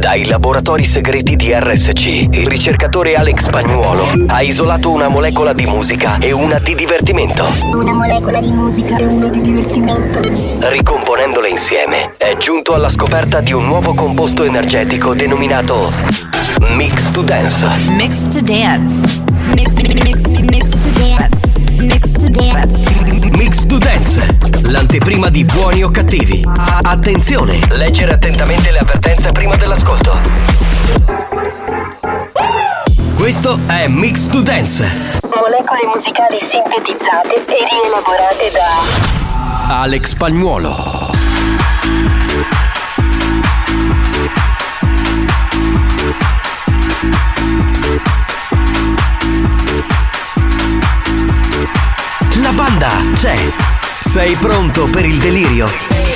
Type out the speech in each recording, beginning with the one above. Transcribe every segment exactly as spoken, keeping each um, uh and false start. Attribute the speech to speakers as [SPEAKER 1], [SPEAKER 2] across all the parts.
[SPEAKER 1] Dai laboratori segreti di R S C, il ricercatore Alex Spagnuolo ha isolato una molecola di musica e una di divertimento.
[SPEAKER 2] Una molecola di musica e una di divertimento.
[SPEAKER 1] Ricomponendole insieme, è giunto alla scoperta di un nuovo composto energetico denominato Mix to Dance.
[SPEAKER 3] Mix to Dance. Mix, mix, mix to Dance. Mix to Dance.
[SPEAKER 1] Mix to Dance, l'anteprima di Buoni o Cattivi. Attenzione, leggere attentamente le avvertenze prima dell'ascolto. Questo è Mix to Dance.
[SPEAKER 2] Molecole musicali sintetizzate e rielaborate da
[SPEAKER 1] Alex Spagnuolo. La banda c'è. Sei pronto per il delirio?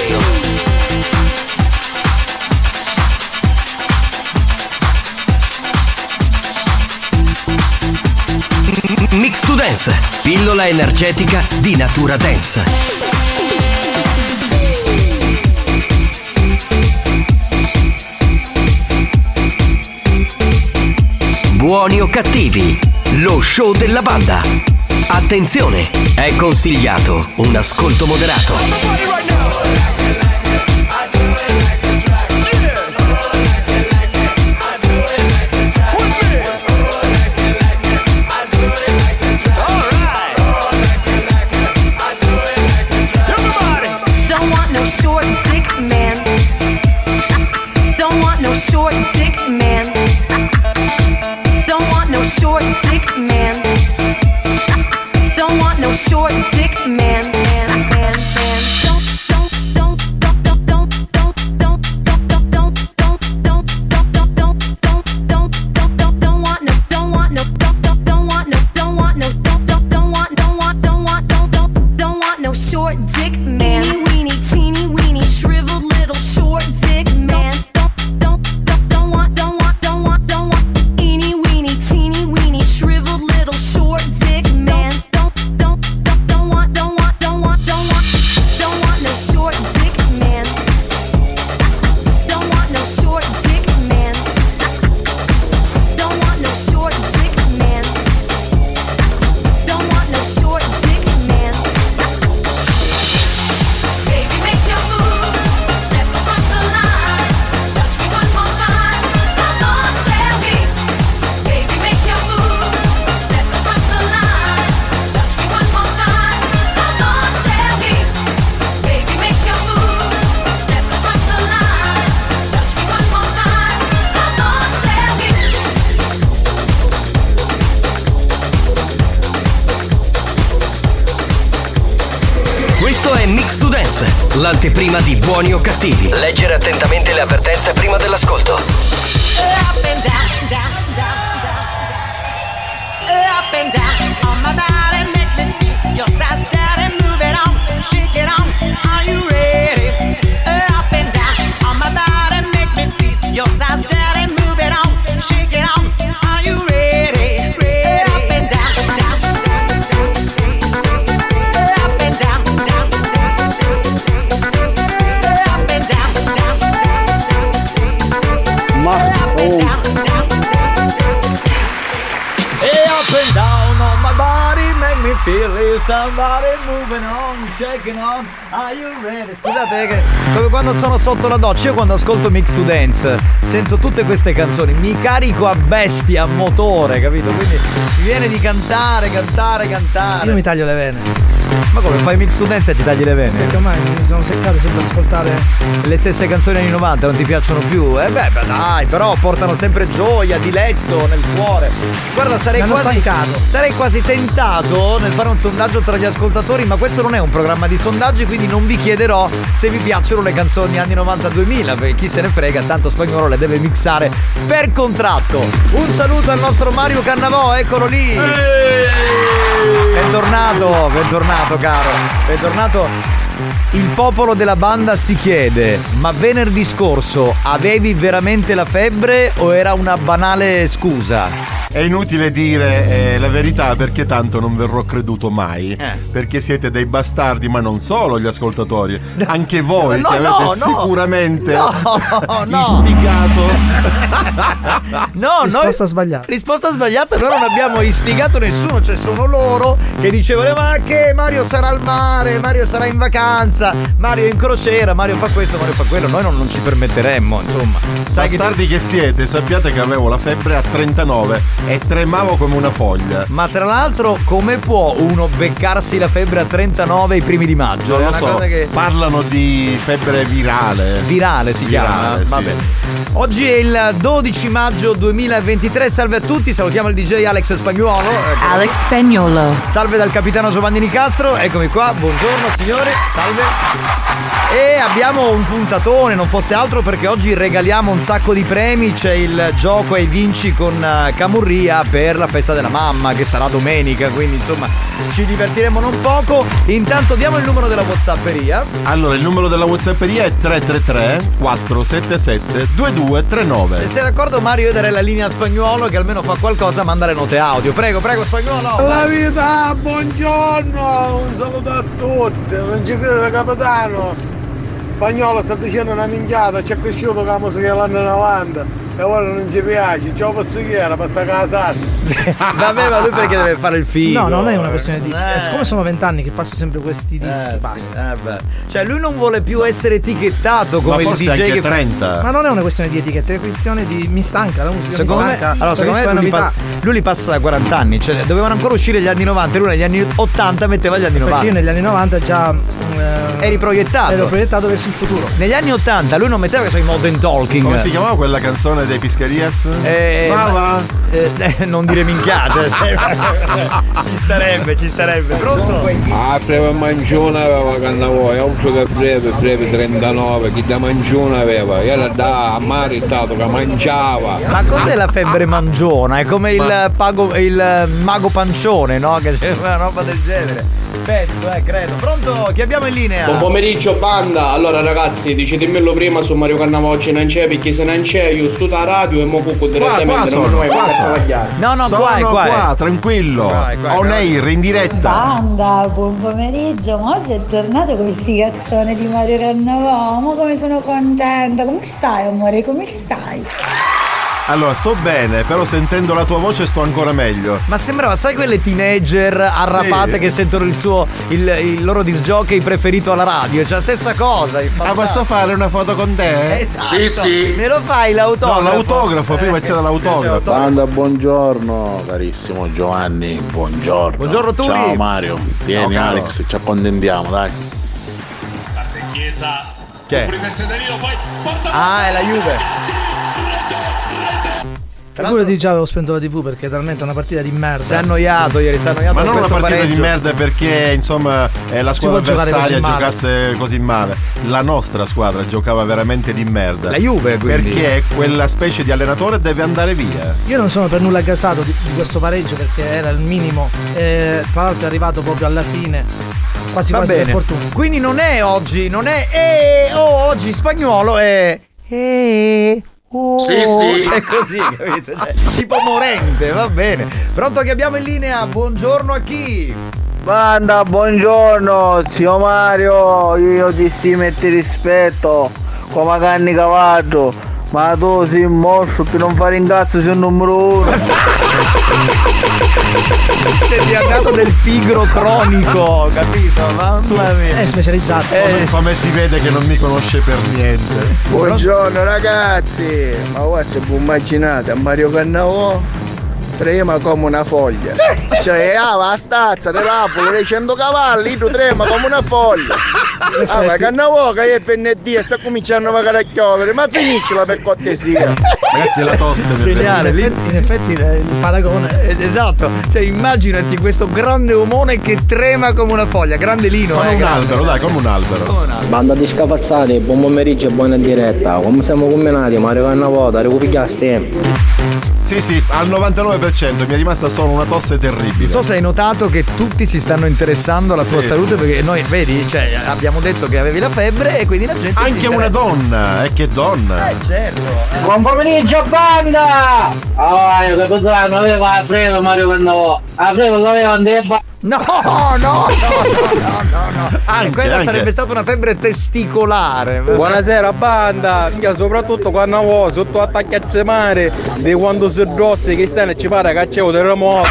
[SPEAKER 1] Mix to Dance, pillola energetica di Natura Dance. Buoni o Cattivi, lo show della banda. Attenzione, è consigliato un ascolto moderato.
[SPEAKER 4] Short dick man, man, man, man. Don't, don't, don't, don't, don't, don't, don't, don't, don't, don't, don't, don't, don't, don't, don't, don't, don't want no, don't want no, don't, don't, don't want no, don't want no, don't, don't, don't want, don't want, don't want, don't, don't, don't want no short dick man. Teeny weeny, teeny weeny, shriveled little short dick man. Don't, don't, don't, don't want, don't want, don't want, don't want. Teeny weeny, teeny weeny, shriveled little short dick man.
[SPEAKER 1] Questo è Mix to Dance, l'anteprima di Buoni o Cattivi. Leggere attentamente le avvertenze prima dell'ascolto.
[SPEAKER 5] Up and down, down, down, down. Up and down on my body, make me feel your size, daddy, move it on, shake it on. Are you ready? Up and down on my body, make me feel your size, daddy, move it on, shake it on. Are you ready? Ready? Up and down, down, down, down. Up and down, down, up and down, down,
[SPEAKER 6] Ma oh.
[SPEAKER 7] Hey, up and down on my body, make me feel it. Somebody moving on, shaking on. Are you ready?
[SPEAKER 6] Scusate che come quando sono sotto la doccia, io quando ascolto Mix to Dance sento tutte queste canzoni, mi carico a bestia, a motore, capito? Quindi mi viene di cantare, cantare, cantare.
[SPEAKER 8] Io mi taglio le vene.
[SPEAKER 6] Ma come fai Mix to Dance e ti tagli le vene?
[SPEAKER 8] Perché ormai mi sono seccato sempre a ascoltare
[SPEAKER 6] le stesse canzoni anni novanta, non ti piacciono più? Eh beh, beh dai, però portano sempre gioia, diletto nel cuore. Guarda, sarei
[SPEAKER 8] Mi hanno
[SPEAKER 6] quasi
[SPEAKER 8] stancato.
[SPEAKER 6] sarei quasi tentato nel fare un sondaggio tra gli ascoltatori, ma questo non è un programma di sondaggi, quindi non vi chiederò se vi piacciono le canzoni anni novanta duemila, perché chi se ne frega, tanto Spagnolo le deve mixare per contratto. Un saluto al nostro Mario Cannavò, eccolo lì. Eeeh. Bentornato, bentornato caro. Bentornato. Il popolo della banda si chiede: ma venerdì scorso avevi veramente la febbre o era una banale scusa?
[SPEAKER 9] È inutile dire eh, la verità perché tanto non verrò creduto mai.
[SPEAKER 6] Eh.
[SPEAKER 9] Perché siete dei bastardi, ma non solo gli ascoltatori, anche voi
[SPEAKER 6] No,
[SPEAKER 9] che
[SPEAKER 6] no,
[SPEAKER 9] avete
[SPEAKER 6] no.
[SPEAKER 9] sicuramente
[SPEAKER 6] No, no.
[SPEAKER 9] istigato.
[SPEAKER 6] No,
[SPEAKER 8] Risposta
[SPEAKER 6] noi...
[SPEAKER 8] sbagliata.
[SPEAKER 6] Risposta sbagliata, noi non abbiamo istigato nessuno, cioè sono loro che dicevano: ma che Mario sarà al mare, Mario sarà in vacanza, Mario è in crociera, Mario fa questo, Mario fa quello. Noi non, non ci permetteremmo, insomma. Sai
[SPEAKER 9] Bastardi che... che siete, sappiate che avevo la febbre a trentanove e tremavo come una foglia.
[SPEAKER 6] Ma tra l'altro, come può uno beccarsi la febbre a trentanove i primi di maggio?
[SPEAKER 9] Non
[SPEAKER 6] È
[SPEAKER 9] lo
[SPEAKER 6] una
[SPEAKER 9] so,
[SPEAKER 6] cosa che...
[SPEAKER 9] parlano di febbre virale.
[SPEAKER 6] Virale si chiama,
[SPEAKER 9] Virale, sì.
[SPEAKER 6] vabbè. Oggi è il dodici maggio duemilaventitré, salve a tutti, salutiamo il D J Alex Spagnuolo.
[SPEAKER 3] Alex Spagnuolo.
[SPEAKER 6] Salve dal capitano Giovanni Nicastro, eccomi qua, buongiorno signori, salve. E abbiamo un puntatone, non fosse altro perché oggi regaliamo un sacco di premi, c'è il gioco ai vinci con uh, Camurria per la festa della mamma che sarà domenica, quindi insomma ci divertiremo non poco. Intanto diamo il numero della WhatsApperia.
[SPEAKER 9] Allora, il numero della WhatsApperia è tre tre tre quattro sette sette due due tre nove.
[SPEAKER 6] Se sei d'accordo Mario, io darei la linea a Spagnuolo che almeno fa qualcosa, manda le note audio. Prego, prego Spagnuolo.
[SPEAKER 10] La vita, buongiorno, un saluto a tutti, non ci credo capitano. Spagnolo sta dicendo una minchiata, ci è cresciuto con la musica dell'anno novanta e ora non ci piace, ce lo posso chiedere per attaccare la sassa.
[SPEAKER 6] Vabbè, ma lui perché deve fare il figo?
[SPEAKER 8] No, non è una questione di.
[SPEAKER 6] Eh.
[SPEAKER 8] Siccome sono vent'anni che passo sempre questi dischi,
[SPEAKER 6] Eh,
[SPEAKER 8] basta.
[SPEAKER 6] sì, eh, beh. Cioè lui non vuole più essere etichettato come
[SPEAKER 9] Ma
[SPEAKER 6] il
[SPEAKER 9] forse
[SPEAKER 6] D J
[SPEAKER 9] anche
[SPEAKER 6] che fa.
[SPEAKER 9] trenta.
[SPEAKER 8] Ma non è una questione di etichette, è una questione di. Mi stanca la musica.
[SPEAKER 6] Secondo
[SPEAKER 8] mi
[SPEAKER 6] me,
[SPEAKER 8] stanca.
[SPEAKER 6] allora, secondo me
[SPEAKER 8] Preferisco
[SPEAKER 6] lui,
[SPEAKER 8] le
[SPEAKER 6] li
[SPEAKER 8] novità.
[SPEAKER 6] pa- lui li passa da quaranta anni, cioè dovevano ancora uscire gli anni novanta e lui negli anni ottanta metteva gli anni
[SPEAKER 8] Perché
[SPEAKER 6] novanta.
[SPEAKER 8] io negli anni novanta già eh,
[SPEAKER 6] Eri proiettato.
[SPEAKER 8] ero proiettato verso il futuro.
[SPEAKER 6] Negli anni ottanta lui non metteva che so i modern talking.
[SPEAKER 9] Come si chiamava quella canzone dei Pischerias?
[SPEAKER 6] Eh,
[SPEAKER 9] Va,
[SPEAKER 6] ma-
[SPEAKER 9] va.
[SPEAKER 6] eh, eh, non dire minchiate. Ci starebbe, ci starebbe. Pronto?
[SPEAKER 10] Ah, breve mangione aveva canna voi, altro che breve, breve trentanove, chi da mangione aveva, era da maritato che mangiava.
[SPEAKER 6] Ma cos'è la febbre mangiona? È come il, pago, il mago pancione, no? Che c'è una roba del genere. Penso, eh, credo. Pronto? Chi abbiamo in linea?
[SPEAKER 11] Buon pomeriggio banda, allora ragazzi decidemelo prima su Mario Cannavocci non c'è perché se non c'è io sto da radio e mo cucco direttamente
[SPEAKER 9] qua
[SPEAKER 11] non
[SPEAKER 9] sono,
[SPEAKER 11] noi
[SPEAKER 9] qua
[SPEAKER 11] per
[SPEAKER 9] sono.
[SPEAKER 11] travagliare.
[SPEAKER 6] No, no,
[SPEAKER 9] Sono
[SPEAKER 6] qua è, qua, è.
[SPEAKER 9] qua, tranquillo.
[SPEAKER 6] Qua è, qua è,
[SPEAKER 9] On
[SPEAKER 6] qua è.
[SPEAKER 9] air, in diretta.
[SPEAKER 12] Banda, buon pomeriggio, ma oggi è tornato quel figazzone di Mario Cannavò, ma come sono contenta, come stai amore, come stai?
[SPEAKER 9] Allora, sto bene, però sentendo la tua voce sto ancora meglio.
[SPEAKER 6] Ma sembrava, sai quelle teenager arrapate
[SPEAKER 9] Sì.
[SPEAKER 6] che sentono il suo il, il loro disc jockey preferito alla radio, cioè la stessa cosa.
[SPEAKER 9] Ah, posso fare una foto con te?
[SPEAKER 6] Esatto.
[SPEAKER 9] Sì, sì.
[SPEAKER 6] Me lo fai l'autografo?
[SPEAKER 9] No, l'autografo, prima
[SPEAKER 6] Eh,
[SPEAKER 9] c'era l'autografo.
[SPEAKER 6] c'è
[SPEAKER 13] Banda, buongiorno carissimo Giovanni, buongiorno.
[SPEAKER 6] Buongiorno, Turi.
[SPEAKER 13] Ciao Mario, vieni
[SPEAKER 6] Ciao, caro.
[SPEAKER 13] Alex, ci accontentiamo, dai.
[SPEAKER 14] Parte Chiesa.
[SPEAKER 6] Che è?
[SPEAKER 14] Prima il Sederino, poi porta
[SPEAKER 6] Ah, è la Juve.
[SPEAKER 8] Figurati, già avevo spento la tivù perché è talmente una partita di merda.
[SPEAKER 6] Si è annoiato ieri, si è annoiato
[SPEAKER 9] Ma
[SPEAKER 6] da
[SPEAKER 9] non una
[SPEAKER 6] questo
[SPEAKER 9] partita
[SPEAKER 6] pareggio.
[SPEAKER 9] di merda perché insomma eh, la
[SPEAKER 8] Si
[SPEAKER 9] squadra
[SPEAKER 8] può giocare
[SPEAKER 9] avversaria
[SPEAKER 8] così male.
[SPEAKER 9] giocasse così male. La nostra squadra giocava veramente di merda.
[SPEAKER 6] La Juve, quindi.
[SPEAKER 9] Perché quella specie di allenatore deve andare via.
[SPEAKER 8] Io non sono per nulla gasato di, di questo pareggio perché era il minimo. E tra l'altro è arrivato proprio alla fine. Quasi
[SPEAKER 6] Va
[SPEAKER 8] quasi
[SPEAKER 6] bene.
[SPEAKER 8] per fortuna.
[SPEAKER 6] Quindi non è oggi, non è eh, oh, oggi Spagnuolo è eh, oh,
[SPEAKER 10] Sì, sì.
[SPEAKER 6] Cioè così, capito? Cioè, tipo morente, va bene. Pronto, che abbiamo in linea? Buongiorno a chi?
[SPEAKER 10] Banda, buongiorno, zio Mario, io ti si metti rispetto, come canni cavallo, ma tu sei un mostro che non fa ringrazio, sei il numero uno.
[SPEAKER 6] Cioè, ti ha dato del pigro cronico, capito? Mamma mia.
[SPEAKER 8] È specializzato.
[SPEAKER 6] Eh,
[SPEAKER 9] Come si vede che non mi conosce per niente.
[SPEAKER 10] Buongiorno ragazzi, ma guarda, può immaginate a Mario Cannavò trema come una foglia, cioè ah la stazza dell'Apolo dei cento cavalli tu trema come una foglia. Ah, ma Cannavò che è venerdì e sta cominciando magari a piovere, ma finiscila per cortesia.
[SPEAKER 9] Ragazzi, è la tosse del
[SPEAKER 6] Geniale,
[SPEAKER 8] in,
[SPEAKER 6] lì-
[SPEAKER 8] effetti, in effetti il il paragone.
[SPEAKER 6] Eh, Esatto, cioè immaginati questo grande omone che trema come una foglia, grande lino,
[SPEAKER 9] Come
[SPEAKER 6] eh,
[SPEAKER 9] un
[SPEAKER 6] grande.
[SPEAKER 9] albero, dai, come un albero.
[SPEAKER 6] Come un albero.
[SPEAKER 15] Banda di scafazzati, buon pomeriggio e buona diretta. Come siamo combinati, Mario Cannavò, da recuperare tempo.
[SPEAKER 9] Sì, sì, al novantanove per cento mi è rimasta solo una tosse terribile.
[SPEAKER 6] Non so se hai notato che tutti si stanno interessando alla tua
[SPEAKER 9] Sì,
[SPEAKER 6] salute,
[SPEAKER 9] sì.
[SPEAKER 6] perché noi, vedi, cioè, abbiamo detto che avevi la febbre e quindi la gente si
[SPEAKER 9] Anche una
[SPEAKER 6] interessa.
[SPEAKER 9] donna, e che donna.
[SPEAKER 6] Eh, certo.
[SPEAKER 15] Buon pomeriggio banda! Oh, io che cosa non aveva Alfredo Mario Cannavò. Alfredo lo aveva un debba.
[SPEAKER 6] No, no, no, no, no, no, no.
[SPEAKER 9] Anche,
[SPEAKER 6] quella
[SPEAKER 9] anche.
[SPEAKER 6] sarebbe stata una febbre testicolare.
[SPEAKER 16] Buonasera banda, Minchia, soprattutto quando avevo sotto attacchi a mare di quando si rosse Cristiano ci pare che c'è un terremoto.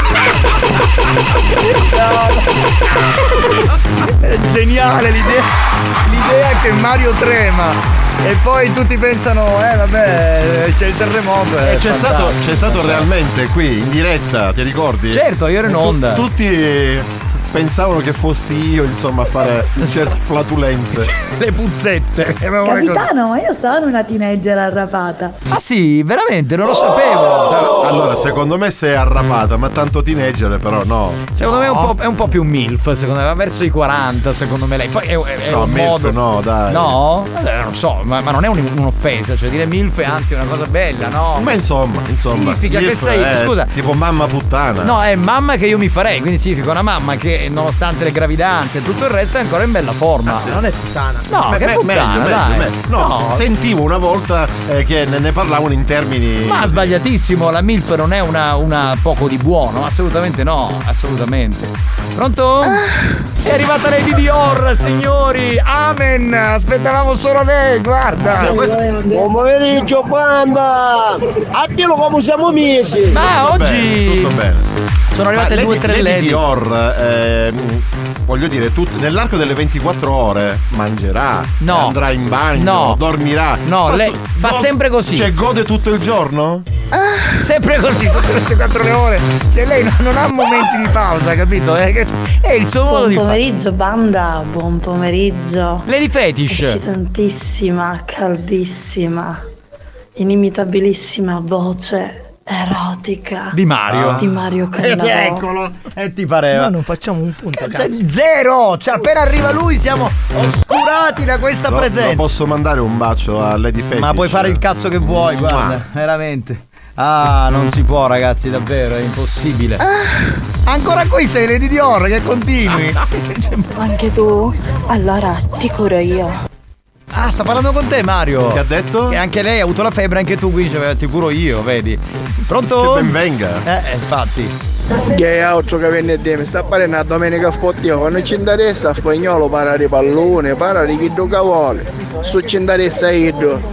[SPEAKER 6] È geniale l'idea, l'idea che Mario trema e poi tutti pensano, eh vabbè, c'è il terremoto.
[SPEAKER 9] E c'è stato, c'è stato realmente qui in diretta, ti ricordi?
[SPEAKER 6] Certo, io ero in onda.
[SPEAKER 9] Tu- tutti pensavano che fossi io, insomma, a fare certe flatulenze.
[SPEAKER 6] Le puzzette.
[SPEAKER 12] Capitano, ma io sono una teenager arrapata.
[SPEAKER 6] Ah sì, veramente, non lo sapevo.
[SPEAKER 9] Sa- Allora, secondo me sei arrapata, ma tanto teenager però no.
[SPEAKER 6] Secondo me è un, po', è un po' più MILF, secondo me, va verso i quaranta, secondo me lei. Poi è, è, è
[SPEAKER 9] No,
[SPEAKER 6] un
[SPEAKER 9] MILF
[SPEAKER 6] modo.
[SPEAKER 9] no, dai.
[SPEAKER 6] No? Eh, non so, ma, ma non è un- un'offesa, cioè dire MILF è anzi una cosa bella, no?
[SPEAKER 9] Ma insomma, insomma.
[SPEAKER 6] Significa che
[SPEAKER 9] MILF
[SPEAKER 6] sei,
[SPEAKER 9] è
[SPEAKER 6] scusa.
[SPEAKER 9] tipo mamma puttana.
[SPEAKER 6] No, è mamma che io mi farei, quindi significa una mamma che nonostante le gravidanze e tutto il resto è ancora in bella forma.
[SPEAKER 8] Non è puttana.
[SPEAKER 6] No,
[SPEAKER 9] Me-
[SPEAKER 6] che
[SPEAKER 9] me-
[SPEAKER 6] puttana,
[SPEAKER 9] meglio, meglio,
[SPEAKER 6] dai.
[SPEAKER 9] meglio. No,
[SPEAKER 6] No.
[SPEAKER 9] sentivo una volta eh, che ne, ne parlavano in termini.
[SPEAKER 6] Ma sbagliatissimo, la MILF non è una, una poco di buono, assolutamente no, assolutamente. Pronto? È arrivata Lady Dior, signori, amen, aspettavamo solo lei, guarda.
[SPEAKER 10] Buon pomeriggio banda! Abbiamo come siamo mesi!
[SPEAKER 6] Ma
[SPEAKER 9] Tutto
[SPEAKER 6] oggi
[SPEAKER 9] bene, tutto bene.
[SPEAKER 6] sono arrivate
[SPEAKER 9] Ma
[SPEAKER 6] due o tre
[SPEAKER 9] Lady
[SPEAKER 6] lady.
[SPEAKER 9] Dior, eh, voglio dire, tut- nell'arco delle ventiquattro ore mangerà,
[SPEAKER 6] No.
[SPEAKER 9] andrà in bagno,
[SPEAKER 6] No.
[SPEAKER 9] dormirà.
[SPEAKER 6] No, lei
[SPEAKER 9] tu-
[SPEAKER 6] fa sempre così.
[SPEAKER 9] Cioè, gode tutto il giorno?
[SPEAKER 6] Sempre così, tutte queste quattro le ore. Cioè lei non, non ha momenti di pausa, capito? È, è il suo modo
[SPEAKER 17] Buon
[SPEAKER 6] di fare.
[SPEAKER 17] pomeriggio banda, buon pomeriggio.
[SPEAKER 6] Lady Fetish.
[SPEAKER 17] Eccitantissima, caldissima, inimitabilissima voce erotica
[SPEAKER 6] Di Mario.
[SPEAKER 17] di Mario
[SPEAKER 6] Eh,
[SPEAKER 17] Cannavò.
[SPEAKER 6] eccolo. E ti pareva.
[SPEAKER 8] Ma non facciamo un punto,
[SPEAKER 6] Cioè,
[SPEAKER 8] cazzo.
[SPEAKER 6] zero! Cioè, appena arriva lui siamo oscurati da questa
[SPEAKER 9] No,
[SPEAKER 6] presenza.
[SPEAKER 9] no, posso mandare un bacio a Lady Fetish?
[SPEAKER 6] Ma puoi fare il cazzo che vuoi,
[SPEAKER 9] Mua.
[SPEAKER 6] guarda, veramente. Ah, non si può, ragazzi, davvero, è impossibile. Ancora qui sei Lady Dior che continui.
[SPEAKER 17] Anche tu? Allora ti curo io.
[SPEAKER 6] Ah, sta parlando con te, Mario.
[SPEAKER 9] Che ha detto?
[SPEAKER 6] Che anche lei ha avuto la febbre, anche tu, quindi cioè, ti curo io, vedi. Pronto?
[SPEAKER 9] Che ben venga.
[SPEAKER 6] Eh, infatti.
[SPEAKER 10] Che è altro che viene a me? Sta parendo una domenica sportiva, quando ci interessa a spagnolo para di pallone, para di chi che vuole. Su ci interessa io.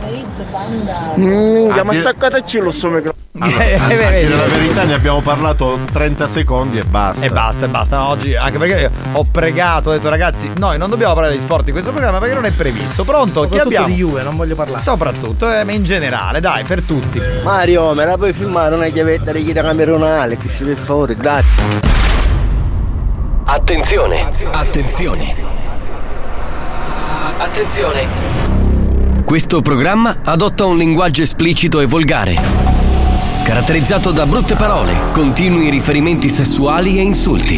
[SPEAKER 10] Mmm,
[SPEAKER 9] Ah,
[SPEAKER 10] ma
[SPEAKER 9] di-
[SPEAKER 10] staccataci lo so microfono.
[SPEAKER 9] Allora, a a dire la verità, ne abbiamo parlato trenta secondi e basta.
[SPEAKER 6] E basta, e basta. No, oggi, anche perché ho pregato, ho detto ragazzi, noi non dobbiamo parlare di sport in questo programma perché non è previsto. Pronto? Chi
[SPEAKER 8] Soprattutto
[SPEAKER 6] abbiamo?
[SPEAKER 8] di Juve, non voglio parlare.
[SPEAKER 6] Soprattutto, eh, ma in generale, dai, per tutti.
[SPEAKER 10] Mario, me la puoi filmare una chiavetta di chieda cameronale, che si per favore, grazie.
[SPEAKER 1] Attenzione, attenzione. Attenzione. Questo programma adotta un linguaggio esplicito e volgare, caratterizzato da brutte parole, continui riferimenti sessuali e insulti.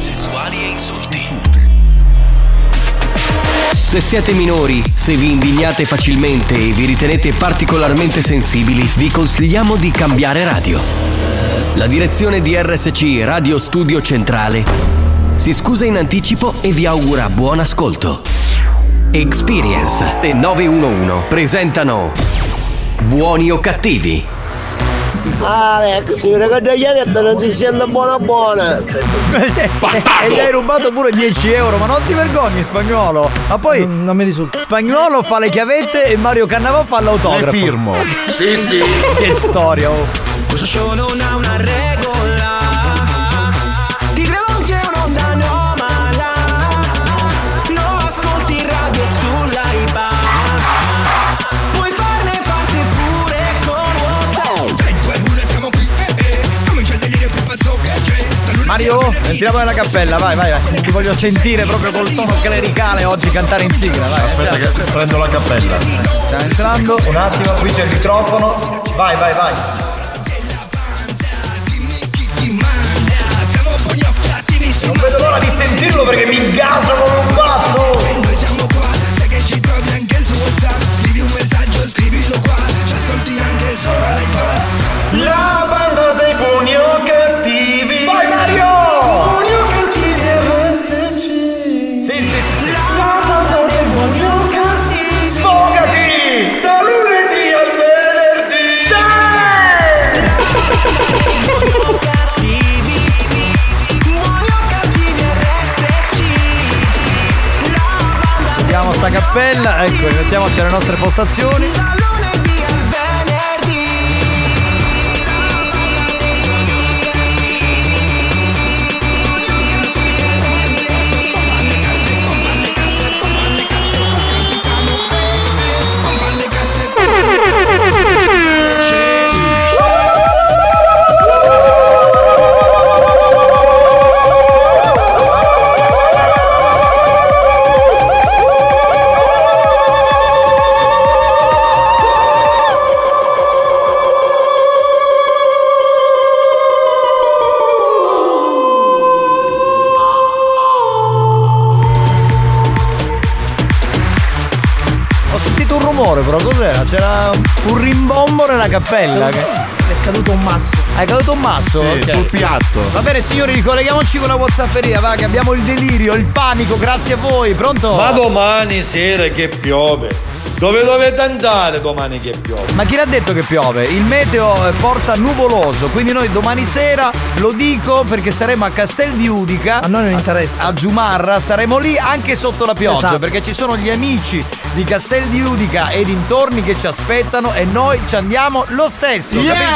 [SPEAKER 1] Se siete minori, se vi indignate facilmente e vi ritenete particolarmente sensibili, vi consigliamo di cambiare radio. La direzione di R S C Radio Studio Centrale si scusa in anticipo e vi augura buon ascolto. Experience e nove uno uno presentano Buoni o Cattivi.
[SPEAKER 10] Alex, mi ricordo chiavetta, non si sente buona buona.
[SPEAKER 6] E gli hai rubato pure dieci euro, ma non ti vergogni, Spagnolo. Ma poi
[SPEAKER 8] Non, non mi risulta.
[SPEAKER 6] Spagnolo fa le chiavette e Mario Cannavò fa l'autografo.
[SPEAKER 9] Le firmo.
[SPEAKER 10] Sì, sì.
[SPEAKER 6] Che storia, oh.
[SPEAKER 5] Questo show non ha una regola. Ti rivolge un'onda anomala. Non ascolti radio sull'iPad. Puoi farne parte pure con WhatsApp.
[SPEAKER 6] Mario, entriamo nella cappella, vai, vai, vai. Ti voglio sentire proprio col tono clericale oggi cantare in sigla, vai.
[SPEAKER 9] Aspetta che prendo la cappella.
[SPEAKER 6] Sta entrando, un attimo, qui c'è il microfono. Vai, vai, vai. Non vedo l'ora di sentirlo perché mi gaso come un pazzo.
[SPEAKER 5] Noi siamo qua, sai che ci trovi anche su WhatsApp. Scrivi un messaggio, scrivilo qua. Ci ascolti anche sopra l'iPad.
[SPEAKER 10] La banda
[SPEAKER 6] cappella. Ecco, mettiamoci alle nostre postazioni. Però cos'era? C'era un rimbombo nella cappella. Che...
[SPEAKER 8] È caduto un masso.
[SPEAKER 6] È caduto un masso?
[SPEAKER 9] Sì,
[SPEAKER 6] Okay.
[SPEAKER 9] sul piatto.
[SPEAKER 6] Va bene signori, ricolleghiamoci con la WhatsApperia, va, che abbiamo il delirio, il panico, grazie a voi, pronto?
[SPEAKER 7] Ma domani sera che piove. Dove dovete andare domani che piove?
[SPEAKER 6] Ma chi l'ha detto che piove? Il meteo porta nuvoloso, quindi noi domani sera, lo dico perché saremo a Castel di Udica.
[SPEAKER 8] A noi non interessa.
[SPEAKER 6] A Giumarra, saremo lì anche sotto la pioggia,
[SPEAKER 8] esatto.
[SPEAKER 6] Perché ci sono gli amici di Castel di Udica e dintorni che ci aspettano e noi ci andiamo lo stesso.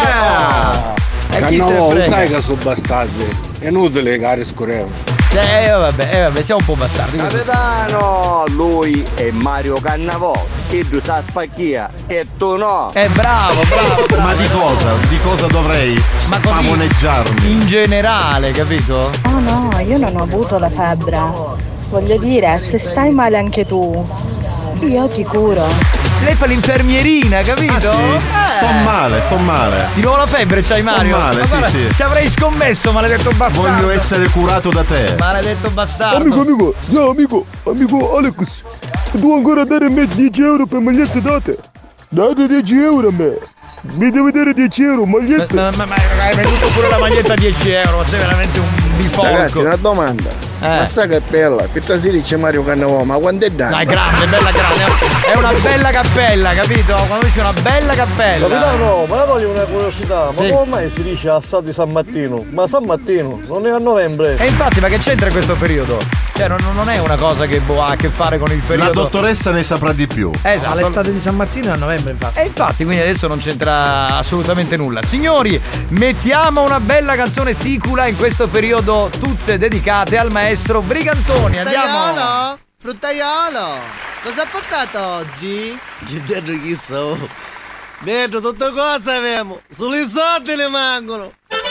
[SPEAKER 9] Yeah!
[SPEAKER 6] E chi se ne
[SPEAKER 13] no,
[SPEAKER 6] frega?
[SPEAKER 13] sai che sono bastardi. È inutile che riscorrevo.
[SPEAKER 6] Eh vabbè, eh vabbè, siamo un po' bastardi.
[SPEAKER 18] Capitano, lui è Mario Cannavò, che tu sa spacchia e tu no.
[SPEAKER 6] Eh bravo, bravo, bravo.
[SPEAKER 9] Ma di cosa? Di cosa dovrei
[SPEAKER 6] Ma così,
[SPEAKER 9] pavoneggiarmi?
[SPEAKER 6] in generale, capito?
[SPEAKER 17] Oh no, io non ho avuto la febbre. Voglio dire, se stai male anche tu, io ti curo.
[SPEAKER 6] Lei fa l'infermierina, capito?
[SPEAKER 9] Ah, sì?
[SPEAKER 6] Eh.
[SPEAKER 9] Sto male, sto male.
[SPEAKER 6] Di nuovo la febbre c'hai, Mario?
[SPEAKER 9] Sto male,
[SPEAKER 6] Ma
[SPEAKER 9] sì,
[SPEAKER 6] guarda,
[SPEAKER 9] sì.
[SPEAKER 6] Ci avrei scommesso, maledetto bastardo.
[SPEAKER 9] Voglio essere curato da te.
[SPEAKER 6] Maledetto bastardo.
[SPEAKER 19] Amico, amico, no, amico, amico Alex, tu ancora dare a me dieci euro per magliette date? Date dieci euro a me. Mi devi dare dieci euro, magliette.
[SPEAKER 6] Ma, ma, ma hai venduto pure la maglietta a dieci euro, ma sei veramente un bifolco.
[SPEAKER 10] Ragazzi, una domanda.
[SPEAKER 6] Eh.
[SPEAKER 10] Ma sa cappella, Pietrasili c'è Mario Cannavò, ma quando è danno?
[SPEAKER 6] Dai, grande, bella grande. È una bella cappella, capito? Quando dice una bella cappella.
[SPEAKER 19] Capitano, ma la voglio una curiosità,
[SPEAKER 6] Sì.
[SPEAKER 19] ma come mai si dice assad di San Martino? Ma San Martino non è a novembre.
[SPEAKER 6] E infatti, ma che c'entra questo periodo? Cioè, non, non è una cosa che boh, ha a che fare con il periodo.
[SPEAKER 9] La dottoressa ne saprà di più.
[SPEAKER 6] Esatto.
[SPEAKER 8] Ma l'estate di San Martino è a novembre, infatti.
[SPEAKER 6] E infatti, quindi adesso non c'entra assolutamente nulla. Signori, mettiamo una bella canzone sicula in questo periodo, tutte dedicate al maestro Brigantoni. Andiamo.
[SPEAKER 20] Fruttaiolo? Fruttaiolo? Cosa ha portato oggi? Che bello chi so. Vedo tutte cose abbiamo. Solo i soldi ne mancano.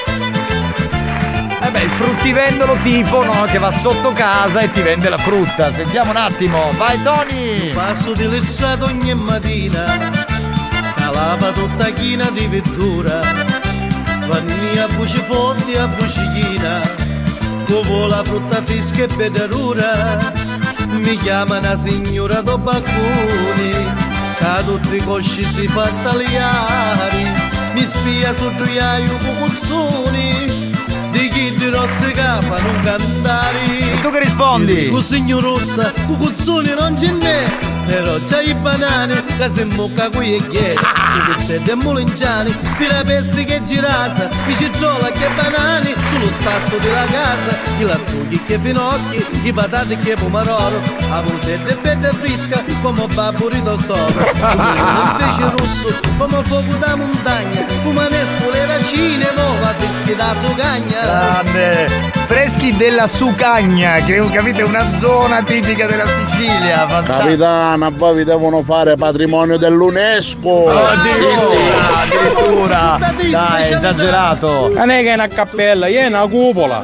[SPEAKER 6] Eh beh, il fruttivendolo tipo, no? Che va sotto casa e ti vende la frutta. Sentiamo un attimo. Vai, Tony.
[SPEAKER 20] Passo di lissato ogni mattina. Calava tutta china di vettura. Vanni a buci forti a bucichina. Come la frutta fresca e bedrura. Mi chiama una signora do bacconi. Che tutti i cosci si fa tagliare. Mi spia sul gioiaio cucuzzoni. Di chi di nostri capa non cantare.
[SPEAKER 6] E tu che rispondi?
[SPEAKER 20] Con signoruzza, cucuzzoni non ce n'è. Però c'è i banani che si mucca qui e chiede. I pezzetti e mulinciani, per la pessi che girasa. I cicciola che banani, sullo spasso della casa. I lattugli che finocchi, i patate che pomarolo. A pusette bella fresca, come babburito sopra. Un pesce rosso, come fuoco da montagna. Come le racine, nuova freschi da sugagna.
[SPEAKER 6] Grande. Freschi della Sucagna, che capite è una zona tipica della Sicilia. Fantastico.
[SPEAKER 13] Capitano, poi vi devono fare patrimonio dell'UNESCO.
[SPEAKER 6] Oh, addirittura, addirittura. Dai, esagerato.
[SPEAKER 16] Non è che è una cappella, è una cupola.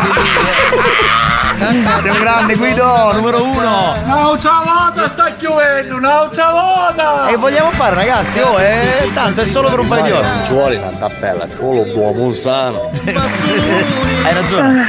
[SPEAKER 6] Sei un grande Guido, numero uno.
[SPEAKER 15] Un'altra volta sta chiudendo, un'altra volta!
[SPEAKER 6] E vogliamo fare, ragazzi, oh, eh, tanto è solo per un paio di ore.
[SPEAKER 13] Non ci vuole una cappella, ci vuole un buon musano.
[SPEAKER 6] Hai ragione.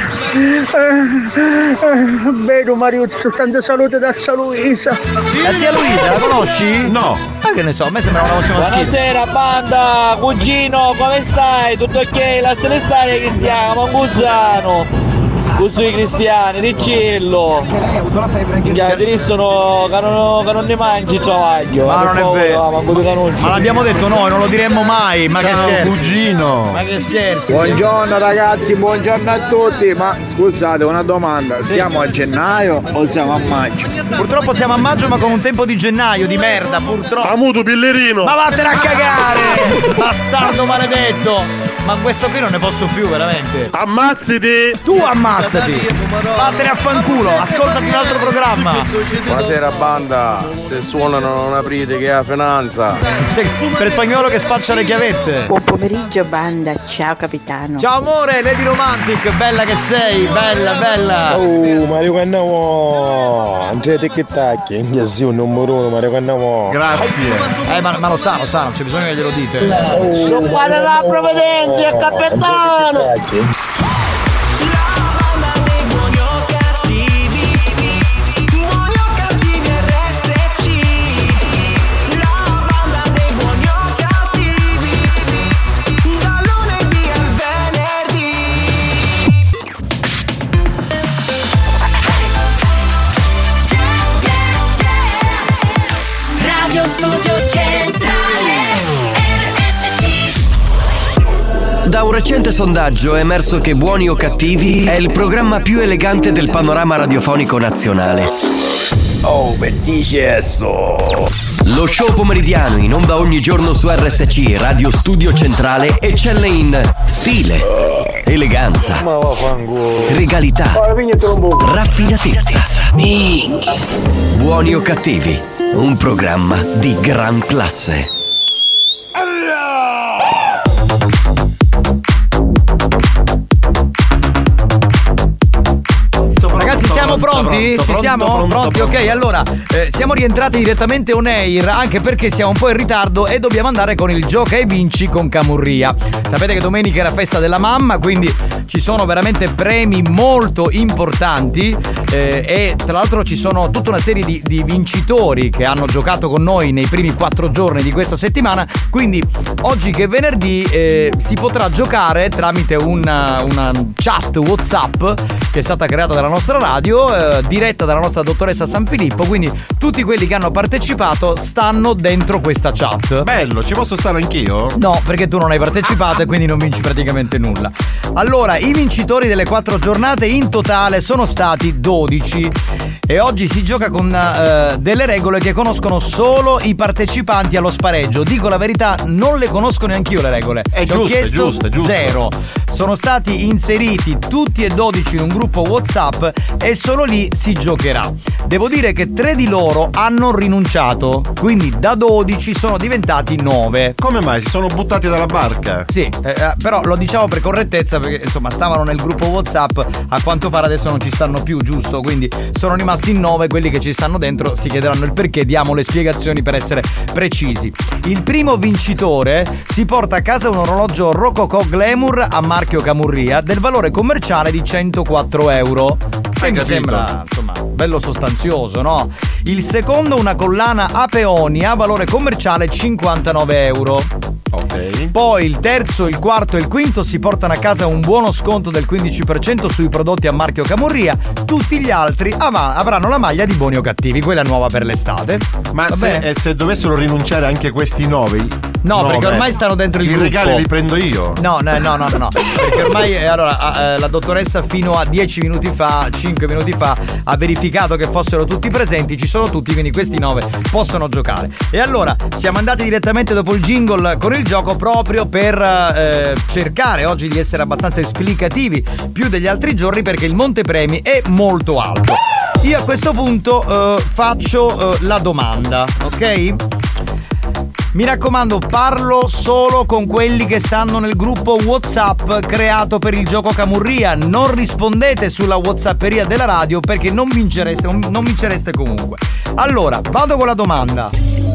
[SPEAKER 19] Vedo Mariuzzo, tanta salute da Zia Luisa.
[SPEAKER 6] La zia Luisa, la conosci? No. Ma che ne so, a me sembra una voce maschile.
[SPEAKER 15] Buonasera banda, cugino, come stai? Tutto ok? La Celestare che stiamo, Guzano. Questo i cristiani, riccello. Gli sono che non, che non ne mangi il travaglio.
[SPEAKER 6] Ma non è vero. Ma l'abbiamo detto noi, non lo diremmo mai. Ma
[SPEAKER 9] Ciao,
[SPEAKER 6] che scherzi.
[SPEAKER 9] cugino.
[SPEAKER 6] Ma che scherzi.
[SPEAKER 10] Buongiorno ragazzi, buongiorno a tutti. Ma scusate, una domanda: siamo a gennaio o siamo a maggio?
[SPEAKER 6] Purtroppo siamo a maggio, ma con un tempo di gennaio di merda, purtroppo.
[SPEAKER 19] Amuto pillerino.
[SPEAKER 6] Ma vattene a cagare! Bastardo maledetto! Ma questo qui non ne posso più, veramente.
[SPEAKER 19] Ammazzati!
[SPEAKER 6] Tu ammazzati! Vattene a fanculo, ascoltati un altro programma.
[SPEAKER 18] Buonasera banda, se suonano non aprite che ha finanza.
[SPEAKER 6] Se, per Spagnolo che spaccia le chiavette.
[SPEAKER 17] Buon pomeriggio banda, ciao capitano.
[SPEAKER 6] Ciao amore, Lady Romantic, bella che sei, bella, bella.
[SPEAKER 19] Oh, Mario Cannavo. Andrea Ticchettacchi, sì, un numero uno, Mario Cannavo.
[SPEAKER 9] Grazie.
[SPEAKER 6] Eh, ma, ma lo sa, lo sa, non c'è bisogno che glielo dite.
[SPEAKER 10] Non fare la provvidenza, capitano!
[SPEAKER 3] Radio Studio Centrale R S C.
[SPEAKER 1] Da un recente sondaggio è emerso che Buoni o Cattivi è il programma più elegante del panorama radiofonico nazionale.
[SPEAKER 15] Oh, bellissimo!
[SPEAKER 1] Lo show pomeridiano in onda ogni giorno su R S C Radio Studio Centrale eccelle in stile, eleganza, regalità, raffinatezza. Buoni o Cattivi, un programma di gran classe.
[SPEAKER 6] Ragazzi, siamo pronti?
[SPEAKER 9] Pronto,
[SPEAKER 6] Ci
[SPEAKER 9] pronto,
[SPEAKER 6] siamo?
[SPEAKER 9] pronto,
[SPEAKER 6] pronti?
[SPEAKER 9] pronto.
[SPEAKER 6] Ok, allora eh, siamo rientrati direttamente on air, anche perché siamo un po' in ritardo e dobbiamo andare con il Gioca e Vinci con Camurria. Sapete che domenica è la festa della mamma, quindi ci sono veramente premi molto importanti eh, e tra l'altro ci sono tutta una serie di, di vincitori che hanno giocato con noi nei primi quattro giorni di questa settimana. Quindi oggi che è venerdì eh, si potrà giocare tramite una, una chat WhatsApp che è stata creata dalla nostra radio, eh, diretta dalla nostra dottoressa San Filippo. Quindi tutti quelli che hanno partecipato stanno dentro questa chat.
[SPEAKER 9] Bello, ci posso stare anch'io?
[SPEAKER 6] No, perché tu non hai partecipato e quindi non vinci praticamente nulla. Allora, i vincitori delle quattro giornate in totale sono stati dodici e oggi si gioca con uh, delle regole che conoscono solo i partecipanti allo spareggio. Dico la verità, non le conosco neanch'io le regole.
[SPEAKER 9] È
[SPEAKER 6] Ci ho
[SPEAKER 9] giusto, è
[SPEAKER 6] chiesto
[SPEAKER 9] giusto, è giusto.
[SPEAKER 6] zero. Sono stati inseriti tutti e dodici in un gruppo WhatsApp e solo lì si giocherà. Devo dire che tre di loro hanno rinunciato, quindi da dodici sono diventati nove.
[SPEAKER 9] Come mai? Si sono buttati dalla barca?
[SPEAKER 6] Sì, eh, però lo diciamo per correttezza perché insomma stavano nel gruppo WhatsApp, a quanto pare adesso non ci stanno più, giusto? Quindi sono rimasti in nove, quelli che ci stanno dentro si chiederanno il perché, diamo le spiegazioni per essere precisi. Il primo vincitore si porta a casa un orologio Rococò Glamour a marchio Camurria del valore commerciale di centoquattro euro. Che mi sembra insomma bello sostanzioso, no? Il secondo una collana Apeonia, valore commerciale cinquantanove euro.
[SPEAKER 9] Ok.
[SPEAKER 6] Poi il terzo, il quarto e il quinto si portano a casa un buono sconto del quindici per cento sui prodotti a marchio Camurria. Tutti gli altri av- avranno la maglia di Buoni o Cattivi, quella nuova per l'estate.
[SPEAKER 9] Ma
[SPEAKER 6] Va
[SPEAKER 9] se,
[SPEAKER 6] bene?
[SPEAKER 9] eh, se dovessero rinunciare anche questi nove?
[SPEAKER 6] No, perché ormai stanno dentro il
[SPEAKER 9] I
[SPEAKER 6] gruppo.
[SPEAKER 9] regali li prendo io.
[SPEAKER 6] No, no, no, no, no. Perché ormai eh, allora eh, la dottoressa fino a dieci minuti fa, cinque minuti fa ha verificato che fossero tutti presenti, ci sono tutti, quindi questi nove possono giocare. E allora siamo andati direttamente dopo il jingle con il gioco proprio per eh, cercare oggi di essere abbastanza esplicativi più degli altri giorni, perché il montepremi è molto alto. Io a questo punto eh, faccio eh, la domanda, ok? Mi raccomando, parlo solo con quelli che stanno nel gruppo WhatsApp creato per il gioco Camurria. Non rispondete sulla WhatsApperia della radio perché non vincereste, non vincereste comunque. Allora, vado con la domanda.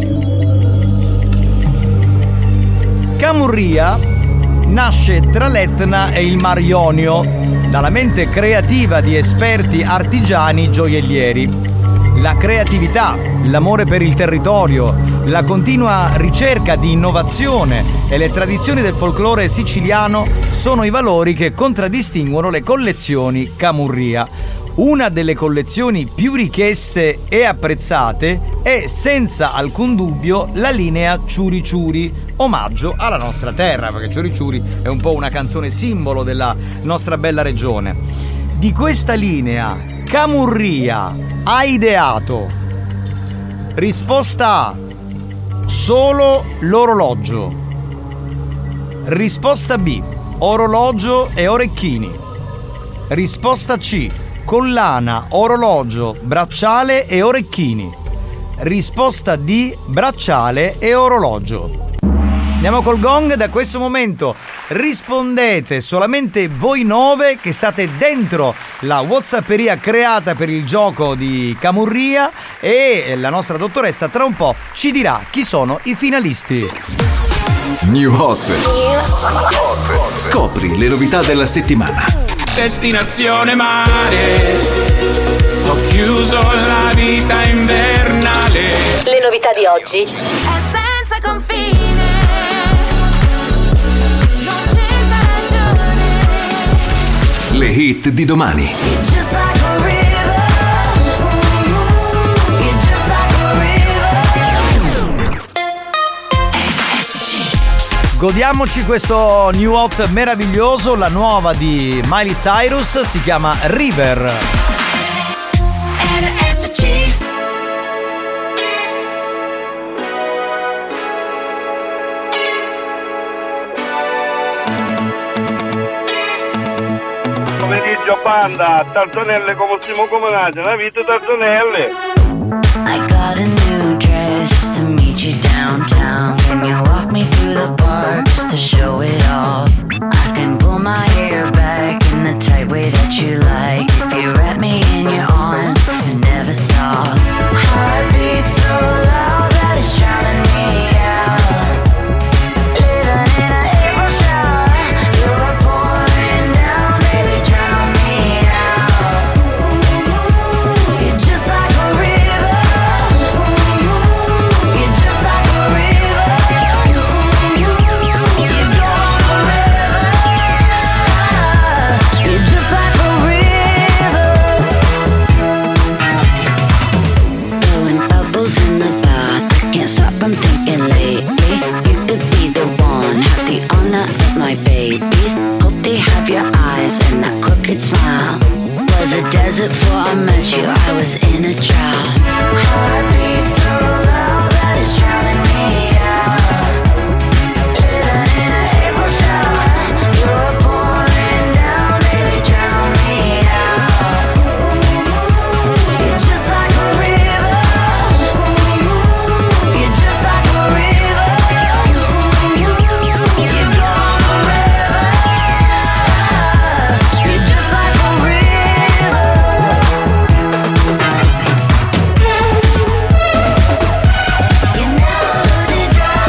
[SPEAKER 6] Camurria nasce tra l'Etna e il Mar Ionio, dalla mente creativa di esperti artigiani gioiellieri. la creatività, l'amore per il territorio, la continua ricerca di innovazione e le tradizioni del folklore siciliano sono i valori che contraddistinguono le collezioni Camurria. Una delle collezioni più richieste e apprezzate è senza alcun dubbio la linea Ciuri Ciuri, omaggio alla nostra terra, perché Ciuri Ciuri è un po' una canzone simbolo della nostra bella regione. Di questa linea Camurria ha ideato: risposta A, solo l'orologio. Risposta B, orologio e orecchini. Risposta C, collana, orologio, bracciale e orecchini. Risposta D, bracciale e orologio. Andiamo col gong. Da questo momento rispondete solamente voi nove che state dentro la WhatsApperia creata per il gioco di Camurria, e la nostra dottoressa tra un po' ci dirà chi sono i finalisti.
[SPEAKER 21] New Hot. Scopri le novità della settimana.
[SPEAKER 22] Destinazione mare, ho chiuso la vita invernale.
[SPEAKER 2] Le novità di oggi.
[SPEAKER 3] È senza confine, non c'è ragione.
[SPEAKER 21] Le hit di domani.
[SPEAKER 3] Just like a river, you're just like a river.
[SPEAKER 6] Godiamoci questo new hot meraviglioso, la nuova di Miley Cyrus, si chiama River.
[SPEAKER 3] R S C.
[SPEAKER 23] Pomeriggio banda, Tarzanelle come siamo comunati, una vita Tarzanelle.
[SPEAKER 24] I got a new dress just to meet you downtown. Can you walk me through the park just to show it all? I can pull my hair back in the tight way that you like. If you wrap me in your arms and never stop. Heartbeat so loud that it's drowning me out. Living in an April shower, you're pouring down, baby, drown me out. You're just like a river. You're just like a river. You go on forever. You're just like a river. Blowing bubbles in the bath, can't stop, I'm thinking lately. You could be the one, have the honor of my babies. Hope they have your eyes and that crooked smile. Was a desert before I met you, I was in a drought. Heartbeat so loud that it's drowning me out. Living in an April shower, you're pouring down, baby, drown me out. You're just like a river. You're just like a river. You go on forever. You're just like a river. You never really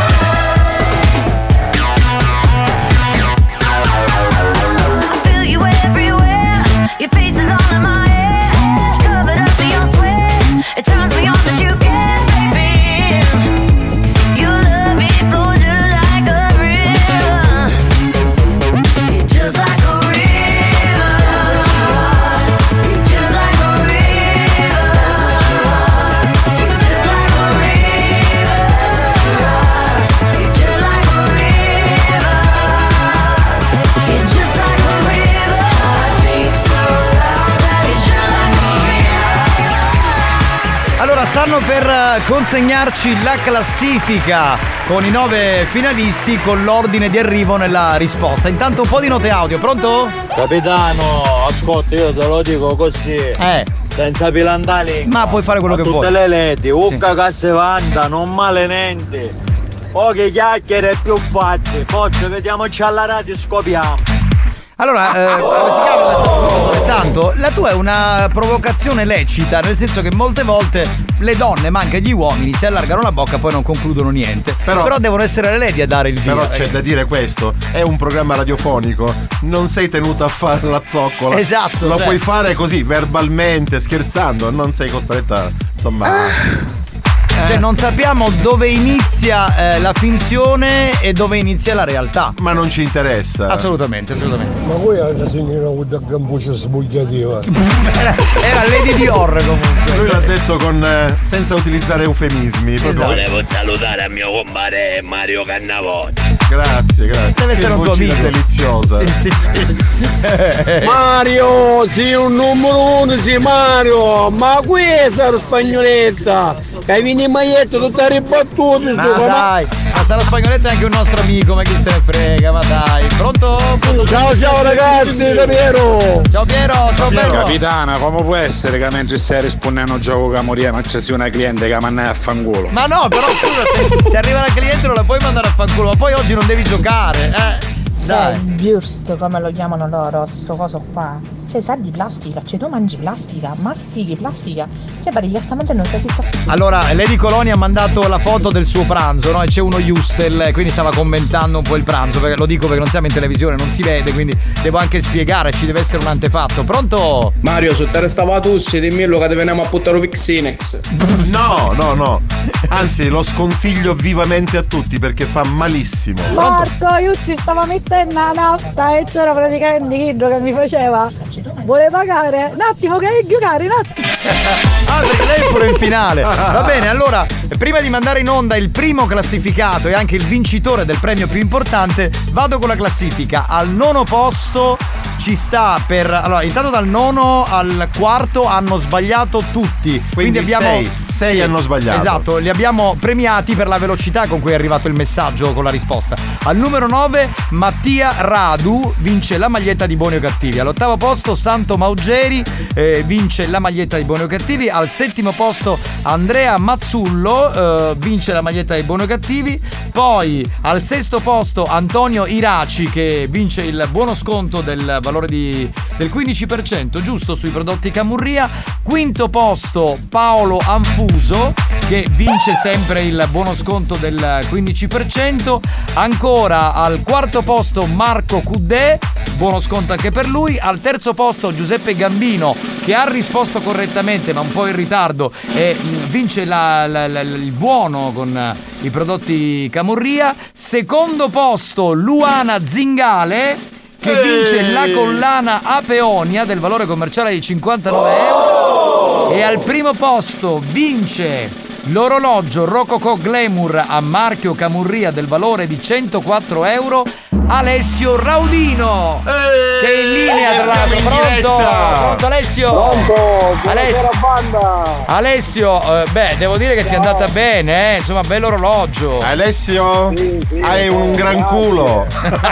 [SPEAKER 24] I feel you everywhere. Your face is all in my head. Covered up in your sweat. It turns me on that you care, baby. Your love me flows just like a river. You're just like a river. You're just like a river. You're just like a river. You're just like a river. You're just like a river. Heartbeat so loud that it's drowning me out.
[SPEAKER 6] Allora, stanno per eh, consegnarci la classifica con i nove finalisti con l'ordine di arrivo nella risposta. Intanto un po' di note audio, pronto?
[SPEAKER 15] Capitano, ascolta, io te lo dico così.
[SPEAKER 6] Eh.
[SPEAKER 15] Senza pilantali.
[SPEAKER 6] Ma puoi fare quello che
[SPEAKER 15] tutte
[SPEAKER 6] vuoi.
[SPEAKER 15] le ledi, ucca casse vanta, non male niente. Poche chiacchiere e più fatti. Forse vediamoci alla radio e scopiamo.
[SPEAKER 6] Allora, eh, come si chiama adesso? Santo? La tua è una provocazione lecita, nel senso che molte volte le donne, ma anche gli uomini, si allargano la bocca, poi non concludono niente.
[SPEAKER 9] Però,
[SPEAKER 6] però devono essere le lady a dare il via.
[SPEAKER 9] Però c'è da dire questo: è un programma radiofonico, non sei tenuto a fare la zoccola.
[SPEAKER 6] Esatto.
[SPEAKER 9] Lo
[SPEAKER 6] cioè.
[SPEAKER 9] puoi fare così, verbalmente, scherzando, non sei costretta, insomma.
[SPEAKER 6] Ah. Cioè non sappiamo dove inizia eh, la finzione e dove inizia la realtà.
[SPEAKER 9] Ma non ci interessa.
[SPEAKER 6] Assolutamente, assolutamente.
[SPEAKER 19] Ma voi è una signora con la gambuccia sbugliativa.
[SPEAKER 6] Era, era Lady Dior comunque.
[SPEAKER 9] Lui l'ha detto con eh, senza utilizzare eufemismi.
[SPEAKER 6] Esatto.
[SPEAKER 4] Volevo salutare a mio compare Mario Cannavò.
[SPEAKER 9] Grazie, grazie.
[SPEAKER 6] Deve essere un tuo amico.
[SPEAKER 9] Deliziosa.
[SPEAKER 6] Sì, sì, sì.
[SPEAKER 13] Mario, sei un numero uno, sei Mario. Ma questa è la spagnolezza. Che vieni maglietta tutta ribattuta.
[SPEAKER 6] Ma dai, ma sarà spagnoletta anche un nostro amico, ma chi se ne frega, ma dai. Pronto? Pronto?
[SPEAKER 13] Ciao ciao ragazzi, da Piero.
[SPEAKER 6] Ciao Piero, ciao Piero.
[SPEAKER 11] Capitana, come può essere che mentre stai rispondendo a un gioco Camoria non c'è sia una cliente che manna a fanculo?
[SPEAKER 6] Ma no, però scusa, se, se arriva la cliente non la puoi mandare a fanculo, ma poi oggi non devi giocare, eh.
[SPEAKER 12] Dai. Wurst, come lo chiamano loro, sto coso qua. Cioè, sa di plastica, cioè tu mangi plastica, mastichi plastica. Cioè, praticamente non sei senza.
[SPEAKER 6] Allora, Lady Coloni ha mandato la foto del suo pranzo, no? E c'è uno Justel, quindi stava commentando un po' il pranzo, perché lo dico perché non siamo in televisione, non si vede, quindi devo anche spiegare, ci deve essere un antefatto. Pronto?
[SPEAKER 16] Mario, se te restava tussi, dimmi che ti veniamo a buttare un Pixinex.
[SPEAKER 9] No, no, no. Anzi, lo sconsiglio vivamente a tutti perché fa malissimo.
[SPEAKER 17] Marco, io ci stava mettendo la nafta e c'era praticamente Kiddo che mi faceva. Vuole pagare? Un attimo che è giocare, un attimo.
[SPEAKER 6] Ah, perché lei è pure in finale. Va bene, allora, prima di mandare in onda il primo classificato e anche il vincitore del premio più importante, vado con la classifica. Al nono posto ci sta per. Allora, intanto dal nono al quarto hanno sbagliato tutti.
[SPEAKER 9] Quindi,
[SPEAKER 6] Quindi abbiamo.
[SPEAKER 9] sei, sei sì, hanno sbagliato.
[SPEAKER 6] Esatto, li abbiamo premiati per la velocità con cui è arrivato il messaggio con la risposta. Al numero nove, Mattia Radu vince la maglietta di Buoni o Cattivi. All'ottavo posto, Santo Maugeri eh, vince la maglietta di Buoni o Cattivi. Al settimo posto, Andrea Mazzullo eh, vince la maglietta di Buoni o Cattivi. Poi al sesto posto, Antonio Iraci che vince il buono sconto del valore di, del quindici per cento giusto sui prodotti Camurria. Quinto posto, Paolo Anfuso che vince sempre il buono sconto del quindici per cento. Ancora al quarto posto Marco Cudè, buono sconto anche per lui. Al terzo posto Giuseppe Gambino che ha risposto correttamente ma un po' in ritardo e vince la, la, la, il buono con i prodotti Camurria. Secondo posto Luana Zingale che vince la collana a Peonia del valore commerciale di cinquantanove euro. E al primo posto vince l'orologio Rococo Glamour a marchio Camurria del valore di centoquattro euro Alessio Raudino Eeeh, che è in linea tra l'altro. Pronto? Pronto Alessio?
[SPEAKER 13] Pronto?
[SPEAKER 6] Alessio,
[SPEAKER 13] banda.
[SPEAKER 6] Alessio eh, beh devo dire che ti è andata bene eh? Insomma bello orologio.
[SPEAKER 9] Alessio sì, sì, hai un gran grazie. Culo.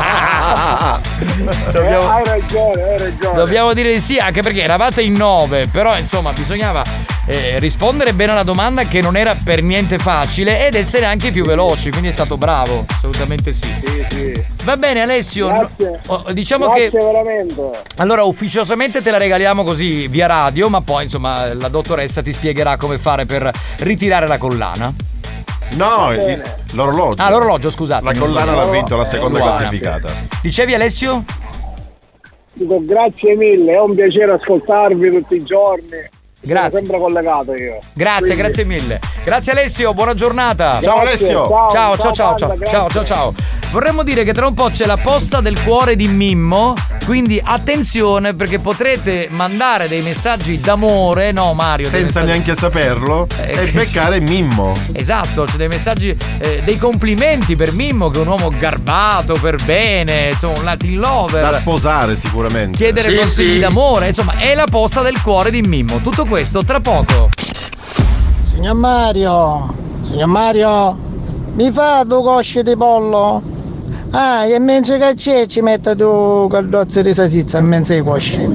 [SPEAKER 13] Dobbiamo, eh, hai ragione, hai ragione.
[SPEAKER 6] Dobbiamo dire di sì anche perché eravate in nove, però insomma bisognava eh, rispondere bene alla domanda che non era per niente facile ed essere anche più veloci, quindi è stato bravo, assolutamente sì.
[SPEAKER 13] Sì, sì.
[SPEAKER 6] Va bene Alessio,
[SPEAKER 13] grazie.
[SPEAKER 6] No, diciamo
[SPEAKER 13] grazie
[SPEAKER 6] che
[SPEAKER 13] veramente.
[SPEAKER 6] Allora ufficiosamente te la regaliamo così via radio, ma poi insomma la dottoressa ti spiegherà come fare per ritirare la collana.
[SPEAKER 9] No, il, l'orologio.
[SPEAKER 6] Ah, l'orologio, scusate.
[SPEAKER 9] La collana l'ha vinto la seconda eh, classificata.
[SPEAKER 6] Dicevi Alessio?
[SPEAKER 13] Dico grazie mille, è un piacere ascoltarvi tutti i giorni.
[SPEAKER 6] Grazie.
[SPEAKER 13] Sono sempre collegato io.
[SPEAKER 6] Grazie,
[SPEAKER 13] Quindi.
[SPEAKER 6] grazie mille. Grazie Alessio, buona giornata.
[SPEAKER 9] Ciao Alessio.
[SPEAKER 6] Ciao, ciao, ciao, ciao, ciao, ciao, ciao, ciao. Vorremmo dire che tra un po' c'è la posta del cuore di Mimmo, quindi attenzione perché potrete mandare dei messaggi d'amore, no Mario?
[SPEAKER 9] Senza
[SPEAKER 6] messaggi...
[SPEAKER 9] neanche saperlo eh, e beccare Mimmo.
[SPEAKER 6] Esatto, c'è dei messaggi, eh, dei complimenti per Mimmo che è un uomo garbato, per bene, insomma un Latin lover.
[SPEAKER 9] Da sposare sicuramente.
[SPEAKER 6] Chiedere
[SPEAKER 9] sì,
[SPEAKER 6] consigli
[SPEAKER 9] sì.
[SPEAKER 6] d'amore, insomma è la posta del cuore di Mimmo. Tutto questo tra poco.
[SPEAKER 10] Signor Mario, signor Mario, mi fa due cosce di pollo? Ah, e mentre che c'è ci mette due caldozze di salsiccia in mezzo ai cosci.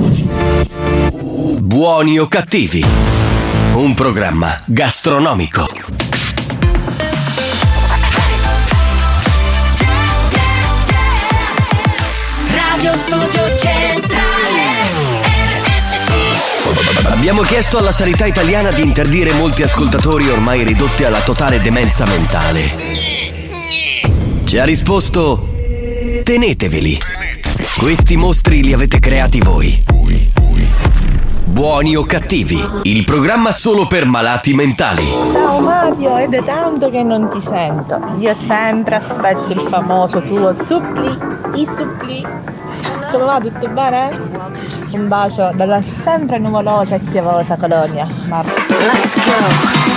[SPEAKER 1] Buoni o cattivi? Un programma gastronomico.
[SPEAKER 24] Radio Studio Centrale R S C.
[SPEAKER 1] Abbiamo chiesto alla sanità italiana di interdire molti ascoltatori ormai ridotti alla totale demenza mentale. Ci ha risposto: teneteveli. Questi mostri li avete creati voi. Buoni o cattivi, il programma solo per malati mentali.
[SPEAKER 12] Ciao Mario, ed è tanto che non ti sento. Io sempre aspetto il famoso tuo suppli, i suppli. Come va, tutto bene? Un bacio dalla sempre nuvolosa e piovosa colonia. Marco. Let's go!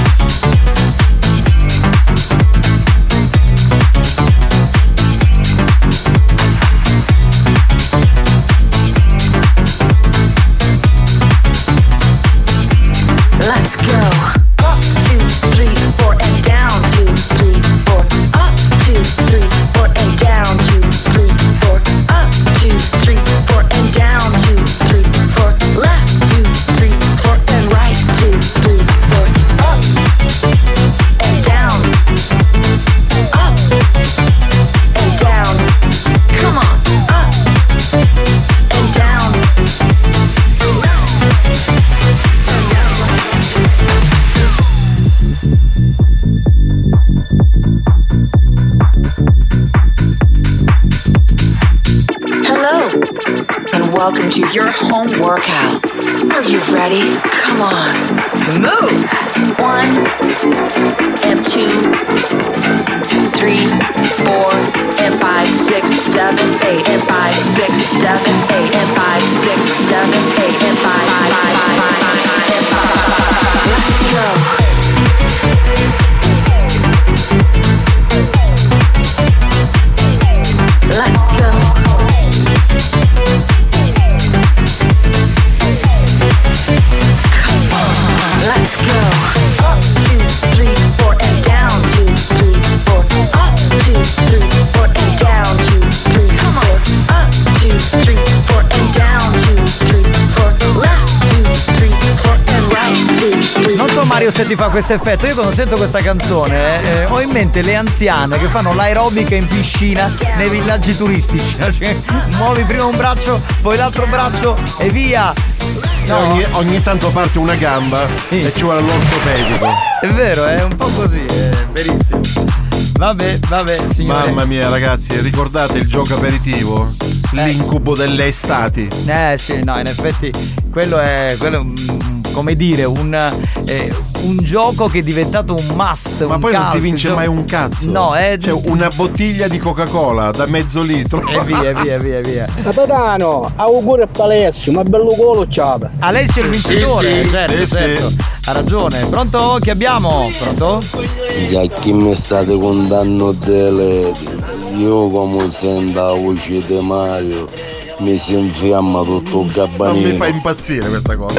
[SPEAKER 24] Let's go. Up, two, three, four, and down, two, three, four. Up, two, three, four, and down, two, three, four. Up, two, three, four, and down, two, three, four. Left, two, three, four, and right, two, three, four. Up and down. Up and down. Come on. Up and down. Hello, and welcome to your home workout. Are you ready? Come on, move. One, and two, three, four, and five, six, seven, eight, and five, six, seven, eight, and five, six, seven, eight, and five, five, five, five, five, and five. Let's go. Let's go. Come on, let's go. Up, two, three, four, and down, two, three, four. Up, two, three, four, and down, two, three, four. Up, two, three, four, and down, two, three, four. Left, two, three, four, and right, two, three.
[SPEAKER 6] Non so Mario se ti fa questo effetto. Io quando sento questa canzone eh, ho in mente le anziane che fanno l'aerobica in piscina nei villaggi turistici. Cioè, muovi prima un braccio, poi l'altro braccio e via. No.
[SPEAKER 9] Ogni, ogni tanto parte una gamba sì. E ci vuole l'ortopedico.
[SPEAKER 6] È vero, è un po' così, è verissimo. Vabbè, vabbè, signore.
[SPEAKER 9] Mamma mia, ragazzi, ricordate il gioco aperitivo? Eh. L'incubo delle estati.
[SPEAKER 6] Eh sì, no, in effetti quello è, quello è un, come dire, un, eh, un gioco che è diventato un must.
[SPEAKER 9] Ma
[SPEAKER 6] un
[SPEAKER 9] poi
[SPEAKER 6] cult,
[SPEAKER 9] non si vince
[SPEAKER 6] gioco...
[SPEAKER 9] mai un cazzo.
[SPEAKER 6] No, è
[SPEAKER 9] cioè una bottiglia di Coca-Cola da mezzo litro.
[SPEAKER 6] E via, via, via, via.
[SPEAKER 13] Capitano, auguri per Alessio, ma bello culo c'ha.
[SPEAKER 6] Alessio è il vincitore,
[SPEAKER 9] sì, sì,
[SPEAKER 6] certo,
[SPEAKER 9] sì,
[SPEAKER 6] certo.
[SPEAKER 9] Sì.
[SPEAKER 6] Ha ragione. Pronto? Chi abbiamo? Pronto?
[SPEAKER 5] A chi mi state contando delle... Io come sento la voce di Mario mi si infiamma tutto il galbanino.
[SPEAKER 9] Non mi fa impazzire questa cosa.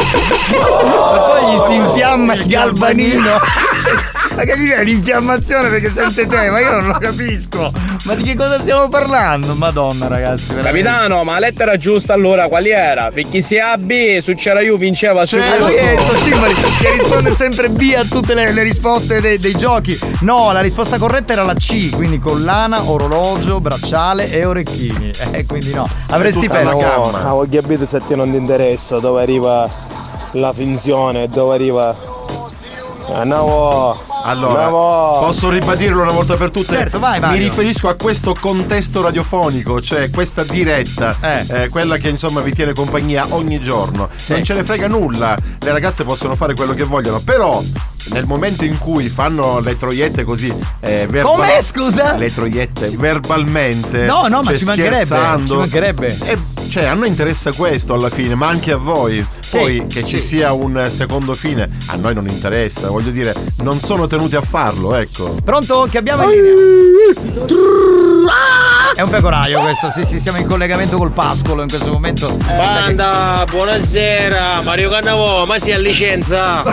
[SPEAKER 6] Ma poi gli si infiamma il galbanino. Ma che gli viene l'infiammazione perché sente te? Ma io non lo capisco. Ma di che cosa stiamo parlando? Madonna ragazzi, veramente.
[SPEAKER 16] Capitano, ma la lettera giusta allora quali era? Perché se A B su c'era io vinceva
[SPEAKER 6] cioè,
[SPEAKER 16] sicuro.
[SPEAKER 6] Ma che Enzo Cimbali che risponde sempre B a tutte le, le risposte dei, dei giochi. No, la risposta corretta era la C, quindi collana, orologio, bracciale e orecchini. Eh, quindi no, avresti perso.
[SPEAKER 19] No, ma voglio capire se ti non ti interessa dove arriva la finzione, dove arriva. Ah, no.
[SPEAKER 9] Allora,
[SPEAKER 19] Bravo.
[SPEAKER 9] posso ribadirlo una volta per tutte?
[SPEAKER 6] Certo, vai, Mario.
[SPEAKER 9] Mi riferisco a questo contesto radiofonico, cioè questa diretta, eh. Eh, quella che insomma vi tiene compagnia ogni giorno. Sì. Non ce ne frega nulla, le ragazze possono fare quello che vogliono, però nel momento in cui fanno le troiette così eh, verbal-
[SPEAKER 6] come scusa?
[SPEAKER 9] Le troiette sì. verbalmente.
[SPEAKER 6] No, no, ma
[SPEAKER 9] cioè,
[SPEAKER 6] ci mancherebbe, ci mancherebbe.
[SPEAKER 9] E, cioè a noi interessa questo alla fine, ma anche a voi.
[SPEAKER 6] Sì,
[SPEAKER 9] Poi che
[SPEAKER 6] sì.
[SPEAKER 9] ci sia un secondo fine a noi non interessa, voglio dire, non sono tenuti a farlo, ecco.
[SPEAKER 6] Pronto? Che abbiamo in linea? È un pecoraio questo, sì, sì, siamo in collegamento col pascolo in questo momento.
[SPEAKER 16] Banda, buonasera, Mario Cannavò, ma si ha licenza?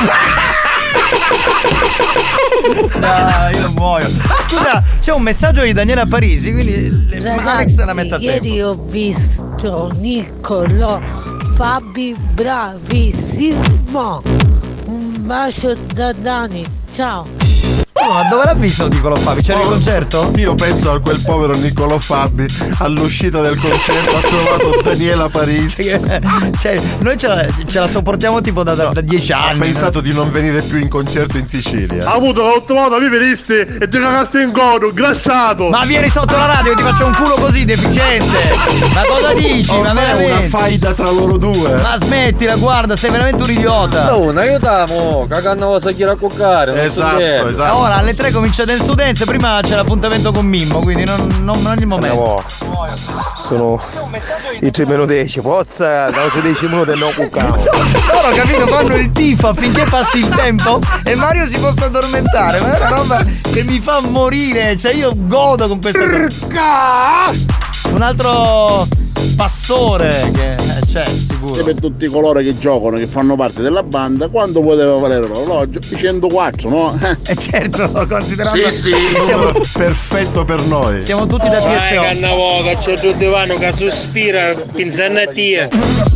[SPEAKER 6] No, io non muoio. Ah, scusa, c'è un messaggio di Daniela Parisi, quindi
[SPEAKER 17] Ragazzi,
[SPEAKER 6] Alex la mette a tempo.
[SPEAKER 17] ieri ho visto Niccolò Fabi bravissimo. Un bacio da Dani, ciao.
[SPEAKER 6] Ma dove l'ha visto Niccolò Fabi? C'era il concerto?
[SPEAKER 9] Io penso a quel povero Niccolò Fabi all'uscita del concerto ha trovato Daniela Parisi.
[SPEAKER 6] Cioè, noi ce la, ce la sopportiamo tipo da, da, da dieci anni.
[SPEAKER 9] Ha pensato di non venire più in concerto in Sicilia.
[SPEAKER 19] Ha avuto l'otto modo, vi venisti e ti cagaste in godo, grassato.
[SPEAKER 6] Ma vieni sotto la radio, ti faccio un culo così deficiente. Ma cosa dici?
[SPEAKER 9] Oh,
[SPEAKER 6] ma veramente
[SPEAKER 9] una faida tra loro due.
[SPEAKER 6] Ma smettila, guarda, sei veramente un idiota.
[SPEAKER 16] Oh, non aiutiamo, cagando cosa chi raccoccare.
[SPEAKER 9] Esatto, esatto.
[SPEAKER 6] Ora alle tre comincia Dance to Dance, prima c'è l'appuntamento con Mimmo, quindi non, non, non è il momento.
[SPEAKER 19] Sono i tre meno dieci, pozza, da altri dieci minuti e non cuccavo.
[SPEAKER 6] Loro, capito, fanno il tifo affinché passi il tempo e Mario si possa addormentare. Ma è una roba che mi fa morire, cioè io godo con questa cosa. Un altro pastore che eh, c'è sicuro.
[SPEAKER 7] E per tutti coloro che giocano, che fanno parte della banda, quanto poteva valere l'orologio? I centoquattro, no?
[SPEAKER 6] Eh certo, considerando
[SPEAKER 9] Sì, sì,
[SPEAKER 6] siamo,
[SPEAKER 9] perfetto per noi.
[SPEAKER 6] siamo tutti da P S O.
[SPEAKER 16] Cannavo, che c'è giù divano che sospira, pinzannatia.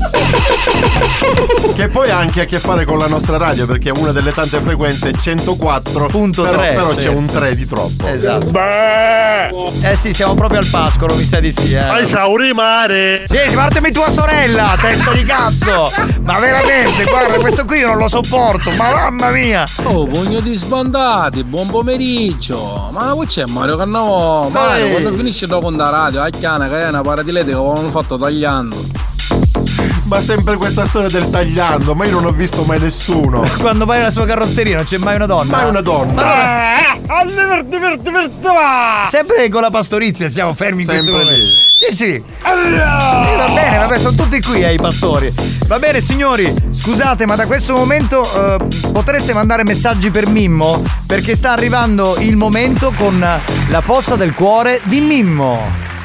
[SPEAKER 9] Che poi ha anche a che fare con la nostra radio, perché è una delle tante frequenze centoquattro punto tre, però, però
[SPEAKER 6] sì.
[SPEAKER 9] c'è un tre di troppo.
[SPEAKER 6] Esatto. Eh sì, siamo proprio al pascolo, mi sa di sì, eh.
[SPEAKER 19] Fai ciao rimare.
[SPEAKER 6] Sì, spartemi tua sorella, testa di cazzo! Ma veramente, guarda, questo qui io non lo sopporto, ma mamma mia!
[SPEAKER 16] Oh, pugno di sbandati, buon pomeriggio! Ma poi c'è Mario Cannavò?
[SPEAKER 6] Sì.
[SPEAKER 16] Mario, quando finisce dopo con la radio, a chiana che è una paradiletica che avevano fatto tagliando.
[SPEAKER 9] Ma sempre questa storia del tagliando, ma io non ho visto mai nessuno.
[SPEAKER 6] Quando vai nella sua carrozzeria non c'è mai una donna?
[SPEAKER 9] Mai una donna.
[SPEAKER 6] Ma... Sempre con la pastorizia siamo fermi in
[SPEAKER 9] Sempre
[SPEAKER 6] questo momento.
[SPEAKER 9] lì.
[SPEAKER 6] Sì, sì. Allora. Eh, va bene, vabbè, sono tutti qui eh, i pastori. Va bene, signori, scusate, ma da questo momento eh, potreste mandare messaggi per Mimmo? Perché sta arrivando il momento con la posta del cuore di Mimmo.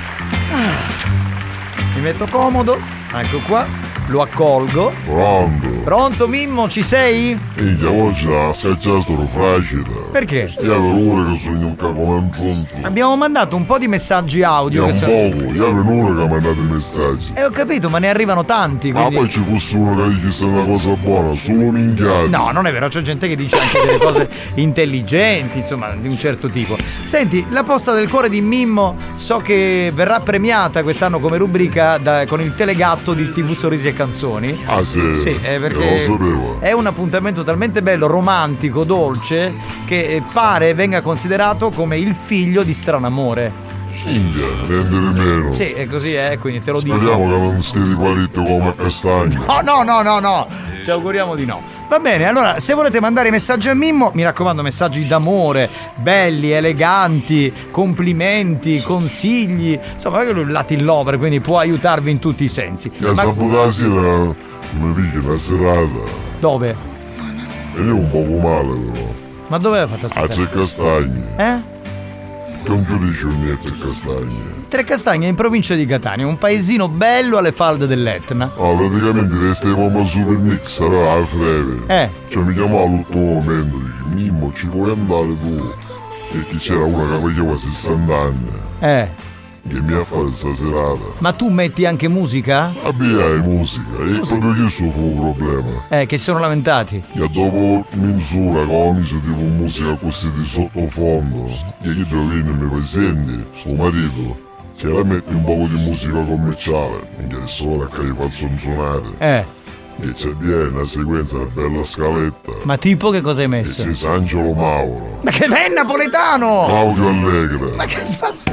[SPEAKER 6] Ah. Mi metto comodo, ecco qua. Lo accolgo.
[SPEAKER 8] Pronto?
[SPEAKER 6] Pronto Mimmo, ci sei?
[SPEAKER 8] Minchia, oggi sei già stato facile.
[SPEAKER 6] Perché?
[SPEAKER 8] Io avevo che sogno un capo come giunto.
[SPEAKER 6] Abbiamo mandato un po' di messaggi audio.
[SPEAKER 8] Io
[SPEAKER 6] che
[SPEAKER 8] un
[SPEAKER 6] sono...
[SPEAKER 8] poco, io avevo uno che ha mandato i messaggi.
[SPEAKER 6] Eh ho capito, ma ne arrivano tanti.
[SPEAKER 8] Ma
[SPEAKER 6] Quindi...
[SPEAKER 8] poi ci fosse uno che gli disse una cosa buona, solo minchiati.
[SPEAKER 6] No, non è vero, c'è gente che dice anche delle cose intelligenti, insomma, di un certo tipo. Senti, la posta del cuore di Mimmo so che verrà premiata quest'anno come rubrica da, con il telegatto di tivù Sorrisi e Canzoni.
[SPEAKER 8] Ah sì?
[SPEAKER 6] Sì, è
[SPEAKER 8] Non lo
[SPEAKER 6] perché
[SPEAKER 8] sapevo.
[SPEAKER 6] è un appuntamento talmente bello, romantico, dolce, che pare venga considerato come il figlio di Stranamore.
[SPEAKER 8] Minchia, prendere meno.
[SPEAKER 6] Sì, è così, eh, quindi te lo dico.
[SPEAKER 8] Speriamo che non stia di paletto come a castagno.
[SPEAKER 6] No, no, no, no, no. Ci auguriamo di no. Va bene, allora se volete mandare messaggi a Mimmo, mi raccomando, messaggi d'amore, belli, eleganti, complimenti, consigli. Insomma, lui è un Latin lover, quindi può aiutarvi in tutti i sensi.
[SPEAKER 8] Che
[SPEAKER 6] Ma...
[SPEAKER 8] saputo la sera, come dice, una serata.
[SPEAKER 6] Dove?
[SPEAKER 8] E io un poco male però.
[SPEAKER 6] Ma dove aveva fatto
[SPEAKER 8] A
[SPEAKER 6] stasera?
[SPEAKER 8] Tre Castagni.
[SPEAKER 6] Eh?
[SPEAKER 8] Che un giudice un niente Tre Castagni.
[SPEAKER 6] Tre Castagne in provincia di Catania, un paesino bello alle falde dell'Etna.
[SPEAKER 8] Ah, praticamente restavamo super mix, sarà a breve.
[SPEAKER 6] Eh.
[SPEAKER 8] Cioè mi chiamava all'ultimo momento, dice, Mimmo ci puoi andare tu? Perché c'era una che aveva sessanta anni,
[SPEAKER 6] Eh.
[SPEAKER 8] che mi ha fatto questa serata.
[SPEAKER 6] Ma tu metti anche musica?
[SPEAKER 8] Abbiai musica, e proprio questo fu un problema.
[SPEAKER 6] Eh, che si sono lamentati.
[SPEAKER 8] Che dopo misura che ho messo tipo musica così di sottofondo, che io viene mi presenti, suo marito, ce la metti un po' di musica commerciale, che è solo che gli faccio suonare.
[SPEAKER 6] Eh.
[SPEAKER 8] E c'è viene una sequenza, una bella scaletta.
[SPEAKER 6] Ma tipo che cosa hai
[SPEAKER 8] E
[SPEAKER 6] messo?
[SPEAKER 8] c'è Sangelo Mauro,
[SPEAKER 6] Ma che è napoletano!
[SPEAKER 8] Claudio Allegra,
[SPEAKER 6] Ma che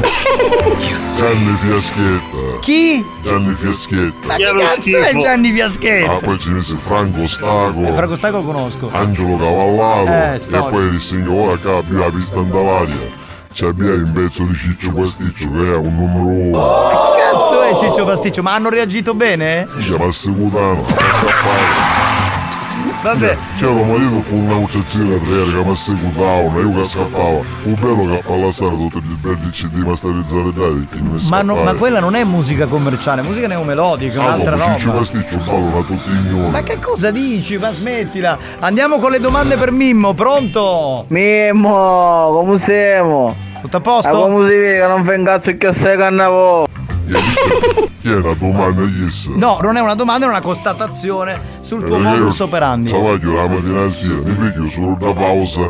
[SPEAKER 8] Gianni Fiaschetta.
[SPEAKER 6] Chi?
[SPEAKER 8] Gianni Fiaschetta.
[SPEAKER 6] Ma che cazzo è Gianni Fiaschetta?
[SPEAKER 8] Ah, poi ci mette Franco Staco.
[SPEAKER 6] Franco Staco lo conosco.
[SPEAKER 8] Angelo Cavallaro.
[SPEAKER 6] Eh,
[SPEAKER 8] e
[SPEAKER 6] storico.
[SPEAKER 8] poi il signore che abbia la pista andalaria. C'è un pezzo di Ciccio Pasticcio che è un numero uno.
[SPEAKER 6] Ma che cazzo è Ciccio Pasticcio? Ma hanno reagito bene?
[SPEAKER 8] Si chiama Secutano.
[SPEAKER 6] Vabbè.
[SPEAKER 8] C'era un marito con una ucciazione tre che mi secutavano, io che scappavo. Un bello che fa la sera tutti i belli C D masterizzati dai che mi
[SPEAKER 6] Ma, no,
[SPEAKER 8] scappare.
[SPEAKER 6] ma quella non è musica commerciale, musica neomelodica, è
[SPEAKER 8] Ah,
[SPEAKER 6] un'altra
[SPEAKER 8] dopo Ciccio
[SPEAKER 6] roba.
[SPEAKER 8] Pasticcio ballano tutti ignori.
[SPEAKER 6] Ma che cosa dici? Ma smettila. Andiamo con le domande per Mimmo, pronto?
[SPEAKER 10] Mimmo, come siamo?
[SPEAKER 6] Tutto a posto?
[SPEAKER 10] Ma come si vede che non fai un cazzo che sei cannavo?
[SPEAKER 8] Chi è una domanda yes?
[SPEAKER 6] No, non è una domanda, è una constatazione sul tuo modus operandi.
[SPEAKER 8] Travaglio la mattina sera, mi piglio solo una pausa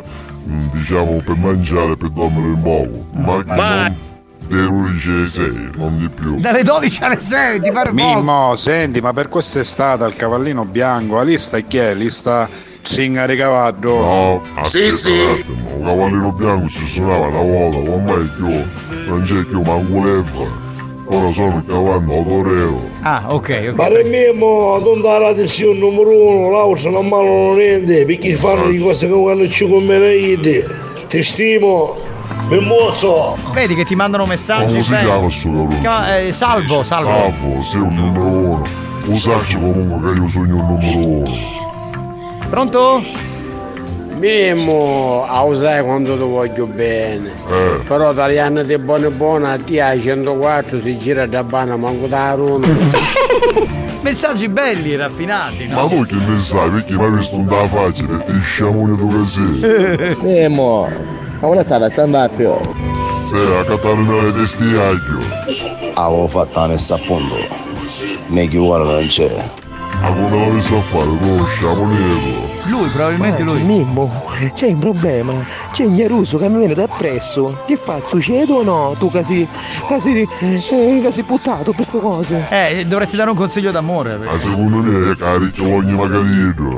[SPEAKER 8] mm, diciamo per mangiare e per dormire un poco, ma che
[SPEAKER 11] Ma-
[SPEAKER 8] non delle undici alle sei, non di più.
[SPEAKER 6] Dalle dodici alle sei ti pare poco?
[SPEAKER 11] Mimmo, senti, ma per quest'estate al cavallino bianco, la lista è chi è? Lista Zingari Cavallo?
[SPEAKER 8] No, aspetta un attimo, un cavallino bianco si suonava una volta, ormai più, non c'è più manco l'Eva. Ora sono il cavallo autorevole.
[SPEAKER 6] Ah, ok, ok.
[SPEAKER 13] Ma nemmeno non dare attenzione numero uno, l'altro non male niente, perché fanno di cose che quando ci conviene. Ti stimo, mi mozzo.
[SPEAKER 6] Vedi che ti mandano messaggi.
[SPEAKER 8] Come si
[SPEAKER 6] beh.
[SPEAKER 8] chiama sto cavallo?
[SPEAKER 6] Chiama- eh, salvo, salvo.
[SPEAKER 8] Salvo, sei un numero uno. Usarci comunque che io sono un numero uno.
[SPEAKER 6] Pronto?
[SPEAKER 13] Mimmo, a usare quando ti voglio bene.
[SPEAKER 8] Eh.
[SPEAKER 13] Però italiano di buona buona, ti a centoquattro si gira da bana, manco da runa.
[SPEAKER 6] Messaggi belli, raffinati, no?
[SPEAKER 8] Ma tu che ne sai? Perché mi hai visto un da facile? Ti sciamone tu che sei.
[SPEAKER 10] Mimmo, ma vuole stare a San Baffio?
[SPEAKER 8] Sei a Catalina le testiacchio.
[SPEAKER 5] Avevo fatto la messa a punto. Meglio ora non c'è.
[SPEAKER 8] Ma come la messa a fare? Tu sciamoneto.
[SPEAKER 6] Lui, probabilmente lui.
[SPEAKER 19] Mimmo, c'è un problema. C'è Gnaruso che mi viene da presso. Che faccio? Cedo o no? Tu casi. casi. Eh, casi puttato per queste cose.
[SPEAKER 6] Eh, dovresti dare un consiglio d'amore.
[SPEAKER 8] Ma secondo me è carico ogni magarito.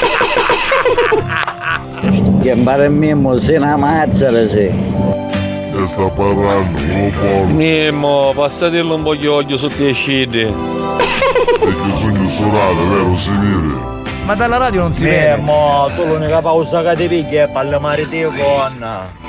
[SPEAKER 10] Che impara il Mimmo, sei una mazza, le sei.
[SPEAKER 8] E sta parlando, non lo può.
[SPEAKER 16] Mimmo, passatillo un po' gli occhi su te scidi.
[SPEAKER 8] Perché sono solato, vero? Si vede.
[SPEAKER 6] Ma dalla radio non si vede.
[SPEAKER 15] Mo, tu l'unica pausa che ti pigli è parlare te con.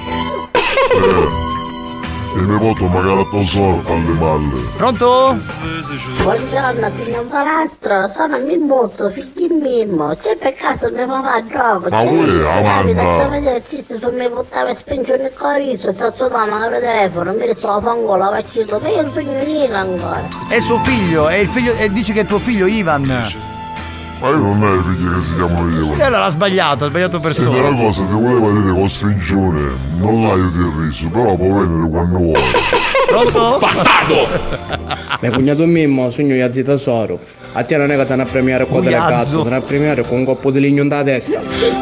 [SPEAKER 8] Eh. E mi porto magari a tua sorta alle malle.
[SPEAKER 6] Pronto?
[SPEAKER 14] Buongiorno signor Palastro, sono Mimmuto, figlio Mimmo, c'è per caso mio papà gioco,
[SPEAKER 8] Ma uè, Amanda.
[SPEAKER 14] sto vedendo se mi buttava e spingere il coriso, sto suonando il telefono, mi sto a fangola, vacciato, ma io non sono niente ancora.
[SPEAKER 6] È suo figlio, è il figlio, e dice che è tuo figlio Ivan.
[SPEAKER 8] Ma io non ho i figli che si chiamano io.
[SPEAKER 6] E allora ha sbagliato, ha sbagliato
[SPEAKER 8] Senti
[SPEAKER 6] persona.
[SPEAKER 8] una cosa, ti volevo dire con stringione, non l'aiuto il riso, però può venire quando vuole.
[SPEAKER 6] Pronto?
[SPEAKER 8] Bastardo!
[SPEAKER 18] Mio cognato Mimmo, sogno Iazzi tesoro. A te non è che te ne a premiare qua delle
[SPEAKER 6] Iazzo.
[SPEAKER 18] cazzo, te ne a premiare con un coppo di legno da testa.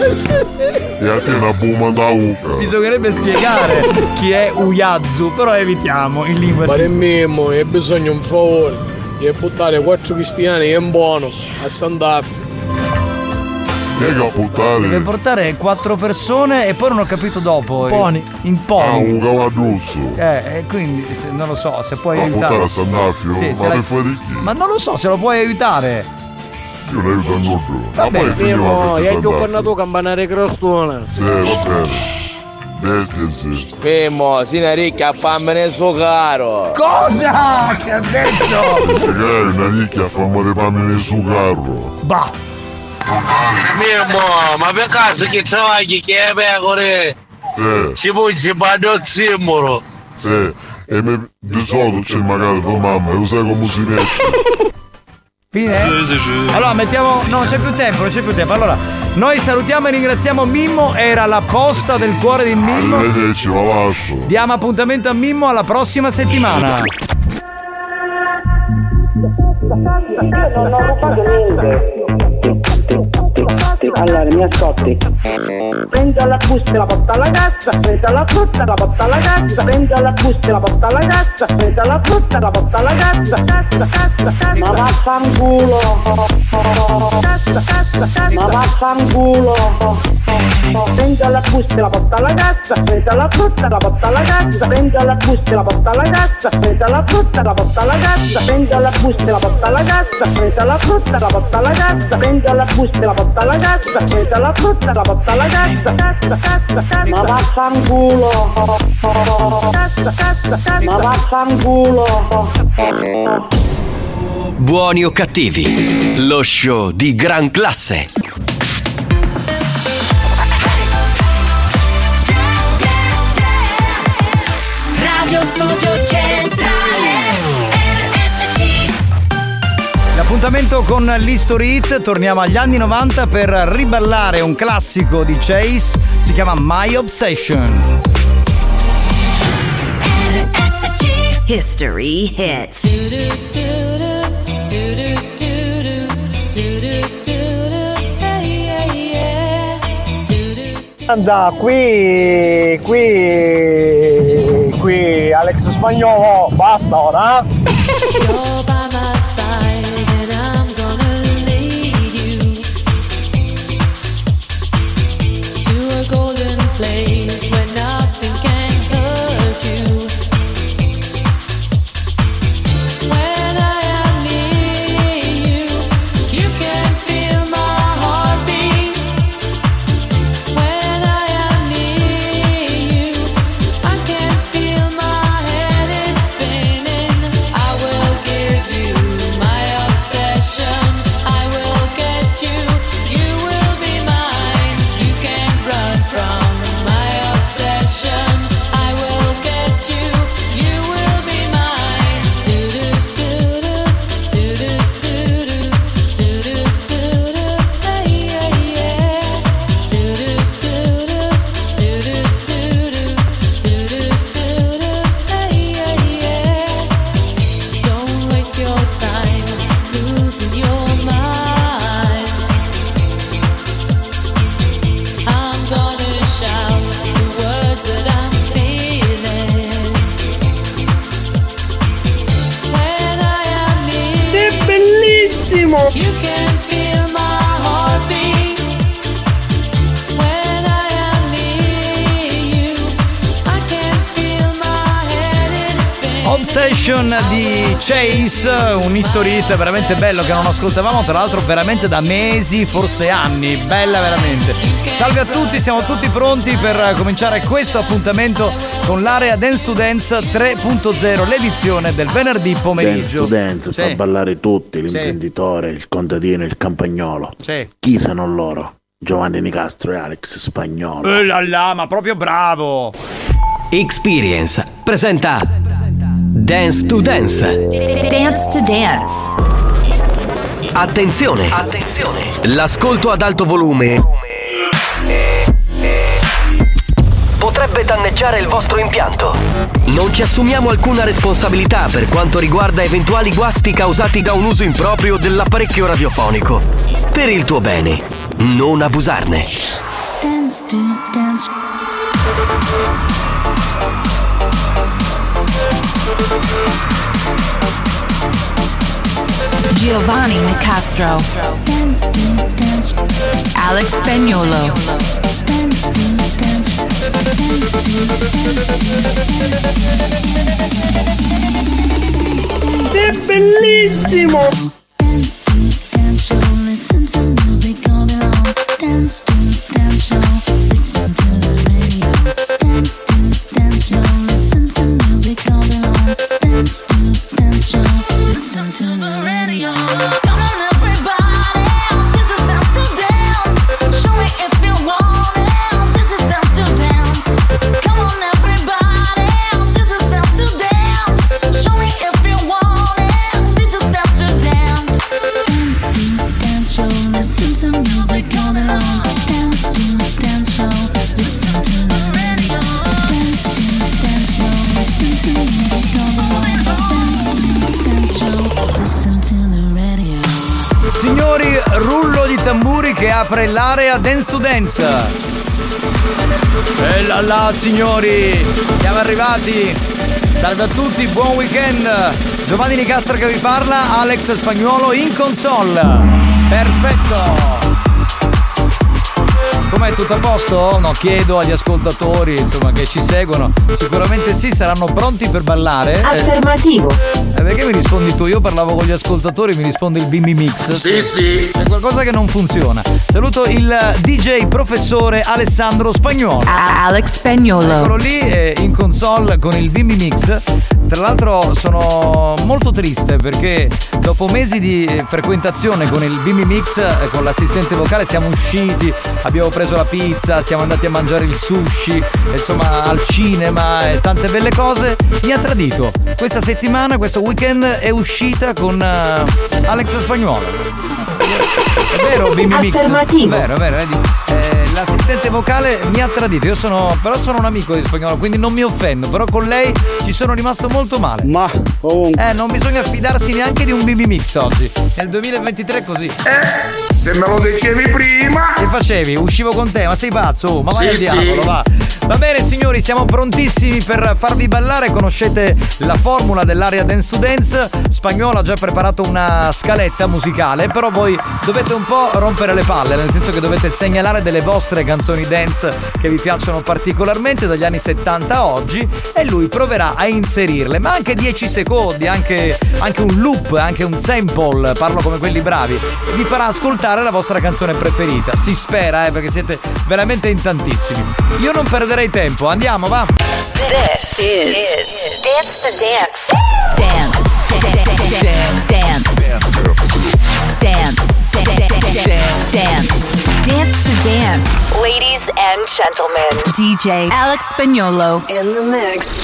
[SPEAKER 8] E a te una bomba da uca.
[SPEAKER 6] Bisognerebbe spiegare chi è Uyazu, però evitiamo in lingua
[SPEAKER 16] Ma
[SPEAKER 6] sì.
[SPEAKER 16] Mimmo, hai bisogno un favore. Di buttare quattro cristiani in buono a Sant'Affi.
[SPEAKER 8] Che che a
[SPEAKER 6] Deve
[SPEAKER 8] buttare?
[SPEAKER 6] portare quattro persone e poi non ho capito dopo.
[SPEAKER 16] Pony.
[SPEAKER 6] In
[SPEAKER 8] Ah,
[SPEAKER 6] pony.
[SPEAKER 8] un cavalluzzo.
[SPEAKER 6] Eh, e quindi se- non lo so, se puoi
[SPEAKER 8] A
[SPEAKER 6] aiutare.
[SPEAKER 8] buttare a Sant'Affio?
[SPEAKER 6] Sì, se
[SPEAKER 8] Ma
[SPEAKER 6] la-
[SPEAKER 8] per fare di chi?
[SPEAKER 6] Ma non lo so, se lo puoi aiutare.
[SPEAKER 8] Io non aiuto a nulla. Ma
[SPEAKER 6] Vabbè,
[SPEAKER 8] poi finiva
[SPEAKER 16] Mimmo,
[SPEAKER 8] questa
[SPEAKER 16] hai già
[SPEAKER 8] Sant'Affio.
[SPEAKER 16] cantato campanare crostone.
[SPEAKER 8] Sì, va bene. Mettisi.
[SPEAKER 10] Mimmo, si ne ricca a fammene il suo caro.
[SPEAKER 6] Cosa? Che ha detto?
[SPEAKER 8] Perché che è una ricchia a fammi le panne nel suo carro.
[SPEAKER 6] Bah.
[SPEAKER 15] Mimmo, ma per caso che travagli che è pecore?
[SPEAKER 8] Sì,
[SPEAKER 15] Ci puoi ci vado al simbolo.
[SPEAKER 8] sì. E me, di solito c'è magari tua mamma, lo sai come si mette?
[SPEAKER 6] Fine? Allora mettiamo. No, non c'è più tempo, non c'è più tempo. Allora, noi salutiamo e ringraziamo Mimmo. Era la posta del cuore di Mimmo.
[SPEAKER 8] Arrivederci, la lascio.
[SPEAKER 6] Diamo appuntamento a Mimmo alla prossima settimana.
[SPEAKER 14] Non ho rubato niente.
[SPEAKER 20] Allora, mi ascolti.
[SPEAKER 14] Prendo la busta e la porta alla cassa, prendo la frutta e la porta alla cassa, prendo la busta e la porta alla cassa, prendo la frutta e la porta alla cassa, cassa, cassa, cassa.
[SPEAKER 20] Ma vaffanculo.
[SPEAKER 14] Cassa, cassa, cassa.
[SPEAKER 20] Ma vaffanculo.
[SPEAKER 14] Prendo la busta e la porta alla cassa, prendo la frutta e la porta alla cassa, prendo la busta e la porta alla cassa, prendo la frutta e la porta alla cassa, prendo la busta e la porta alla cassa, prendo la frutta e la porta alla cassa, prendo la busta e la porta alla cassa, prendo la frutta e la porta alla cassa, cassa, cassa, cassa.
[SPEAKER 20] Ma vaffanculo.
[SPEAKER 14] Cassa, cassa, cassa.
[SPEAKER 20] Ma vaffanculo.
[SPEAKER 1] Buoni o cattivi, lo show di gran classe.
[SPEAKER 24] Radio Studio Centrale R S C.
[SPEAKER 6] L'appuntamento con l'History Hit, torniamo agli anni novanta per riballare un classico di Chase, si chiama My Obsession.
[SPEAKER 24] History Hit.
[SPEAKER 10] Anda, qui, qui, qui Alex Spagnolo, basta ora.
[SPEAKER 6] Obsession di Chase, un history hit veramente bello che non ascoltavamo tra l'altro veramente da mesi, forse anni, bella veramente. Salve a tutti, siamo tutti pronti per cominciare questo appuntamento con l'area Dance to Dance tre punto zero, l'edizione del venerdì pomeriggio.
[SPEAKER 7] Dance to Dance
[SPEAKER 6] sì.
[SPEAKER 7] fa ballare tutti, l'imprenditore, sì. il contadino, il campagnolo.
[SPEAKER 6] Sì.
[SPEAKER 7] Chi se non loro? Giovanni Nicastro e Alex Spagnolo.
[SPEAKER 6] Eh là là, ma proprio bravo!
[SPEAKER 1] Experience presenta Dance to Dance.
[SPEAKER 2] Dance to Dance.
[SPEAKER 1] Attenzione, attenzione. L'ascolto ad alto volume potrebbe danneggiare il vostro impianto. Non ci assumiamo alcuna responsabilità per quanto riguarda eventuali guasti causati da un uso improprio dell'apparecchio radiofonico. Per il tuo bene, non abusarne.
[SPEAKER 2] Dance to Dance. Giovanni Nicastro. Dance to Dance. Alex Spagnolo. Dance to Dance.
[SPEAKER 10] È bellissimo!
[SPEAKER 2] Dance to Dance show. Listen to music all day long. Dance to Dance show. Listen to the radio. Dance to Dance show. Listen to music all day long. Dance to Dance show. Listen to the radio. Come on everybody, this is Dance to Dance. Show me if you want it. This is Dance to Dance. Come on everybody, this is Dance to Dance. Show me if you want it. This is Dance to Dance. Dance to Dance show. Listen to music all day long. Dance to Dance show. Listen to the radio. Dance to Dance show. Listen to music all day long. Dance to Dance show. Listen to the radio.
[SPEAKER 6] Signori, rullo di tamburi che apre l'area Dance to Dance. E là là, signori, siamo arrivati. Salve a tutti, buon weekend. Giovanni Nicastro che vi parla, Alex Spagnolo in console. Perfetto. Com'è, tutto a posto? No, chiedo agli ascoltatori, insomma, che ci seguono. Sicuramente sì, saranno pronti per ballare.
[SPEAKER 2] Affermativo.
[SPEAKER 6] Eh, perché mi rispondi tu? Io parlavo con gli ascoltatori, mi risponde il Bimbi Mix.
[SPEAKER 2] Sì, sì.
[SPEAKER 6] C'è qualcosa che non funziona. Saluto il D J professore Alessandro Spagnolo.
[SPEAKER 2] Alex Spagnolo.
[SPEAKER 6] Eccolo lì, eh, in console con il Bimbi Mix. Tra l'altro sono molto triste perché dopo mesi di frequentazione con il Bimbi Mix, eh, con l'assistente vocale, siamo usciti, abbiamo preso la pizza, siamo andati a mangiare il sushi, insomma al cinema e tante belle cose. Mi ha tradito. Questa settimana, questo weekend è uscita con uh, Alex Spagnolo. È vero, Bimbi Mix?
[SPEAKER 2] Affermativo.
[SPEAKER 6] È vero, è vero, vedi? Eh, l'assistente vocale mi ha tradito. Io sono, però sono un amico di Spagnolo, quindi non mi offendo. Però con lei ci sono rimasto molto male.
[SPEAKER 7] Ma comunque.
[SPEAKER 6] Eh, non bisogna fidarsi neanche di un B B Mix oggi. Nel duemilaventitré è così.
[SPEAKER 13] Eh, se me lo dicevi prima.
[SPEAKER 6] Che facevi? Uscivo con te, ma sei pazzo? Oh, ma vai
[SPEAKER 13] Sì,
[SPEAKER 6] al diavolo,
[SPEAKER 13] sì.
[SPEAKER 6] va. Va bene signori, siamo prontissimi per farvi ballare. Conoscete la formula dell'area Dance to Dance. Spagnolo ha già preparato una scaletta musicale, però voi dovete un po' rompere le palle, nel senso che dovete segnalare delle vostre canzoni dance che vi piacciono particolarmente dagli anni settanta a oggi, e lui proverà a inserirle, ma anche dieci secondi, anche, anche un loop, anche un sample, parlo come quelli bravi, e vi farà ascoltare la vostra canzone preferita. Si spera, eh, perché siete veramente in tantissimi. Io non perderei tempo, andiamo, va!
[SPEAKER 24] This is Dance to Dance. Dance. Dance. Dance. Dance. Dance to Dance. Ladies and gentlemen, D J Alex Spagnolo in the mix.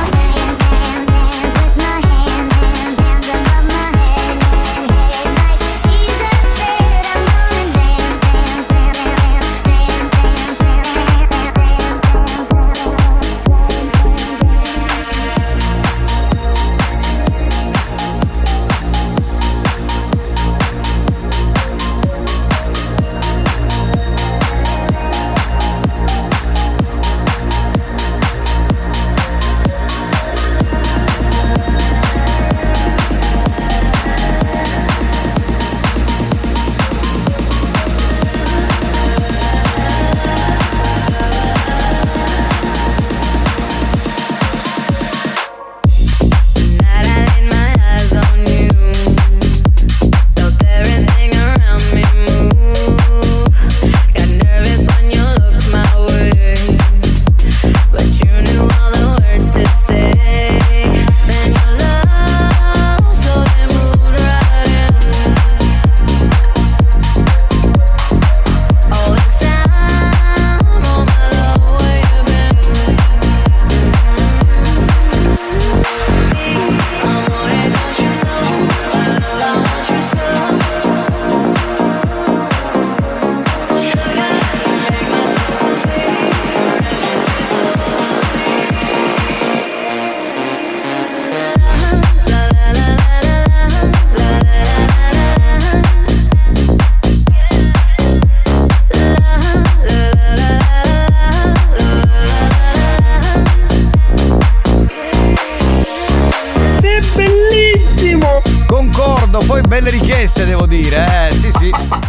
[SPEAKER 6] Belle richieste, devo dire, eh, sì sì.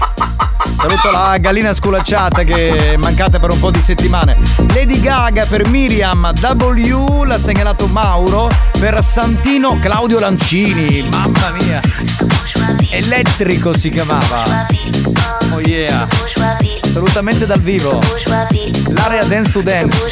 [SPEAKER 6] Saluto la gallina sculacciata che è mancata per un po' di settimane. Lady Gaga per Miriam W, l'ha segnalato Mauro. Per Santino Claudio Lancini, mamma mia, Elettrico si chiamava. Oh yeah, assolutamente dal vivo. L'area Dance to Dance.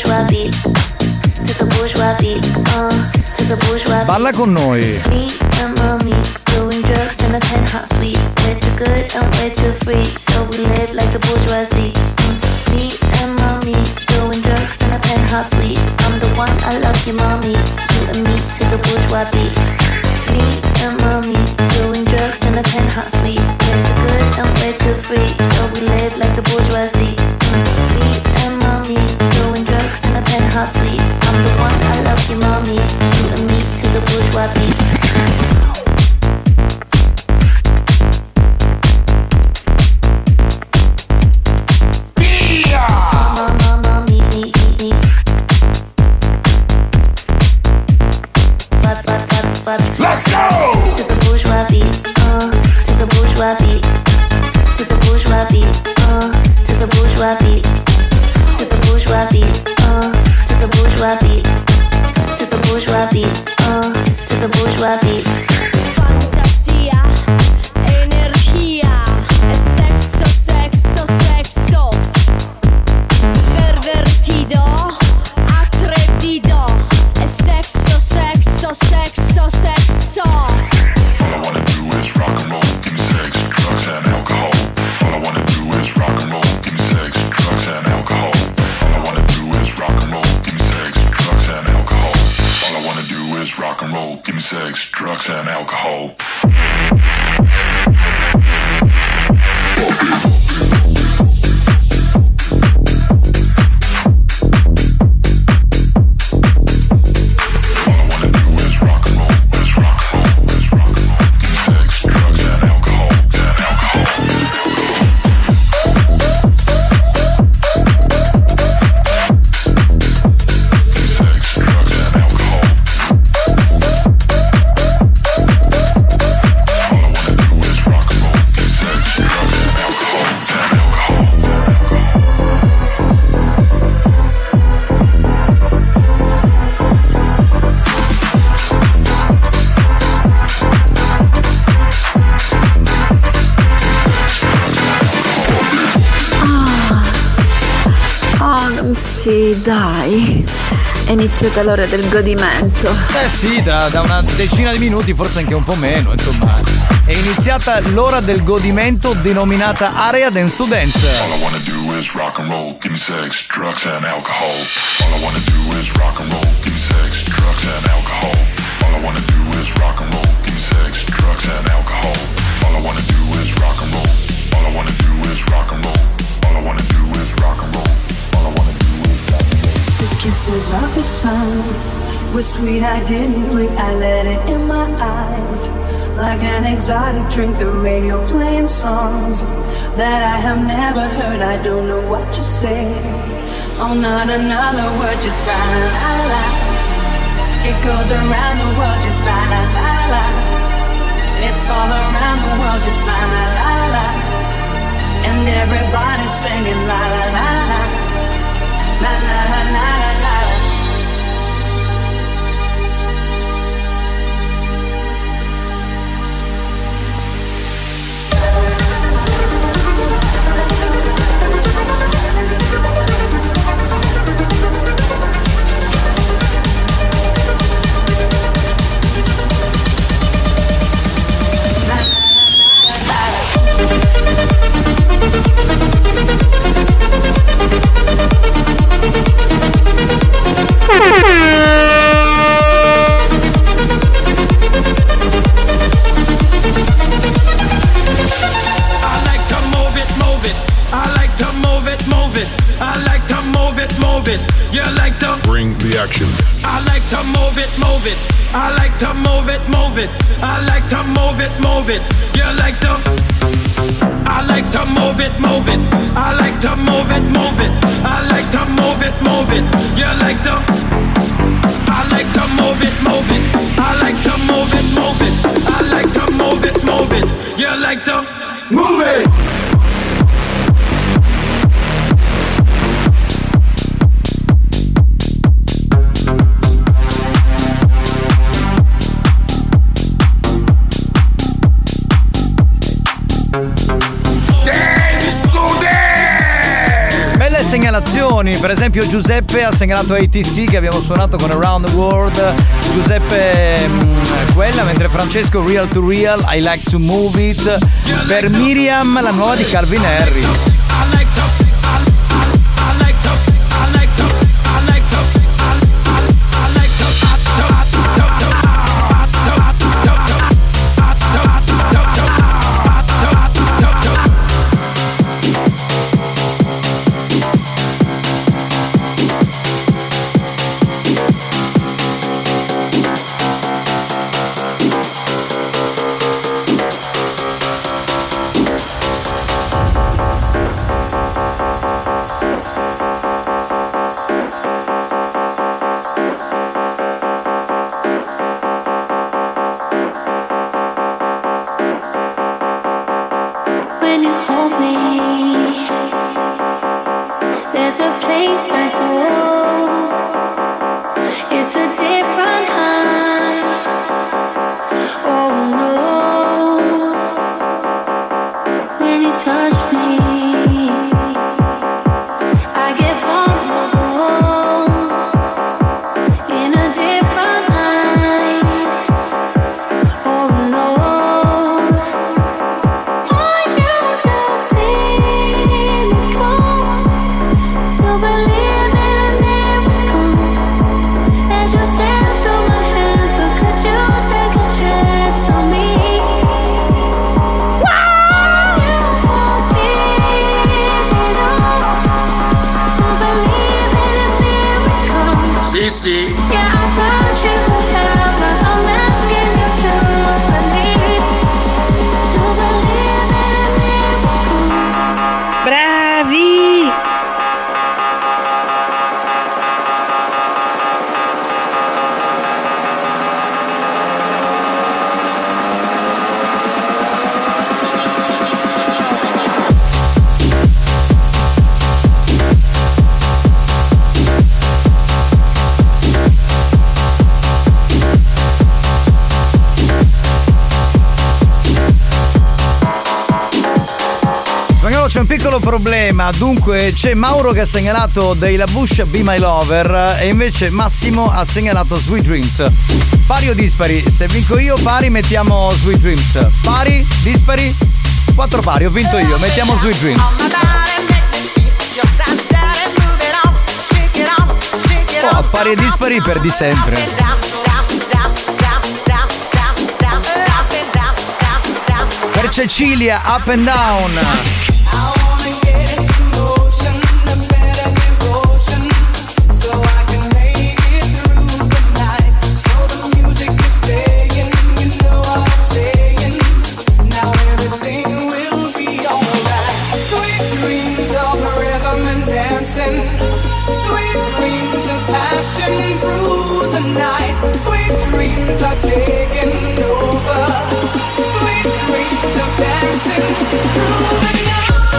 [SPEAKER 6] Balla con noi.
[SPEAKER 2] Doing drugs in a penthouse suite. We're too good and we're too free, so we live like the bourgeoisie. Mm. Me and mommy doing drugs in a penthouse suite. I'm the one, I love you, mommy. You and me to the bourgeois beat. Me and mommy doing drugs in a penthouse suite. We're too good and we're too free, so we live like the bourgeoisie. Mm. Me and mommy doing drugs in a penthouse suite. I'm the one, I love you, mommy. You and me to the bourgeois beat.
[SPEAKER 13] Let's go!
[SPEAKER 2] To the bourgeois beat, uh, to the bourgeois beat, to the bourgeois beat, uh, to the bourgeois beat, to the bourgeois beat, uh, to the bourgeois beat, to the bourgeois beat, uh, to the bourgeois beat.
[SPEAKER 24] Fantasia, energia, e sexo, sexo, sexo. Pervertido, atrevido, e sexo, sexo, sexo, sexo.
[SPEAKER 8] All I wanna do is rock and roll, give me sex, drugs and alcohol. All I wanna do is rock and roll, give me sex, drugs and alcohol. All I wanna do is rock and roll, give me sex, drugs and alcohol. All I wanna do is rock and roll, give me sex, drugs and alcohol.
[SPEAKER 3] Sì, dai. È iniziata l'ora del godimento.
[SPEAKER 6] Eh sì, da, da una decina di minuti, forse anche un po' meno, insomma. È iniziata l'ora del godimento denominata Area Dance to Dance.
[SPEAKER 8] All I wanna do is rock and roll, give me sex, drugs and alcohol. All I wanna do is rock and roll, give me sex, drugs and alcohol. All I wanna do is rock and roll, give me sex, drugs and alcohol. All I wanna do is rock and roll. All I wanna do is rock and roll. All I wanna do is rock and roll. All I wanna do is rock and roll.
[SPEAKER 2] The kisses of the sun were sweet, I didn't blink, I let it in my eyes. Like an exotic drink, the radio playing songs that I have never heard, I don't know what you say. Oh, not another word, just la la la la. It goes around the world, just la la la la. It's all around the world, just la la la la. And everybody's singing la la la la. La la la la la la.
[SPEAKER 8] You like to bring the action.
[SPEAKER 2] I like to move it, move it. I like to move it, move it. I like to move it, move it. You like to. I like to move it, move it. I like to move it, move it. I like to move it, move it. You like to. I like to move it, move it. I like to move it, move it. I like to move it, move it. You like to move it.
[SPEAKER 6] Segnalazioni, per esempio Giuseppe ha segnalato A T C che abbiamo suonato con Around the World. Giuseppe mh, quella, mentre Francesco Real to Real, I Like to Move It. Per Miriam la nuova di Calvin Harris.
[SPEAKER 2] There's a place I go. It's a different high. Oh no. When you touch me, I get vulnerable. In a different light. Oh no. I know to see. To believe in a
[SPEAKER 6] un piccolo problema. Dunque c'è Mauro che ha segnalato Dei La Bush Be My Lover e invece Massimo ha segnalato Sweet Dreams. Pari o dispari? Se vinco io pari mettiamo Sweet Dreams. Pari? Dispari? Quattro pari, ho vinto io, mettiamo Sweet Dreams. Oh, pari e dispari perdi sempre. Per Cecilia, Up and Down.
[SPEAKER 2] Through the night, sweet dreams are taking over. Sweet dreams are dancing through the night.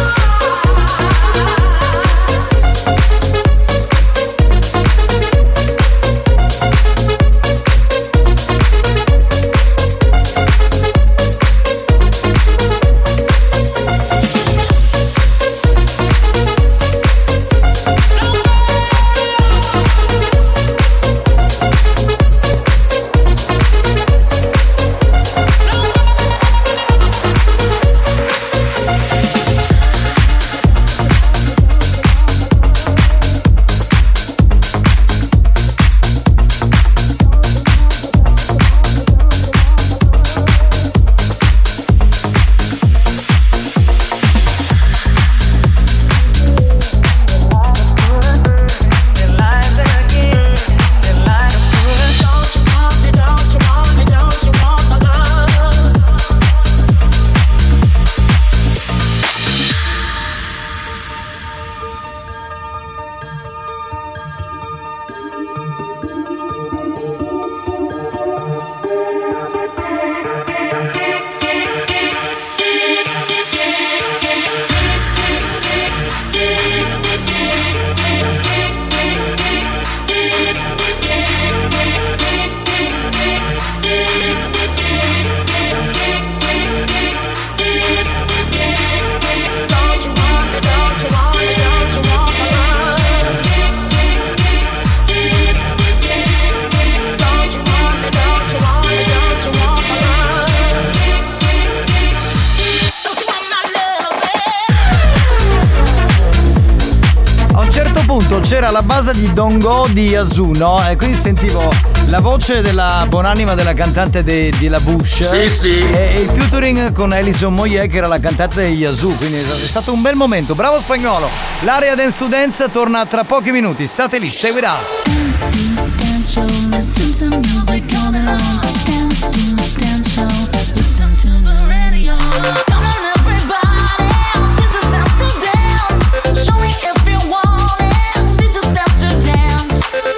[SPEAKER 6] C'era la base di Don't Go di Yazoo, no? E quindi sentivo la voce della buonanima della cantante de, di La Bush.
[SPEAKER 7] Sì, sì.
[SPEAKER 6] E, e il featuring con Alison Moyet che era la cantante di Yazoo. Quindi è stato un bel momento. Bravo Spagnolo. L'area Dance to Dance torna tra pochi minuti. State lì, stay with us.
[SPEAKER 2] Dance to dance show, listen to music all day long. Dance to dance show, listen to the radio. Come on everybody, this is dance to dance. Show me if you want it, this is dance to dance.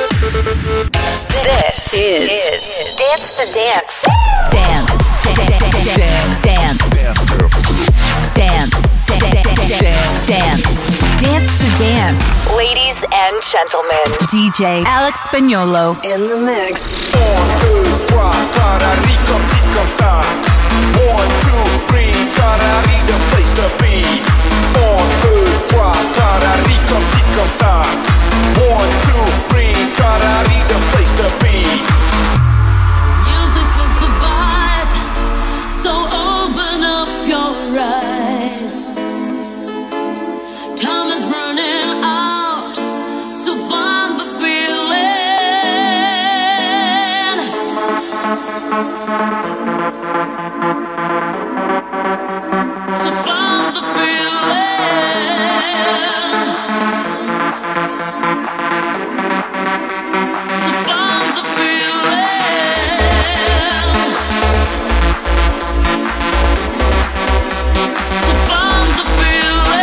[SPEAKER 24] This is, is Dance to Dance. Dance. Dance. Dance. Dance. Dance to Dance. Ladies and gentlemen, D J Alex Spagnolo in the mix.
[SPEAKER 2] One, two, three, gotta need a place to be. One, two, gotta ricocci comme ça. One, two, three, gotta need a place to be. Music is the vibe, so open up your eyes. Time is running out, so find the feeling. So find the feeling. So find the feeling. So find the feeling.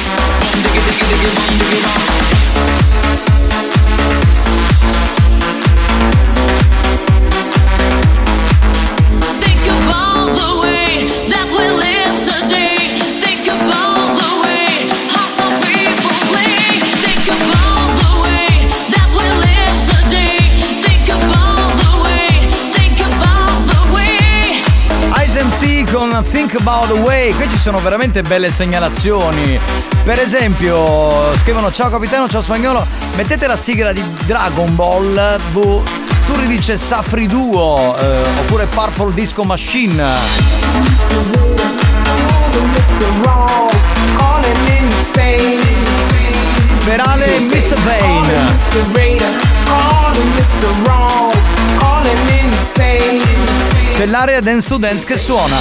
[SPEAKER 2] Diggy, diggy, diggy, diggy, diggy.
[SPEAKER 6] Think About the Way. Qui ci sono veramente belle segnalazioni. Per esempio, scrivono: ciao capitano, ciao Spagnolo, mettete la sigla di Dragon Ball. Bu- Turi dice Safri Duo, eh, oppure Purple Disco Machine. Verale mister Vane. C'è l'area Dance to Dance che suona.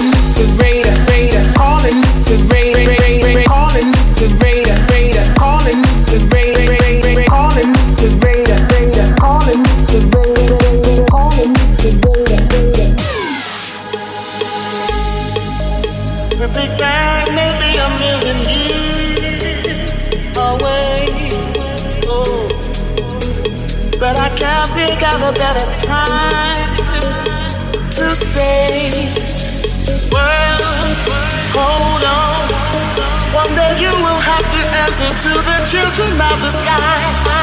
[SPEAKER 2] The big bang may be a million years away, oh, but I can't think of a better time to say, well, hold on, one day you will have to answer to the children of the sky.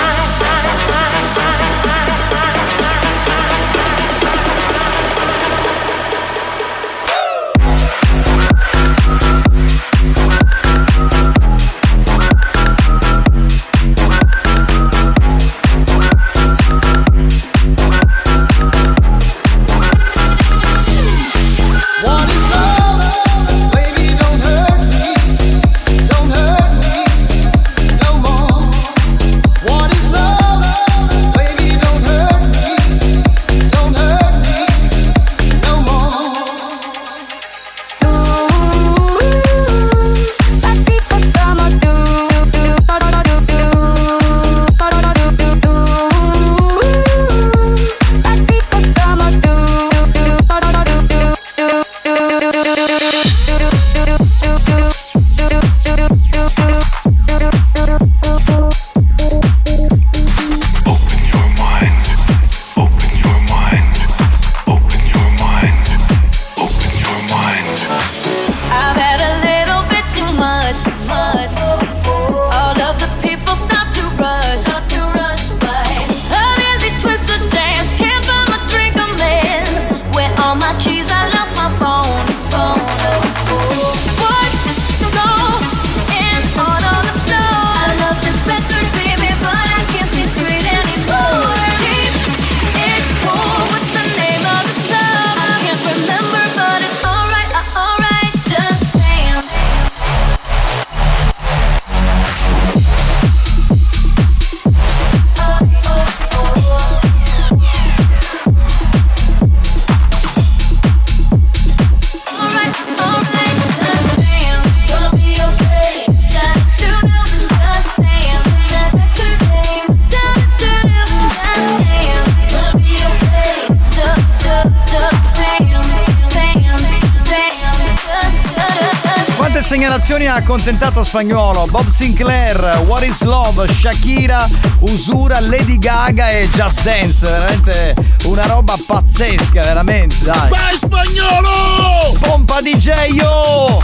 [SPEAKER 6] Segnalazioni ha accontentato Spagnolo. Bob Sinclair, What is Love, Shakira, Usura, Lady Gaga e Just Dance. Veramente una roba pazzesca, veramente, dai.
[SPEAKER 2] Vai Spagnolo!
[SPEAKER 6] Pompa D J, yo!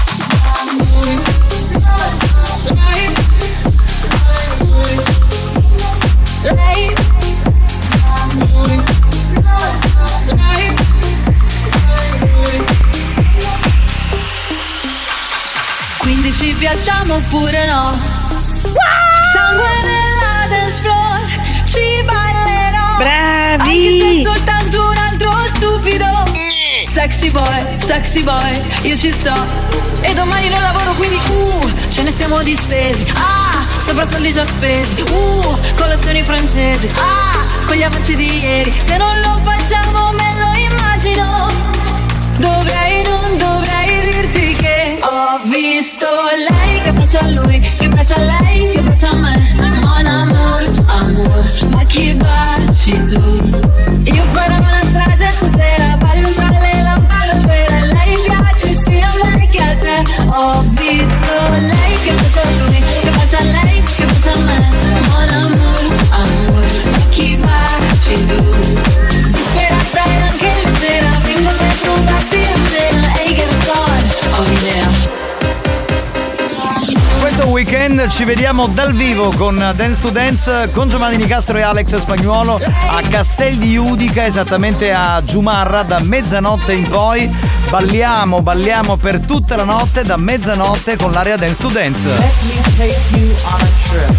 [SPEAKER 2] Quindi ci piacciamo oppure no? Sangue nella dance floor, ci ballerò.
[SPEAKER 12] Bravi!
[SPEAKER 2] Anche se è soltanto un altro stupido. Sexy boy, sexy boy, io ci sto. E domani non lavoro quindi uh, ce ne siamo distesi. Ah, sopra soldi già spesi. Uh, colazioni francesi. Ah, con gli avanzi di ieri. Se non lo facciamo me lo immagino. Dovrei, non dovrei dirti che ho visto lei che bacia a lui, che bacia a lei, che bacia a me. Mon amour, amor, ma chi baci tu? Io farò una strage stasera, voglio tra le lampade e lei piace sia a me che a te. Ho visto lei che bacia a lui, che bacia a lei, che bacia a me. Mon amour, amor, ma chi baci tu? Disperata e anche leggera, vengo per rubarti la scena. Ehi che lo so, ho un'idea.
[SPEAKER 6] Questo weekend weekend ci vediamo dal vivo con Dance to Dance con Giovanni Nicastro e Alex Spagnuolo a Castel di Udica, esattamente a Giumarra, da mezzanotte in poi. Balliamo, balliamo per tutta la notte, da mezzanotte con l'area Dance to Dance.
[SPEAKER 4] Let me take you on a trip.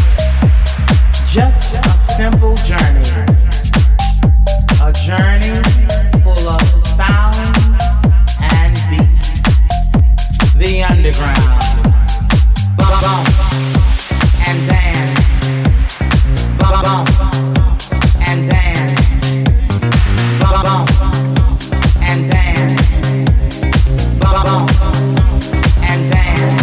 [SPEAKER 4] Just a simple journey. A journey full of sound and beat. The underground. Bump and dance. Bump and dance. Bump and dance. Bump and dance.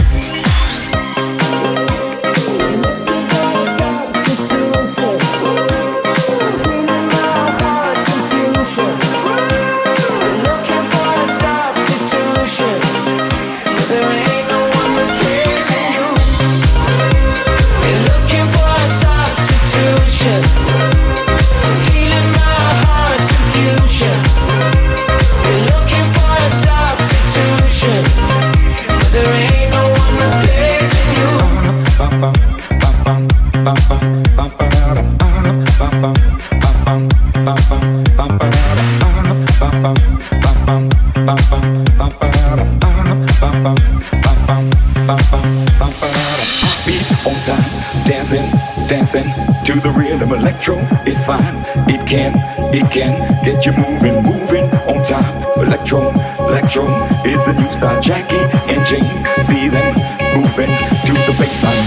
[SPEAKER 4] Healing my heart's confusion. We're looking for a substitution. There ain't no one replacing you.
[SPEAKER 21] Beat on time, dancing, dancing to the rhythm. Electro is fine. It can, it can get you moving, moving on time. Electro, electro is the new style. Jackie and Jane, see them moving to the baseline.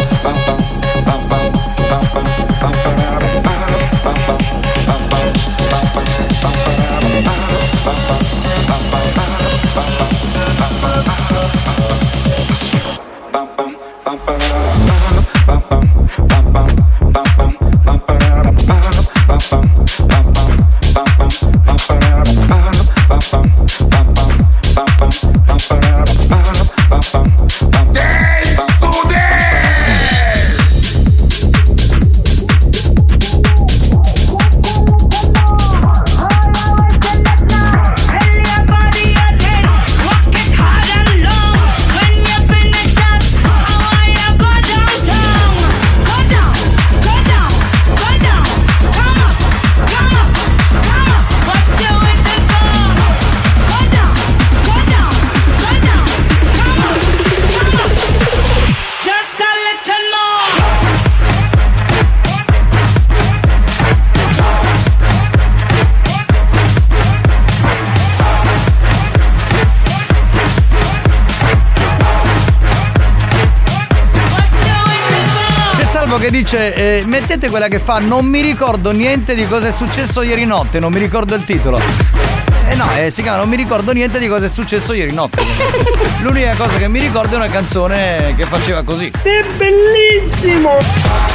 [SPEAKER 6] Che dice eh, mettete quella che fa non mi ricordo niente di cosa è successo ieri notte, non mi ricordo il titolo. Eh no, eh, si chiama non mi ricordo niente di cosa è successo ieri notte. L'unica cosa che mi ricordo è una canzone che faceva così.
[SPEAKER 20] È bellissimo!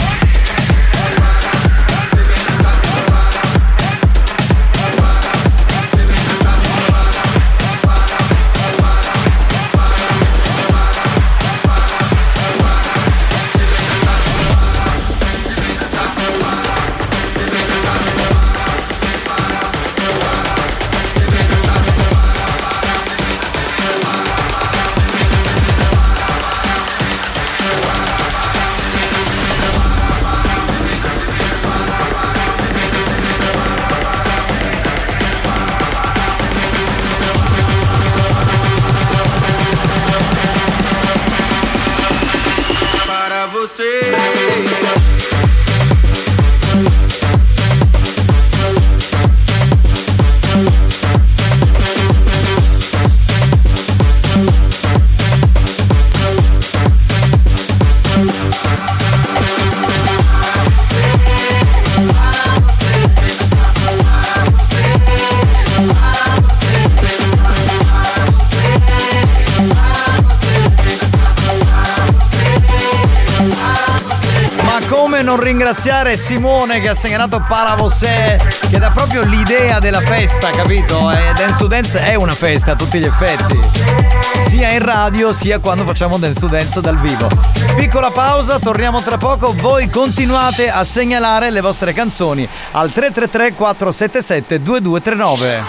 [SPEAKER 6] Non ringraziare Simone che ha segnalato Para Você, che dà proprio l'idea della festa, capito? E Dance to Dance è una festa a tutti gli effetti, sia in radio sia quando facciamo Dance to Dance dal vivo. Piccola pausa, torniamo tra poco. Voi continuate a segnalare le vostre canzoni al tre tre tre quattro sette sette due due tre nove.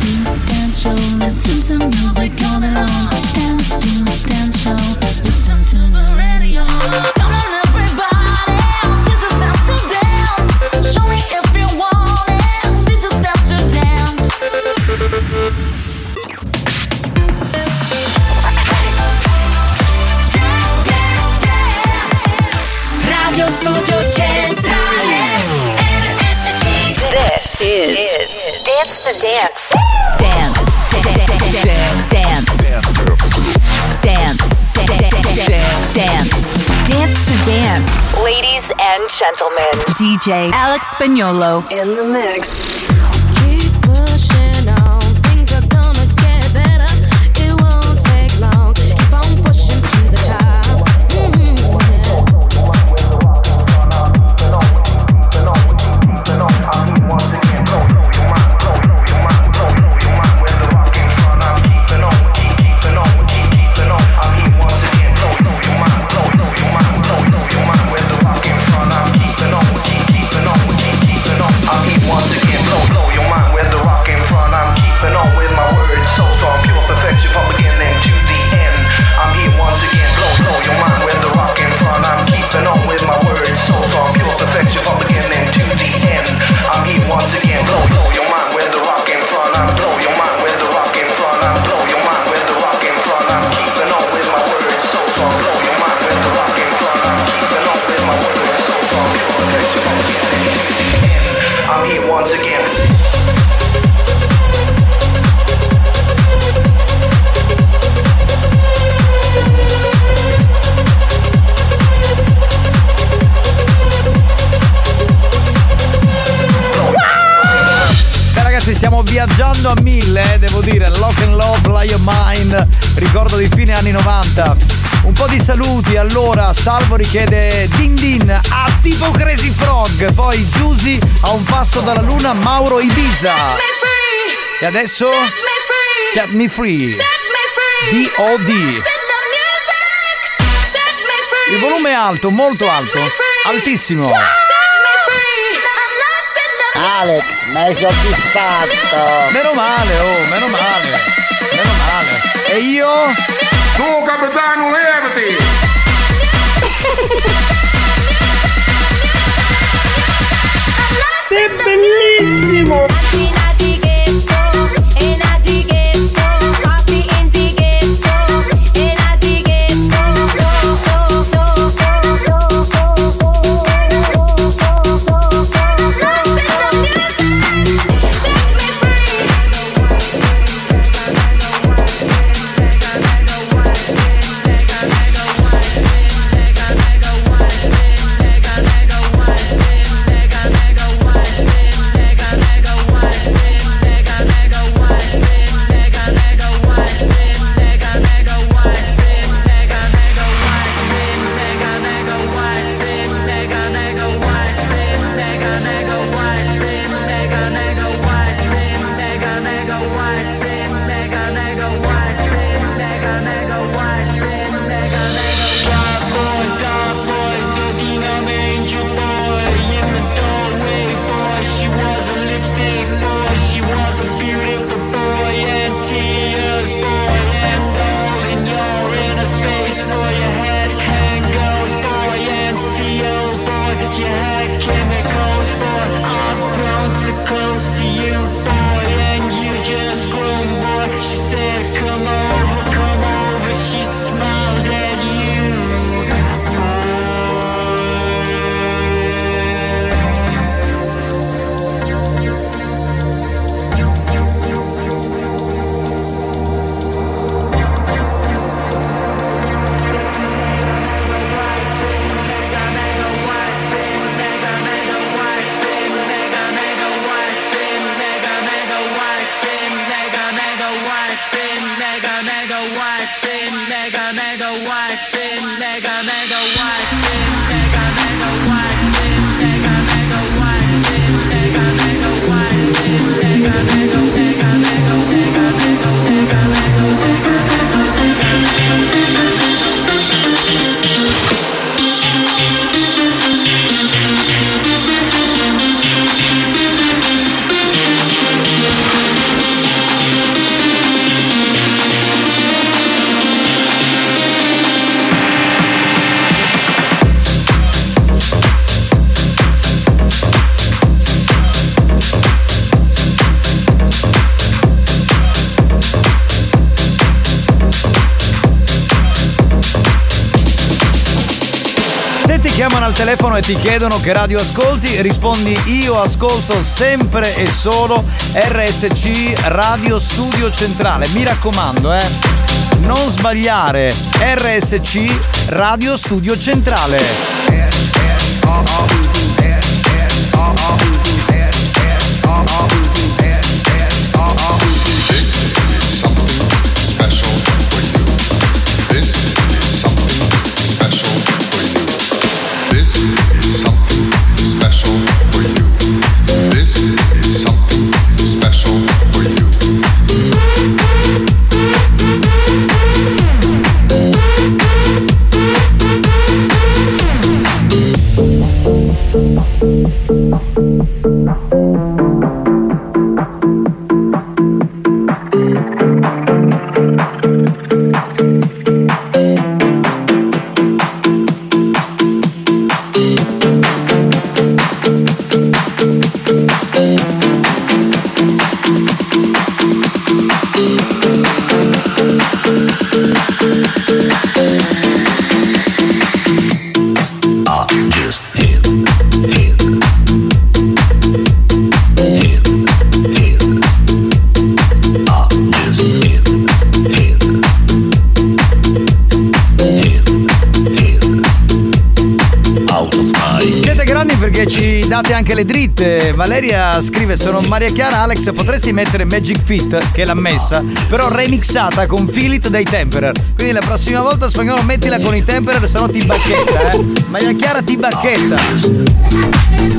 [SPEAKER 2] Dance to dance show, listen to music all day long. Dance to dance show, listen to
[SPEAKER 4] Radio Studio Centrale R S C.
[SPEAKER 9] This is Dance to Dance. Dance. Dance. Dance. Dance. Dance to Dance. Ladies and gentlemen, D J Alex Spagnolo in the mix.
[SPEAKER 4] Keep pushing on, things are gonna get better. It won't take long. Keep on pushing to the top. Mm-hmm.
[SPEAKER 6] Stiamo viaggiando a mille, eh, devo dire. Lock and Love, Fly Your Mind, ricordo di fine anni novanta. Un po' di saluti. Allora, Salvo richiede Din Din a tipo Crazy Frog. Poi Giusy a un passo dalla luna, Mauro Ibiza. E adesso Set Me Free, D O D. Il volume è alto, molto alto, altissimo.
[SPEAKER 10] Alex, mi hai soddisfatto.
[SPEAKER 6] Meno male, oh, meno male. Meno male. E io?
[SPEAKER 17] Tu capitano, levati!
[SPEAKER 20] Sei bellissimo!
[SPEAKER 6] chiamano al telefono e ti chiedono che radio ascolti, rispondi: io ascolto sempre e solo R S C Radio Studio Centrale. Mi raccomando, eh, non sbagliare, R S C Radio Studio Centrale. Date anche le dritte. Valeria scrive: sono Maria Chiara. Alex, potresti mettere Magic Fit, che l'ha messa, però remixata con Feel It dei Temperer. Quindi la prossima volta, Spagnolo, mettila con i Temperer, se no ti bacchetta, eh. Maria Chiara ti bacchetta.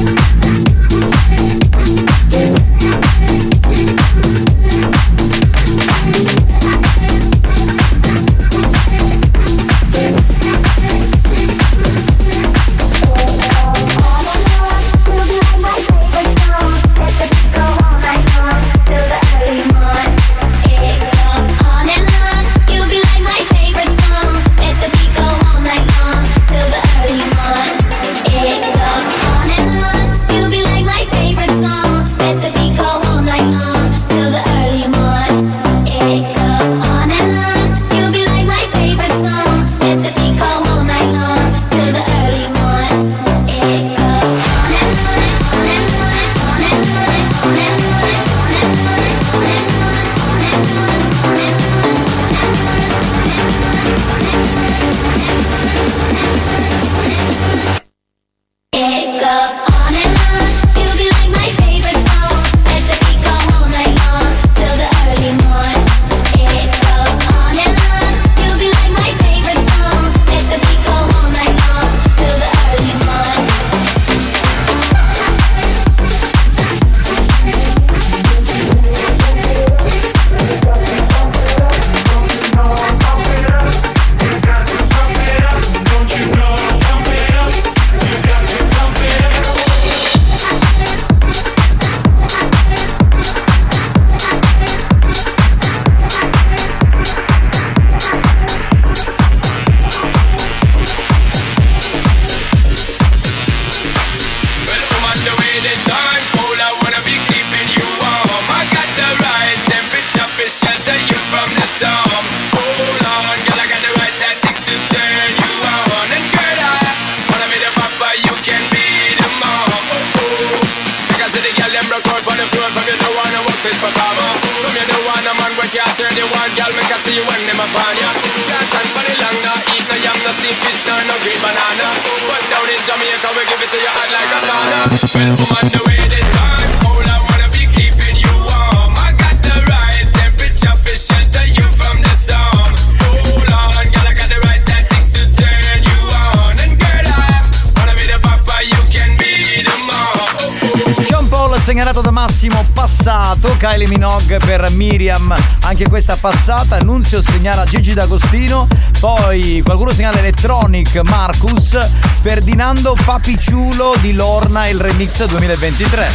[SPEAKER 6] Segnalato da Massimo, passato. Kylie Minogue per Miriam, anche questa passata. Nunzio segnala Gigi D'Agostino. Poi qualcuno segnala Electronic, Marcus. Ferdinando Papiciulo di Lorna, il remix duemilaventitré.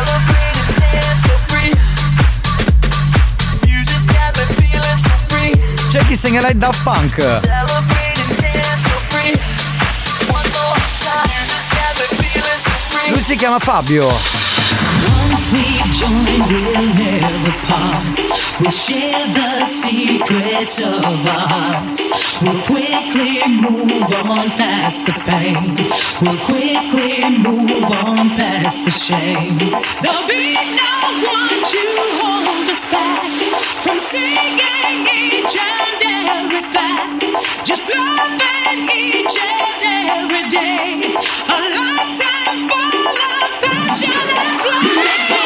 [SPEAKER 6] C'è chi segnala il Daft Punk. Lui si chiama Fabio.
[SPEAKER 4] Once we join, we'll never part. We'll share the secrets of our hearts. We'll quickly move on past the pain. We'll quickly move on past the shame. There'll be no one to hold us back from singing each and every fact. Just loving each and every day. A lifetime full of passion and play.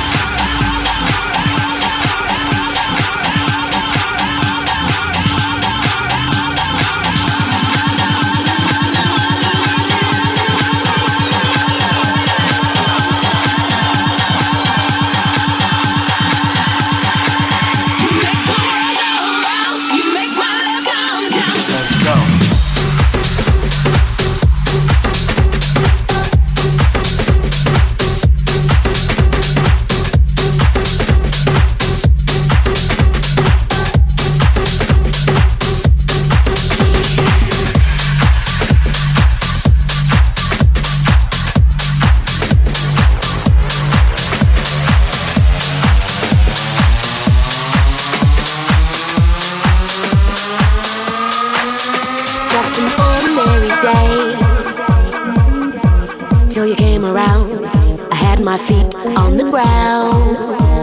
[SPEAKER 5] My feet on the ground.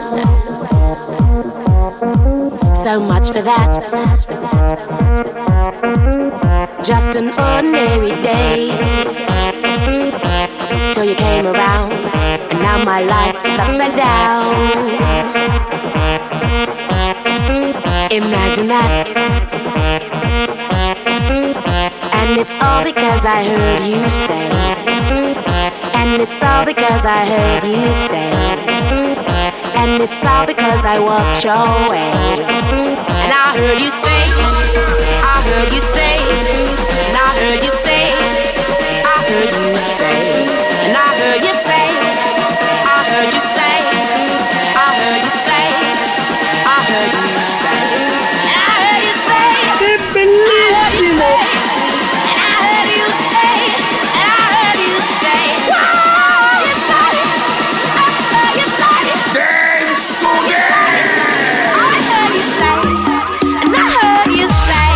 [SPEAKER 5] So much for that. Just an ordinary day till you came around, and now my life's upside down. Imagine that. And it's all because I heard you say. And it's all because I heard you say. And it's all because I walked your way. And I heard you say, I heard you say, and I heard you say, I heard you say, and I heard you say, I heard you say, I heard you say, I heard you say, and I heard you say, che bellissimo! And I heard you say, and I heard you say, wow, you said it, I heard you say it, dance together. I heard you say, and I heard you say.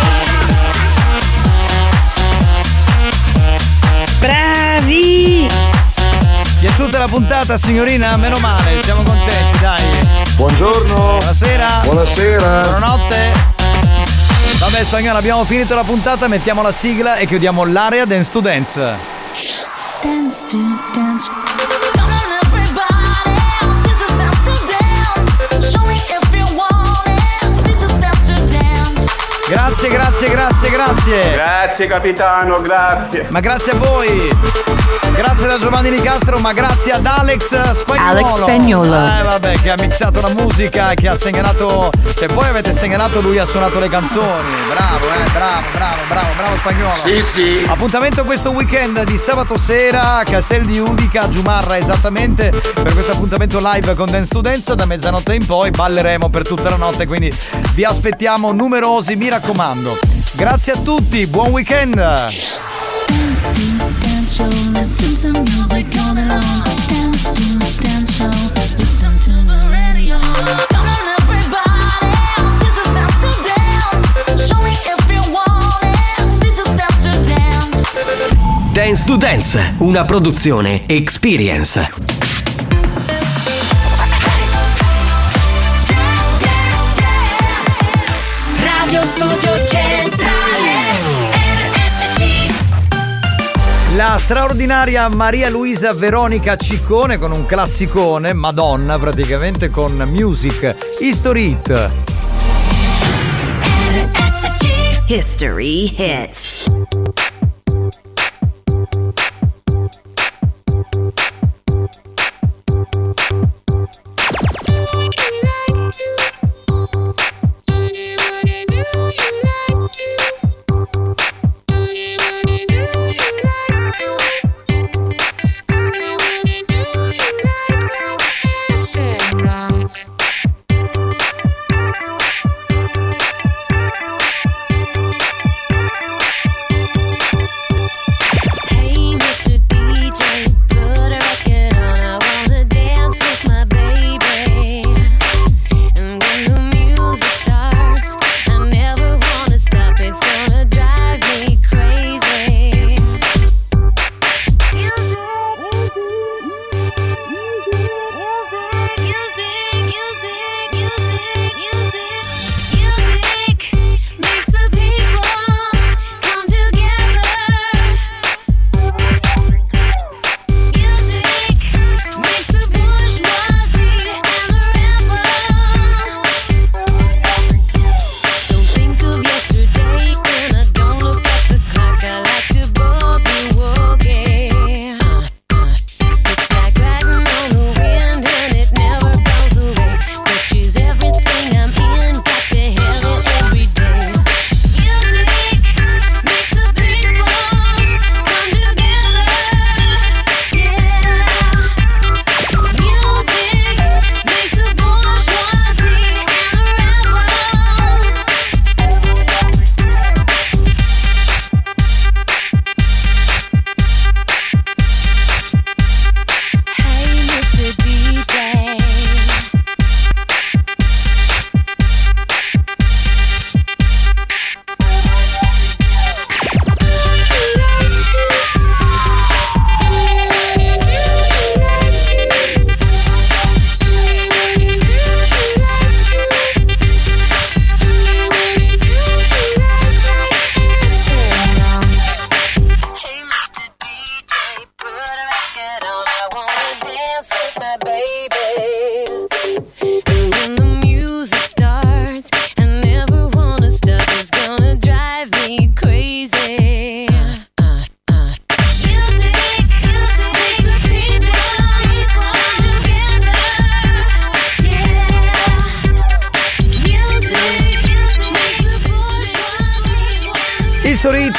[SPEAKER 6] Bravi! Piaciuta la puntata, signorina? Meno male, siamo contenti, dai.
[SPEAKER 11] Buongiorno.
[SPEAKER 6] Buonasera.
[SPEAKER 11] Buonasera.
[SPEAKER 6] Buonanotte. Vabbè, Spagnolo, abbiamo finito la puntata, mettiamo la sigla e chiudiamo l'area Dance to Dance.
[SPEAKER 2] Dance to dance. Come on everybody, this is dance to dance. Show me if you want it, this is dance to dance.
[SPEAKER 6] Grazie, grazie, grazie, grazie.
[SPEAKER 11] Grazie capitano, grazie.
[SPEAKER 6] Ma grazie a voi. Grazie da Giovanni Nicastro, ma grazie ad Alex Spagnuolo.
[SPEAKER 9] Alex Spagnuolo.
[SPEAKER 6] Eh vabbè, che ha mixato la musica, che ha segnalato. Se voi avete segnalato, lui ha suonato le canzoni. Bravo, eh, bravo, bravo, bravo, bravo Spagnuolo.
[SPEAKER 11] Sì, sì.
[SPEAKER 6] Appuntamento questo weekend di sabato sera a Castel di Udica, Giumarra esattamente, per questo appuntamento live con Dance to Dance. Da mezzanotte in poi balleremo per tutta la notte, quindi vi aspettiamo numerosi, mi raccomando. Grazie a tutti, buon weekend.
[SPEAKER 2] Dance to dance show, listen to music all day long. Dance to dance show, listen to the radio. Come on everybody, this is dance to dance. Show me if you want it, this is dance to dance.
[SPEAKER 1] Dance to Dance, una produzione Experience.
[SPEAKER 4] Radio Studio Centrale R S C.
[SPEAKER 6] La straordinaria Maria Luisa Veronica Ciccone con un classicone, Madonna praticamente, con Music History Hit.
[SPEAKER 4] R S C.
[SPEAKER 9] History Hits.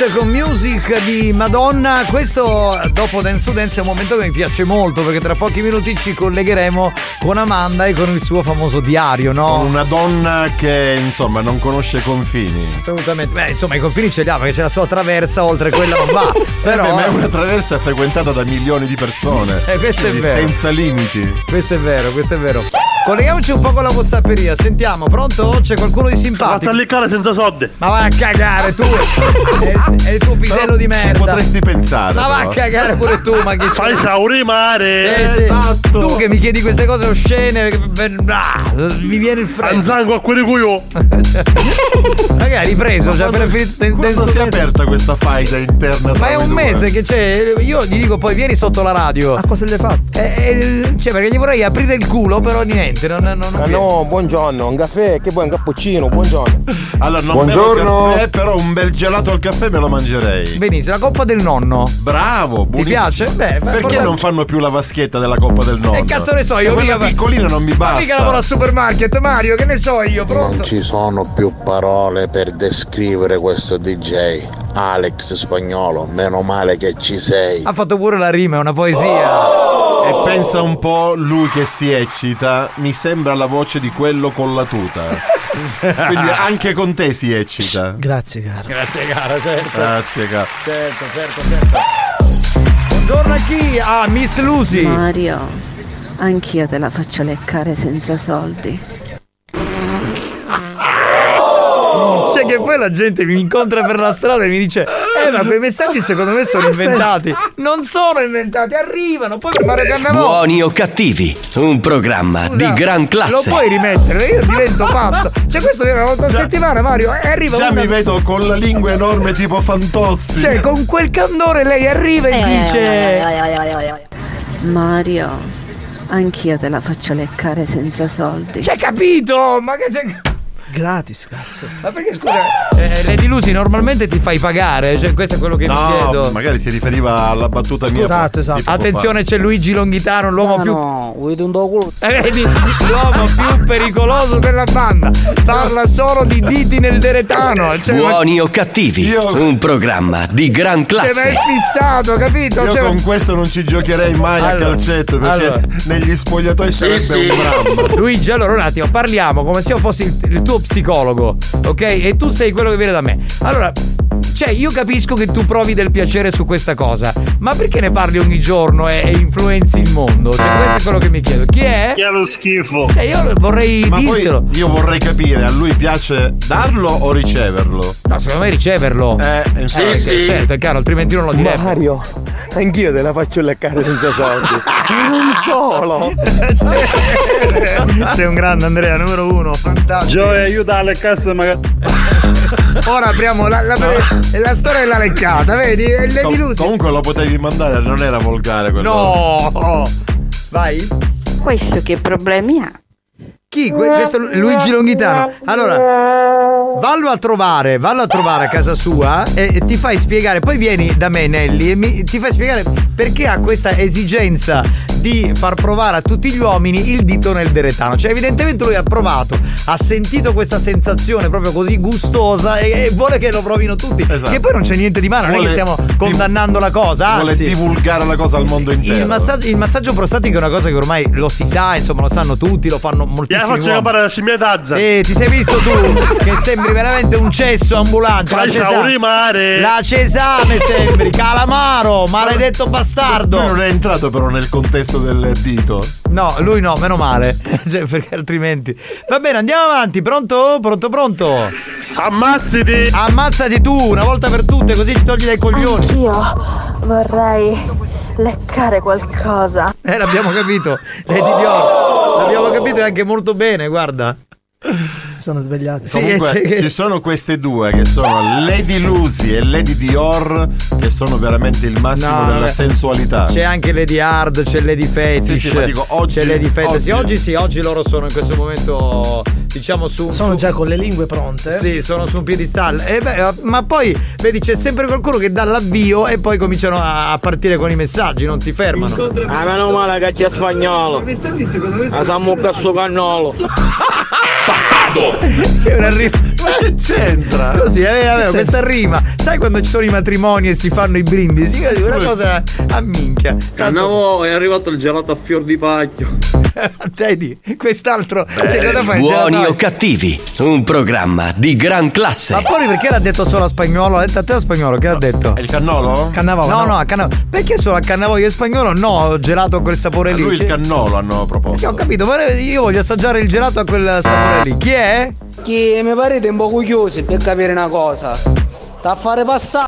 [SPEAKER 6] Smith con Music di Madonna. Questo dopo Dance to Dance è un momento che mi piace molto, perché tra pochi minuti ci collegheremo con Amanda e con il suo famoso diario, no?
[SPEAKER 18] Con una donna che insomma non conosce confini.
[SPEAKER 6] Assolutamente. Beh, insomma i confini ce li ha, perché c'è la sua traversa, oltre quella non va. Però
[SPEAKER 18] eh beh, ma è una traversa frequentata da milioni di persone.
[SPEAKER 6] Eh, questo è vero.
[SPEAKER 18] Senza limiti.
[SPEAKER 6] Questo è vero, questo è vero. Colleghiamoci un po' con la WhatsApperia, sentiamo, pronto? C'è qualcuno di simpatico?
[SPEAKER 13] Faccio leccare senza soldi.
[SPEAKER 6] Ma vai a cagare tu! È, è il tuo pisello di merda.
[SPEAKER 18] Potresti pensare.
[SPEAKER 6] Ma vai a cagare pure tu, ma che
[SPEAKER 13] fai ciao rimare?
[SPEAKER 6] Sì, sì.
[SPEAKER 18] Esatto.
[SPEAKER 6] Tu che mi chiedi queste cose oscene, ah, mi viene il freddo.
[SPEAKER 13] Anzango a quelli cui io.
[SPEAKER 6] Magari hai ripreso, cioè per finire.
[SPEAKER 18] Quando si è aperta questa faida interna?
[SPEAKER 6] Ma è un mese che c'è. Io gli dico poi vieni sotto la radio.
[SPEAKER 19] Ma cosa gli hai fatto?
[SPEAKER 6] Eh, eh, cioè perché gli vorrei aprire il culo, però niente. Non, non, non
[SPEAKER 19] ah no, buongiorno, un caffè, che vuoi un cappuccino, buongiorno.
[SPEAKER 18] Allora non
[SPEAKER 19] buongiorno.
[SPEAKER 18] Caffè, però un bel gelato al caffè me lo mangerei.
[SPEAKER 6] Benissimo, la coppa del nonno.
[SPEAKER 18] Bravo, buonissimo.
[SPEAKER 6] Ti piace? Beh,
[SPEAKER 18] perché
[SPEAKER 6] portare...
[SPEAKER 18] non fanno più la vaschetta della coppa del nonno?
[SPEAKER 6] E cazzo ne so io,
[SPEAKER 18] quella
[SPEAKER 6] mica
[SPEAKER 18] piccolina non mi basta.
[SPEAKER 6] Ma mica lavoro al supermarket, Mario, che ne so io, pronto?
[SPEAKER 7] Non ci sono più parole per descrivere questo D J Alex Spagnolo, meno male che ci sei.
[SPEAKER 6] Ha fatto pure la rima, è una poesia.
[SPEAKER 18] Oh! E pensa un po', lui che si eccita, mi sembra la voce di quello con la tuta. Quindi anche con te si eccita.
[SPEAKER 19] Grazie caro.
[SPEAKER 6] Grazie caro, certo.
[SPEAKER 18] Grazie caro.
[SPEAKER 6] Certo, certo, certo. Buongiorno a chi? Ah, Miss Lucy.
[SPEAKER 3] Mario, anch'io te la faccio leccare senza soldi.
[SPEAKER 6] Cioè che poi la gente mi incontra per la strada e mi dice eh ma quei messaggi secondo me sono inventati. Non sono inventati, arrivano. Poi per Mario Cannavò.
[SPEAKER 1] Buoni o cattivi, un programma
[SPEAKER 6] Scusa,
[SPEAKER 1] di gran classe.
[SPEAKER 6] Lo puoi rimettere? Io divento pazzo. Cioè questo viene una volta a settimana, Mario, e arriva
[SPEAKER 18] già
[SPEAKER 6] una...
[SPEAKER 18] mi vedo con la lingua enorme tipo Fantozzi.
[SPEAKER 6] Cioè con quel candore lei arriva e dice
[SPEAKER 3] Mario, anch'io te la faccio leccare senza soldi.
[SPEAKER 6] C'hai capito? Ma che c'è...
[SPEAKER 19] Gratis, cazzo.
[SPEAKER 6] Ma perché scusa, eh, Lady Lucy normalmente ti fai pagare, cioè questo è quello che
[SPEAKER 18] no,
[SPEAKER 6] mi chiedo.
[SPEAKER 18] Magari si riferiva alla battuta mia.
[SPEAKER 6] Esatto, esatto. Attenzione, c'è Luigi Longhitano, l'uomo
[SPEAKER 19] no,
[SPEAKER 6] più
[SPEAKER 19] no, vuoi un culo.
[SPEAKER 6] Eh, vedi, l'uomo più pericoloso della banda. Parla solo di diti nel deretano. Cioè,
[SPEAKER 1] Buoni ma... o cattivi, io... un programma di gran classe.
[SPEAKER 6] Cioè, ma è fissato, capito?
[SPEAKER 18] Io
[SPEAKER 6] cioè...
[SPEAKER 18] con questo non ci giocherei mai allora, a calcetto, perché allora. negli spogliatoi
[SPEAKER 6] sì,
[SPEAKER 18] sarebbe
[SPEAKER 6] sì.
[SPEAKER 18] un dramma.
[SPEAKER 6] Luigi, allora un attimo, parliamo come se io fossi il, il tuo psicologo. Ok? E tu sei quello che viene da me. Allora, cioè, io capisco che tu provi del piacere su questa cosa, ma perché ne parli ogni giorno e, e influenzi il mondo? Cioè, questo è quello che mi chiedo. Chi è?
[SPEAKER 13] Che è lo schifo.
[SPEAKER 6] E eh, io vorrei
[SPEAKER 18] ma
[SPEAKER 6] dirtelo.
[SPEAKER 18] Poi io vorrei capire, a lui piace darlo o riceverlo?
[SPEAKER 6] No, secondo me riceverlo.
[SPEAKER 18] Eh,
[SPEAKER 6] sì, eh, sì. Certo, è chiaro, altrimenti non lo direbbe.
[SPEAKER 19] Mario, anch'io te la faccio leccare senza soldi. Non solo.
[SPEAKER 6] Sei un grande Andrea, numero uno, fantastico.
[SPEAKER 13] Gioia, aiuta a leccarsi magari.
[SPEAKER 6] Ora apriamo la, la, la, la storia della leccata, vedi? Le
[SPEAKER 18] Com- comunque lo potevi mandare, non era volgare quello.
[SPEAKER 6] No! Vai.
[SPEAKER 3] Questo che problemi ha?
[SPEAKER 6] Chi? Questo è Luigi Longhitano. Allora, vallo a trovare, vallo a trovare a casa sua e, e ti fai spiegare. Poi vieni da me, Nelly, e mi, ti fai spiegare perché ha questa esigenza di far provare a tutti gli uomini il dito nel deretano. Cioè, evidentemente lui ha provato, ha sentito questa sensazione proprio così gustosa e, e vuole che lo provino tutti. Esatto. Che poi non c'è niente di male, non vuole, è che stiamo condannando div- la cosa, anzi.
[SPEAKER 18] Vuole divulgare la cosa al mondo intero.
[SPEAKER 6] Il massaggio, il massaggio prostatico è una cosa che ormai lo si sa, insomma, lo sanno tutti, lo fanno moltissimi.
[SPEAKER 13] Ya faccio capare la scimmietazza.
[SPEAKER 6] Sì, ti sei visto tu che sembri veramente un cesso ambulante. La Cesame, la Cesame sembri, Calamaro, maledetto bastardo.
[SPEAKER 18] Lui non è entrato però nel contesto del dito.
[SPEAKER 6] No, lui no, meno male. Cioè, perché altrimenti. Va bene, andiamo avanti. Pronto? Pronto, pronto.
[SPEAKER 13] Ammazzati.
[SPEAKER 6] Ammazzati tu, una volta per tutte, così ci togli dai coglioni.
[SPEAKER 12] Anch'io vorrei leccare qualcosa.
[SPEAKER 6] Eh, l'abbiamo capito. Lady Dior. L'abbiamo capito e anche molto bene, guarda.
[SPEAKER 19] Si sono svegliati.
[SPEAKER 18] Comunque sì, ci sono queste due che sono Lady Lucy e Lady Dior, che sono veramente il massimo no, della vabbè. sensualità.
[SPEAKER 6] C'è anche Lady Hard, c'è Lady Fetish.
[SPEAKER 18] Sì, sì, ma dico, oggi,
[SPEAKER 6] c'è Lady Fetish.
[SPEAKER 18] oggi.
[SPEAKER 6] Sì, oggi sì, oggi loro sono in questo momento, diciamo, su.
[SPEAKER 19] Sono
[SPEAKER 6] su,
[SPEAKER 19] già con le lingue pronte.
[SPEAKER 6] Sì, sono su un piedistallo. E beh, ma poi vedi, c'è sempre qualcuno che dà l'avvio e poi cominciano a, a partire con i messaggi, non si fermano.
[SPEAKER 15] Ah, meno male che c'è spagnolo. A Sammucca suo cannolo.
[SPEAKER 6] Che ora arriva,
[SPEAKER 18] Ma che c'entra?
[SPEAKER 6] Così, eh, avevo questa rima. Sai quando ci sono i matrimoni e si fanno i brindisi? Una cosa a minchia.
[SPEAKER 11] No, è arrivato il gelato a fior di pacchio.
[SPEAKER 6] Vedi, quest'altro.
[SPEAKER 1] Beh,
[SPEAKER 6] cioè, cosa fai?
[SPEAKER 1] Buoni o cattivi, un programma di gran classe.
[SPEAKER 6] Ma poi perché l'ha detto solo a Spagnolo? L'ha detto a te a Spagnolo, che l'ha detto?
[SPEAKER 18] Il cannolo?
[SPEAKER 6] Cannavolo? No, no, a Cannavolo. Perché solo a Cannavoglio e Spagnolo? No, gelato quel sapore
[SPEAKER 18] a
[SPEAKER 6] lì.
[SPEAKER 18] Lui il cannolo hanno proposto.
[SPEAKER 6] Sì, ho capito, ma io voglio assaggiare il gelato a quel sapore lì. Chi è?
[SPEAKER 14] Che mi parete un po' curiosi per capire una cosa. Da fare passare.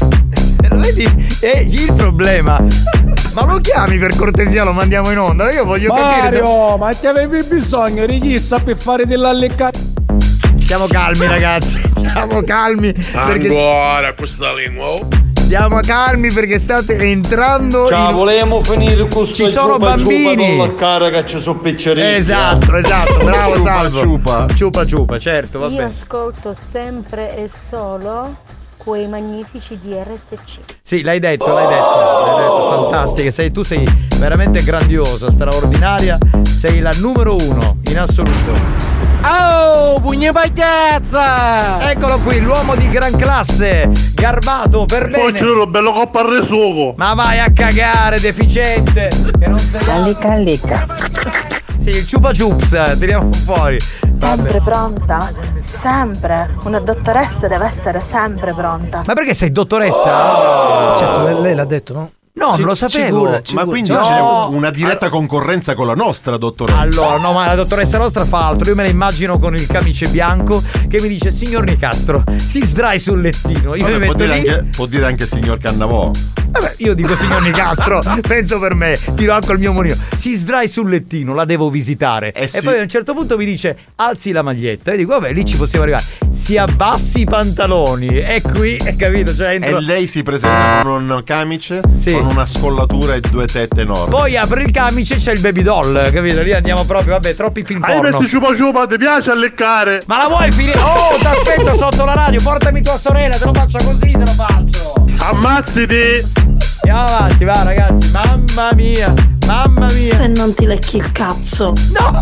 [SPEAKER 6] Vedi? E il problema. Ma lo chiami per cortesia, lo mandiamo in onda? Io voglio
[SPEAKER 14] Mario,
[SPEAKER 6] capire.
[SPEAKER 14] Mario, ma ti avevi bisogno di chissà per fare della leccata?
[SPEAKER 6] Stiamo calmi, ragazzi. Stiamo calmi.
[SPEAKER 11] Ancora questa lingua.
[SPEAKER 6] Stiamo calmi perché state entrando.
[SPEAKER 15] Ciao,
[SPEAKER 6] in...
[SPEAKER 15] volevamo finire con
[SPEAKER 6] Ci sono
[SPEAKER 15] ciupa,
[SPEAKER 6] bambini.
[SPEAKER 15] Ciupa con la cara che ci sono piccerini.
[SPEAKER 6] Esatto, esatto. Bravo,
[SPEAKER 18] ciupa,
[SPEAKER 6] Salvo.
[SPEAKER 18] Ciupa.
[SPEAKER 6] Ciupa, ciupa, certo, vabbè.
[SPEAKER 16] Io ascolto sempre e solo quei magnifici D R S C.
[SPEAKER 6] Sì, l'hai detto, l'hai detto, l'hai detto, fantastica. Sei, tu sei veramente grandiosa, straordinaria. Sei la numero uno in assoluto.
[SPEAKER 14] Oh, pugna pagliazza!
[SPEAKER 6] Eccolo qui, l'uomo di gran classe, garbato per bene.
[SPEAKER 13] Poi c'è un bello coppa al resuco.
[SPEAKER 6] Ma vai a cagare, deficiente. Che non sei.
[SPEAKER 12] Lecca, lecca.
[SPEAKER 6] Sì, il ciupa chups, tiriamo fuori.
[SPEAKER 12] Sempre pronta, sempre. Una dottoressa deve essere sempre pronta.
[SPEAKER 6] Ma perché sei dottoressa?
[SPEAKER 22] Certo, lei, lei l'ha detto, no?
[SPEAKER 6] No, non lo sapevo.
[SPEAKER 22] Sicura,
[SPEAKER 18] Ma
[SPEAKER 22] sicura.
[SPEAKER 18] quindi
[SPEAKER 6] No.
[SPEAKER 18] c'è una diretta concorrenza con la nostra dottoressa.
[SPEAKER 6] Allora, no, ma la dottoressa nostra fa altro. Io me la immagino con il camice bianco che mi dice: signor Nicastro, si sdrai sul lettino. Io
[SPEAKER 18] Vabbè,
[SPEAKER 6] mi
[SPEAKER 18] può,
[SPEAKER 6] metto
[SPEAKER 18] dire
[SPEAKER 6] lì.
[SPEAKER 18] anche, può dire anche signor Cannavò.
[SPEAKER 6] Vabbè, io dico signor Nicastro, penso per me, tiro anche il mio mulino. Si sdrai sul lettino, la devo visitare.
[SPEAKER 18] Eh
[SPEAKER 6] e
[SPEAKER 18] sì.
[SPEAKER 6] poi a un certo punto mi dice: alzi la maglietta. E dico: vabbè, lì ci possiamo arrivare. Si abbassi i pantaloni. E qui, hai capito? Cioè, entro...
[SPEAKER 18] E lei si presenta con un camice,
[SPEAKER 6] Sì.
[SPEAKER 18] con una scollatura e due tette enormi.
[SPEAKER 6] Poi apre il camice e c'è il baby doll, capito? Lì andiamo proprio, vabbè, troppi film
[SPEAKER 13] Hai
[SPEAKER 6] porno.
[SPEAKER 13] messo ciupa ciupa, ti piace alleccare?
[SPEAKER 6] Ma la vuoi finire? Oh, ti aspetto sotto la radio, portami tua sorella, te lo faccio così, te lo faccio.
[SPEAKER 13] Ammazziti!
[SPEAKER 6] Andiamo avanti, va ragazzi, mamma mia, mamma mia.
[SPEAKER 3] Se non ti lecchi il cazzo.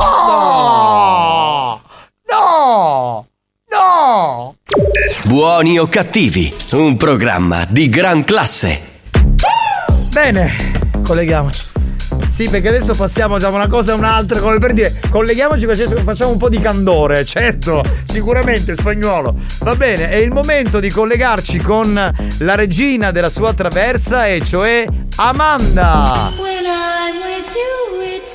[SPEAKER 6] No! No! No!
[SPEAKER 1] Buoni o cattivi, un programma di gran classe.
[SPEAKER 6] Bene,
[SPEAKER 22] Colleghiamoci.
[SPEAKER 6] sì, perché adesso passiamo da una cosa a un'altra, come per dire, colleghiamoci così facciamo un po' di candore, certo, sicuramente Spagnolo. Va bene, è il momento di collegarci con la regina della sua traversa, e cioè Amanda.
[SPEAKER 2] When I'm with you, it's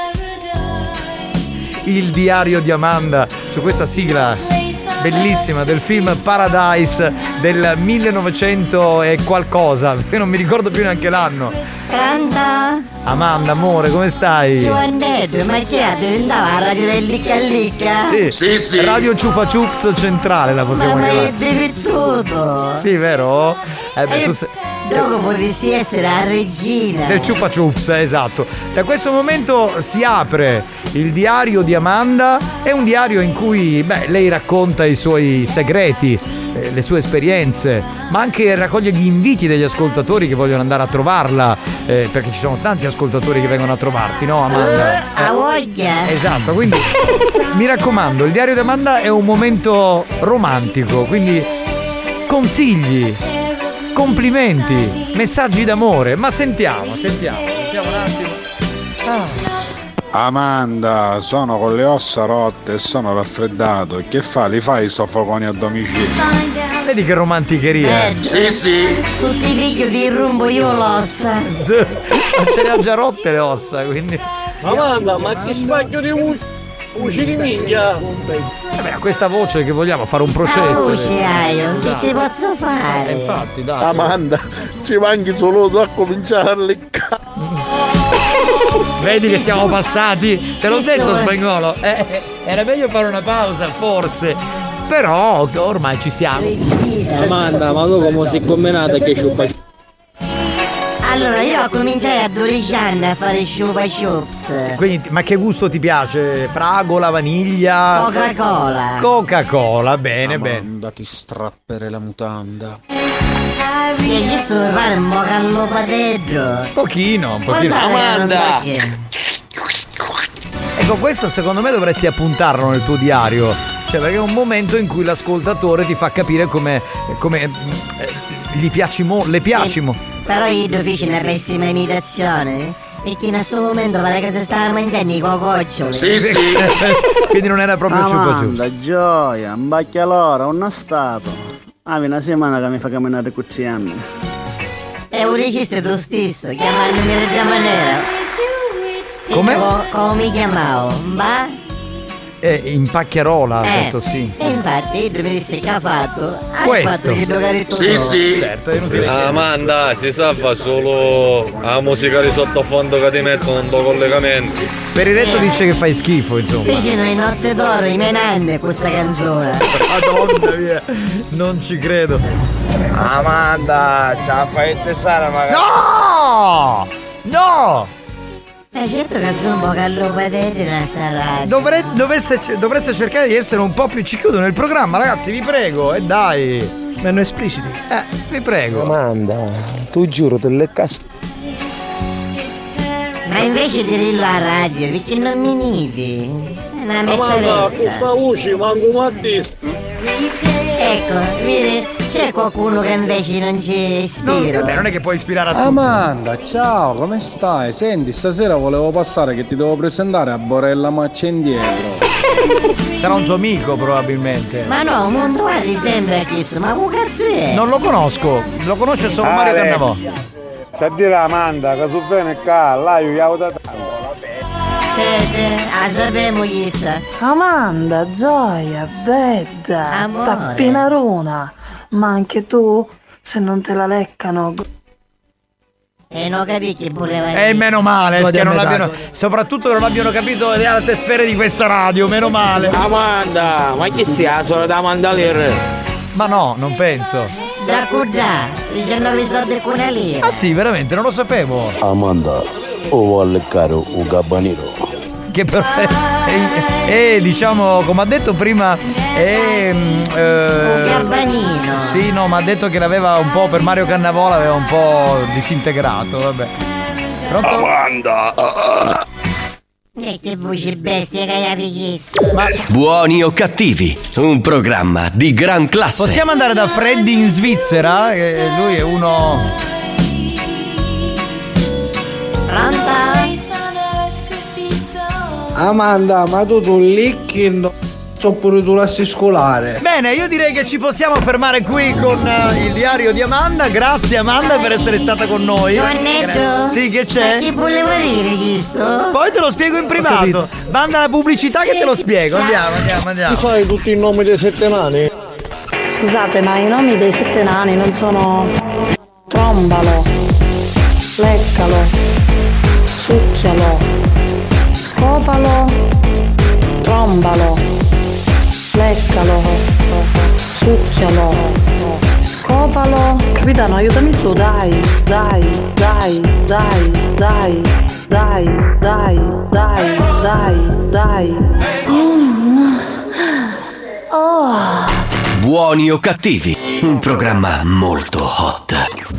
[SPEAKER 2] paradise.
[SPEAKER 6] Il diario di Amanda, su questa sigla bellissima del film Paradise del millenovecento e qualcosa, io non mi ricordo più neanche l'anno.
[SPEAKER 23] Pronto?
[SPEAKER 6] Amanda, amore, come stai?
[SPEAKER 23] Giovannetto, ma chi è? Diventava la radio del licca licca?
[SPEAKER 6] Sì, Radio Ciupa Chups centrale la possiamo
[SPEAKER 23] Ma mi
[SPEAKER 6] chiamare.
[SPEAKER 23] devi tutto.
[SPEAKER 6] Sì, vero? Eh beh,
[SPEAKER 23] Eh,
[SPEAKER 6] tu sei
[SPEAKER 23] Gioco potessi essere la regina.
[SPEAKER 6] del Ciupa Chups, esatto. Da questo momento si apre il diario di Amanda. È un diario in cui, beh, lei racconta i suoi segreti, eh, le sue esperienze, ma anche raccoglie gli inviti degli ascoltatori che vogliono andare a trovarla, eh, perché ci sono tanti ascoltatori che vengono a trovarti, no Amanda?
[SPEAKER 23] Eh, a voglia.
[SPEAKER 6] Esatto, quindi mi raccomando, il diario di Amanda è un momento romantico, quindi consigli, complimenti, messaggi d'amore, ma sentiamo, sentiamo, sentiamo un attimo. Ah.
[SPEAKER 25] Amanda, sono con le ossa rotte e sono raffreddato. Che fa? Li fai i soffoconi a domicilio?
[SPEAKER 6] Vedi che romanticheria.
[SPEAKER 23] Eh, sì, sì. Su ti piglio ti rumbo io l'ossa.
[SPEAKER 6] Ma ce le ha già rotte le ossa, quindi.
[SPEAKER 14] Amanda, ma che spacchio di voce di minchia!
[SPEAKER 6] Vabbè, a questa voce che vogliamo fare un processo.
[SPEAKER 23] Voce hai, che
[SPEAKER 6] Dai.
[SPEAKER 23] ci posso
[SPEAKER 6] Eh,
[SPEAKER 23] fare?
[SPEAKER 6] infatti, dai.
[SPEAKER 13] Amanda, ci manchi solo tu a cominciare a leccare.
[SPEAKER 6] Vedi che siamo passati. Te l'ho
[SPEAKER 23] Che
[SPEAKER 6] detto,
[SPEAKER 23] sono?
[SPEAKER 6] Spagnolo. Eh, era meglio fare una pausa, forse. Però ormai ci siamo.
[SPEAKER 14] Amanda, ma tu come sei combinata che ciupa?
[SPEAKER 23] Allora io ho cominciato a dodici anni a fare sciupa chups.
[SPEAKER 6] Quindi, ma che gusto ti piace? Fragola, vaniglia?
[SPEAKER 23] Coca-Cola.
[SPEAKER 6] Coca-Cola, bene, bene.
[SPEAKER 25] Amanda, ti strappere la mutanda.
[SPEAKER 23] Che gli sono fare un bocallopa dentro.
[SPEAKER 6] Pochino, un pochino.
[SPEAKER 23] Amanda.
[SPEAKER 6] Ecco, questo secondo me dovresti appuntarlo nel tuo diario. Cioè, perché è un momento in cui l'ascoltatore ti fa capire come, come eh, gli piaci mo, le piaci mo.
[SPEAKER 23] Però io feci una pessima imitazione, perché in questo momento pare che si stava mangiando i cococcioli.
[SPEAKER 6] Sì, sì. Quindi non era proprio ciuccio ciuccio.
[SPEAKER 8] Amanda, gioia, un bacchialora, un stato. Ah, una settimana che mi fa camminare così a me.
[SPEAKER 23] E un regista tu stesso, chiamandomi in questa maniera.
[SPEAKER 6] Come?
[SPEAKER 23] Co- come mi chiamavo? Ba?
[SPEAKER 6] Eh, in pacchiarola, ha
[SPEAKER 23] Eh,
[SPEAKER 6] detto sì.
[SPEAKER 23] E infatti io mi disse che ha fatto. Hai
[SPEAKER 6] Questo.
[SPEAKER 23] fatto il giocare
[SPEAKER 11] Sì, sì.
[SPEAKER 6] Certo, è inutile.
[SPEAKER 11] Amanda, si salva solo la musica di sottofondo che ti mettono in tuo collegamento.
[SPEAKER 6] Per il resto dice che fai schifo, insomma.
[SPEAKER 23] Vicino i nozze d'oro, i menande questa canzone.
[SPEAKER 6] Madonna mia, non ci credo.
[SPEAKER 19] Amanda, ce la fai tesare magari.
[SPEAKER 6] No! No!
[SPEAKER 23] Eh certo che sono un po' callopadete da sta radio.
[SPEAKER 6] Dovre- doveste- dovreste cercare di essere un po' più cicudo nel programma, ragazzi, vi prego, e dai.
[SPEAKER 22] Meno espliciti.
[SPEAKER 6] Eh, vi prego.
[SPEAKER 19] Amanda, tu giuro te le cazzo.
[SPEAKER 23] Ma invece di dirlo a radio, perché non mi nidi? È una
[SPEAKER 11] Amanda,
[SPEAKER 23] mezzalessa.
[SPEAKER 11] questa voce manco Mattis.
[SPEAKER 23] Ecco, vedi, c'è qualcuno che invece non ci ispira.
[SPEAKER 6] Vabbè, non è che puoi ispirare a tutti.
[SPEAKER 25] Amanda, ciao, come stai? Senti, stasera volevo passare che ti devo presentare a Borella Maccendietro.
[SPEAKER 6] Sarà un suo amico probabilmente.
[SPEAKER 23] Ma no, Montuari sembra questo, ma che cazzo è?
[SPEAKER 6] Non lo conosco, lo conosce solo
[SPEAKER 19] Ah,
[SPEAKER 6] Mario
[SPEAKER 19] lei.
[SPEAKER 6] Cannavò.
[SPEAKER 19] Sa dire Amanda che su bene qua, là io io da
[SPEAKER 23] Sì, sì, ah, sappiamo chi sa.
[SPEAKER 16] Amanda, gioia, bella,
[SPEAKER 23] Amore.
[SPEAKER 16] tappinarona. Ma anche tu, se non te la leccano.
[SPEAKER 23] E non capì che voleva
[SPEAKER 6] E
[SPEAKER 23] dire.
[SPEAKER 6] eh, meno male,
[SPEAKER 22] Godi
[SPEAKER 6] che
[SPEAKER 22] a
[SPEAKER 6] non
[SPEAKER 22] metà.
[SPEAKER 6] abbiano, soprattutto che non abbiano capito le alte sfere di questa radio, meno male.
[SPEAKER 11] Amanda, ma chi sia? Sono da Mandalir.
[SPEAKER 6] Ma no, non penso.
[SPEAKER 23] Da Cudà, diciannove soldi con una lira.
[SPEAKER 6] Ah sì, veramente, non lo sapevo.
[SPEAKER 7] Amanda, o vuole leccare un gabbanino.
[SPEAKER 6] Che però è, è, diciamo, come ha detto prima, è
[SPEAKER 23] Un
[SPEAKER 6] eh,
[SPEAKER 23] garbanino.
[SPEAKER 6] sì, no, ma ha detto che l'aveva un po' per Mario Cannavò, l'aveva un po' disintegrato, vabbè. Pronto?
[SPEAKER 7] Amanda!
[SPEAKER 23] E che voce bestia che hai chiesto.
[SPEAKER 6] Ma
[SPEAKER 1] Buoni o cattivi, un programma di gran classe.
[SPEAKER 6] possiamo andare da Freddy in Svizzera? Eh, lui è uno.
[SPEAKER 23] Pronta?
[SPEAKER 19] Amanda, ma tu tu licchi so pure tu lassi scolare.
[SPEAKER 6] Bene, io direi che ci possiamo fermare qui con eh, il diario di Amanda. Grazie Amanda per essere stata con noi.
[SPEAKER 23] Giovannetto?
[SPEAKER 6] Sì, che
[SPEAKER 23] Ma
[SPEAKER 6] c'è?
[SPEAKER 23] chi voleva dire questo?
[SPEAKER 6] Poi te lo spiego in privato. Banda la pubblicità che te lo spiego. Andiamo, andiamo, andiamo.
[SPEAKER 19] Tu sai tutti i nomi dei sette nani?
[SPEAKER 16] Scusate, ma i nomi dei sette nani non sono trombalo, leccalo, succhialo, scopalo, trombalo, leccalo, succhialo, scopalo. Capitano, aiutami tu, dai, dai, dai, dai, dai, dai, dai, dai, dai, dai. Mm. Oh.
[SPEAKER 1] Buoni o cattivi, un programma molto hot.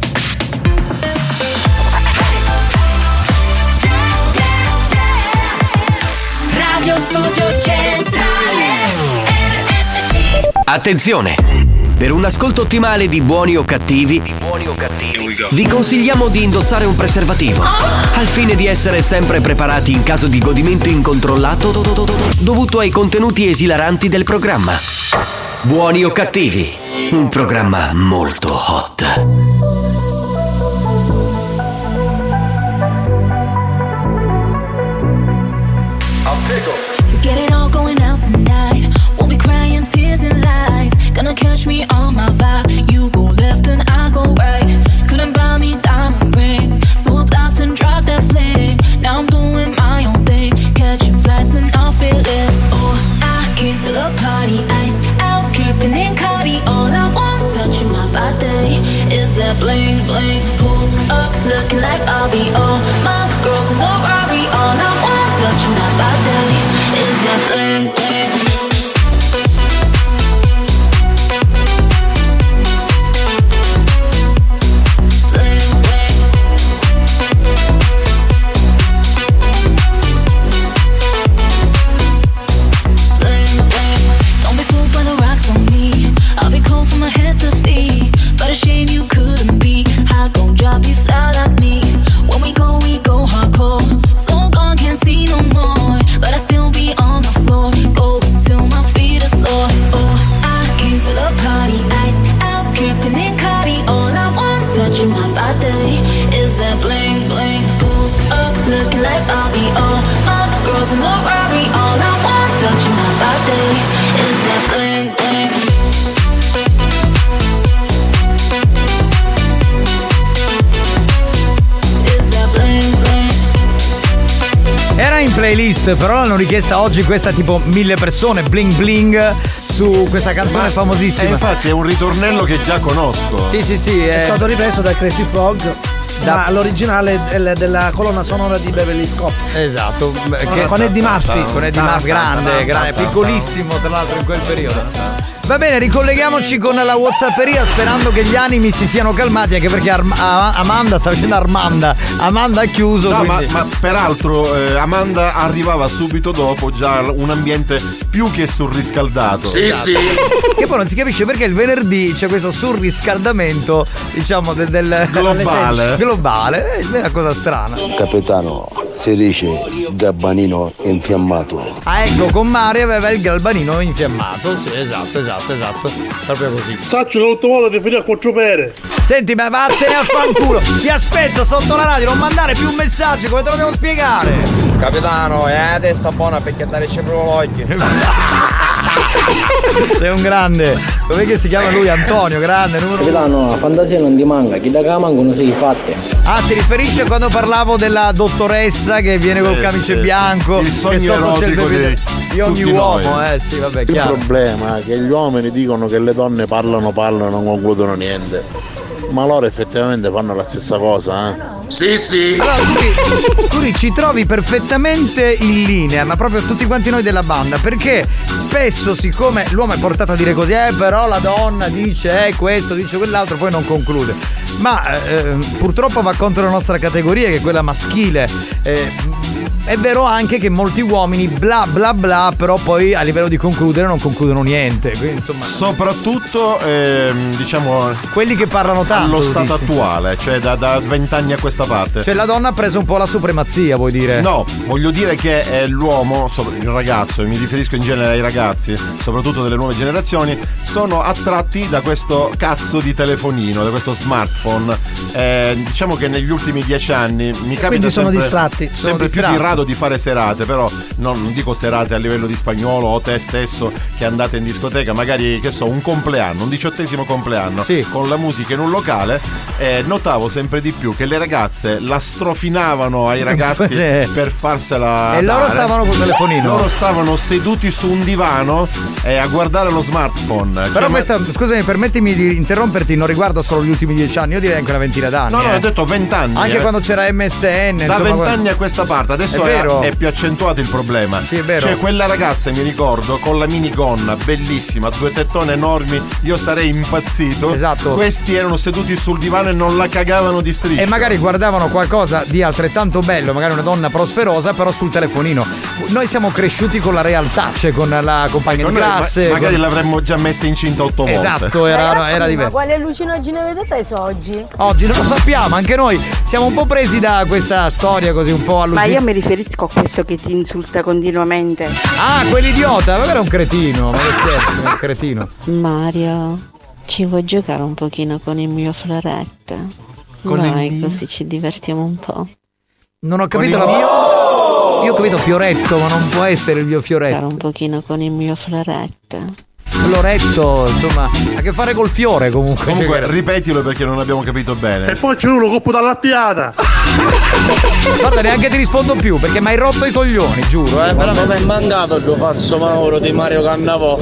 [SPEAKER 4] Radio Studio Centrale R S C.
[SPEAKER 1] Attenzione! Per un ascolto ottimale di Buoni o cattivi, di buoni o cattivi, vi consigliamo di indossare un preservativo, al fine di essere sempre preparati in caso di godimento incontrollato dovuto ai contenuti esilaranti del programma. Buoni o cattivi, un programma molto hot.
[SPEAKER 2] Forget it all going out tonight. Won't be crying tears and lies. Gonna catch me on my vibe. You go left and I go right. Couldn't buy me diamond rings, so I blocked and dropped that fling. Now I'm doing my own thing, catching flights and I'll feel it. Oh, I came for the party, iced out, dripping in Cardi. All I want touching my body is that looking like Bobby. All my girls in the Rari, all I want touching my body is that bling bling. Is that bling bling.
[SPEAKER 6] Era in playlist, però l'hanno richiesta oggi questa tipo mille persone, bling bling, su questa canzone
[SPEAKER 18] Ma,
[SPEAKER 6] famosissima.
[SPEAKER 18] eh, infatti è un ritornello che già conosco.
[SPEAKER 6] Sì, sì, sì.
[SPEAKER 22] È
[SPEAKER 6] eh.
[SPEAKER 22] stato ripreso da Crazy Frog. Da l'originale del- della colonna sonora di Beverly Scott.
[SPEAKER 6] Esatto.
[SPEAKER 22] Con- con Eddie Murphy.
[SPEAKER 6] Con Eddie Murphy, grande, grande, piccolissimo tra l'altro in quel periodo. Va bene, ricolleghiamoci con la WhatsApperia sperando che gli animi si siano calmati, anche perché Arm- a- Amanda sta facendo Armanda. Amanda ha chiuso.
[SPEAKER 18] No, ma,
[SPEAKER 6] quindi-
[SPEAKER 18] ma peraltro eh, Amanda arrivava subito dopo già un ambiente più che surriscaldato.
[SPEAKER 6] Esatto. Che poi non si capisce perché il venerdì c'è questo surriscaldamento, diciamo, del, del
[SPEAKER 18] Globale.
[SPEAKER 6] globale. È una cosa strana.
[SPEAKER 10] Capitano, si dice gabbanino infiammato.
[SPEAKER 6] Ah, ecco, con Mario aveva il galbanino infiammato. Sì, esatto, esatto, esatto. Proprio così.
[SPEAKER 13] Saccio che l'ultima volta ti finì a quattro pere.
[SPEAKER 6] Senti, ma vattene a fanculo. Ti aspetto sotto la radio, non mandare più messaggi, come te lo devo spiegare?
[SPEAKER 15] Capitano, è testa buona perché dare sempre l'occhio.
[SPEAKER 6] Sei un grande. Com'è che si chiama lui? Antonio, grande, numero uno.
[SPEAKER 14] Capitano, la fantasia non ti manca, chi da camanga non si fatte.
[SPEAKER 6] Ah, si riferisce a quando parlavo della dottoressa che viene col
[SPEAKER 18] Sì,
[SPEAKER 6] camice
[SPEAKER 18] sì.
[SPEAKER 6] bianco.
[SPEAKER 18] Il
[SPEAKER 6] che
[SPEAKER 18] sogno
[SPEAKER 6] sotto c'è il
[SPEAKER 18] erotico
[SPEAKER 6] bebè
[SPEAKER 18] di
[SPEAKER 6] di ogni
[SPEAKER 18] tutti
[SPEAKER 6] uomo,
[SPEAKER 18] noi.
[SPEAKER 6] eh sì, vabbè,
[SPEAKER 7] Il
[SPEAKER 6] chiaro.
[SPEAKER 7] problema è che gli uomini dicono che le donne parlano, parlano, non concludono niente. Ma loro effettivamente fanno la stessa cosa, eh? Sì, sì.
[SPEAKER 6] Allora, tu, tu ci trovi perfettamente in linea, ma proprio tutti quanti noi della banda, perché spesso, siccome l'uomo è portato a dire così, eh, però la donna dice eh, questo, dice quell'altro, poi non conclude. Ma eh, purtroppo va contro la nostra categoria, che è quella maschile. Eh, è vero anche che molti uomini bla bla bla, però poi a livello di concludere non concludono niente. Quindi, insomma,
[SPEAKER 18] Soprattutto, ehm, diciamo,
[SPEAKER 6] quelli che parlano tanto.
[SPEAKER 18] allo stato
[SPEAKER 6] dici.
[SPEAKER 18] attuale, cioè da vent'anni a questa parte.
[SPEAKER 6] Cioè la donna ha preso un po' la supremazia, vuoi dire?
[SPEAKER 18] No, voglio dire che è l'uomo, so- il ragazzo, e mi riferisco in genere ai ragazzi, soprattutto delle nuove generazioni, sono attratti da questo cazzo di telefonino, da questo smartphone. Eh, diciamo che negli ultimi dieci anni mi capita
[SPEAKER 22] Quindi sono
[SPEAKER 18] sempre,
[SPEAKER 22] distratti, sono
[SPEAKER 18] sempre più
[SPEAKER 22] distratti.
[SPEAKER 18] di rado di fare serate, però non, non dico serate a livello di Spagnolo o te stesso che andate in discoteca, magari che so, un compleanno, un diciottesimo compleanno,
[SPEAKER 6] Sì.
[SPEAKER 18] con la musica in un locale, eh, notavo sempre di più che le ragazze la strofinavano ai ragazzi
[SPEAKER 6] Eh.
[SPEAKER 18] per farsela
[SPEAKER 6] E loro
[SPEAKER 18] dare.
[SPEAKER 6] stavano col telefonino.
[SPEAKER 18] Loro stavano seduti su un divano eh, a guardare lo smartphone.
[SPEAKER 6] Però
[SPEAKER 18] Cioè,
[SPEAKER 6] questa, scusami, permettimi di interromperti, non riguarda solo gli ultimi dieci anni, io direi anche una ventina d'anni.
[SPEAKER 18] No, no,
[SPEAKER 6] eh.
[SPEAKER 18] ho detto vent'anni.
[SPEAKER 6] Anche
[SPEAKER 18] eh.
[SPEAKER 6] quando c'era M S N.
[SPEAKER 18] Da
[SPEAKER 6] insomma,
[SPEAKER 18] vent'anni a questa parte, adesso
[SPEAKER 6] È
[SPEAKER 18] è,
[SPEAKER 6] vero.
[SPEAKER 18] è più accentuato il problema.
[SPEAKER 6] Sì, è vero.
[SPEAKER 18] Cioè, quella ragazza, mi ricordo, con la minigonna, bellissima, due tettone enormi, io sarei impazzito.
[SPEAKER 6] Esatto.
[SPEAKER 18] Questi erano seduti sul divano e non la cagavano di striscia.
[SPEAKER 6] E magari guardavano qualcosa di altrettanto bello, magari una donna prosperosa, però sul telefonino. Noi siamo cresciuti con la realtà, cioè con la compagna
[SPEAKER 18] Ecco,
[SPEAKER 6] di
[SPEAKER 18] noi
[SPEAKER 6] classe.
[SPEAKER 18] ma- magari
[SPEAKER 6] con-
[SPEAKER 18] l'avremmo già messa incinta otto volte.
[SPEAKER 6] Esatto, era, era
[SPEAKER 16] Ma
[SPEAKER 6] diverso.
[SPEAKER 16] quali allucinogeni avete preso oggi?
[SPEAKER 6] Oggi non lo sappiamo, anche noi siamo un po' presi da questa storia così un po'
[SPEAKER 17] Ma
[SPEAKER 6] allucinante.
[SPEAKER 17] io mi riferisco a questo che ti insulta continuamente.
[SPEAKER 6] Ah, quell'idiota, ma era un cretino, ma che scherzi, è un cretino.
[SPEAKER 3] Mario, ci vuoi giocare un pochino con il mio flaret?
[SPEAKER 6] Con
[SPEAKER 3] Dai,
[SPEAKER 6] il mio?
[SPEAKER 3] così ci divertiamo un po'.
[SPEAKER 6] Non ho capito
[SPEAKER 3] Con
[SPEAKER 6] la
[SPEAKER 3] il
[SPEAKER 6] mia. Io ho capito Fioretto, ma non può essere il mio
[SPEAKER 3] Giocare
[SPEAKER 6] Fioretto.
[SPEAKER 3] un pochino con il mio flaret.
[SPEAKER 6] Floretto, insomma, ha a che fare col fiore comunque.
[SPEAKER 18] Comunque,
[SPEAKER 6] Cioè,
[SPEAKER 18] ripetilo perché non abbiamo capito bene.
[SPEAKER 13] E poi c'è uno coppo dall'attiata.
[SPEAKER 6] guarda, neanche ti rispondo più perché mi hai rotto i coglioni, giuro, eh.
[SPEAKER 15] Quando
[SPEAKER 6] veramente.
[SPEAKER 15] mi è mancato il passo Mauro di Mario Cannavò.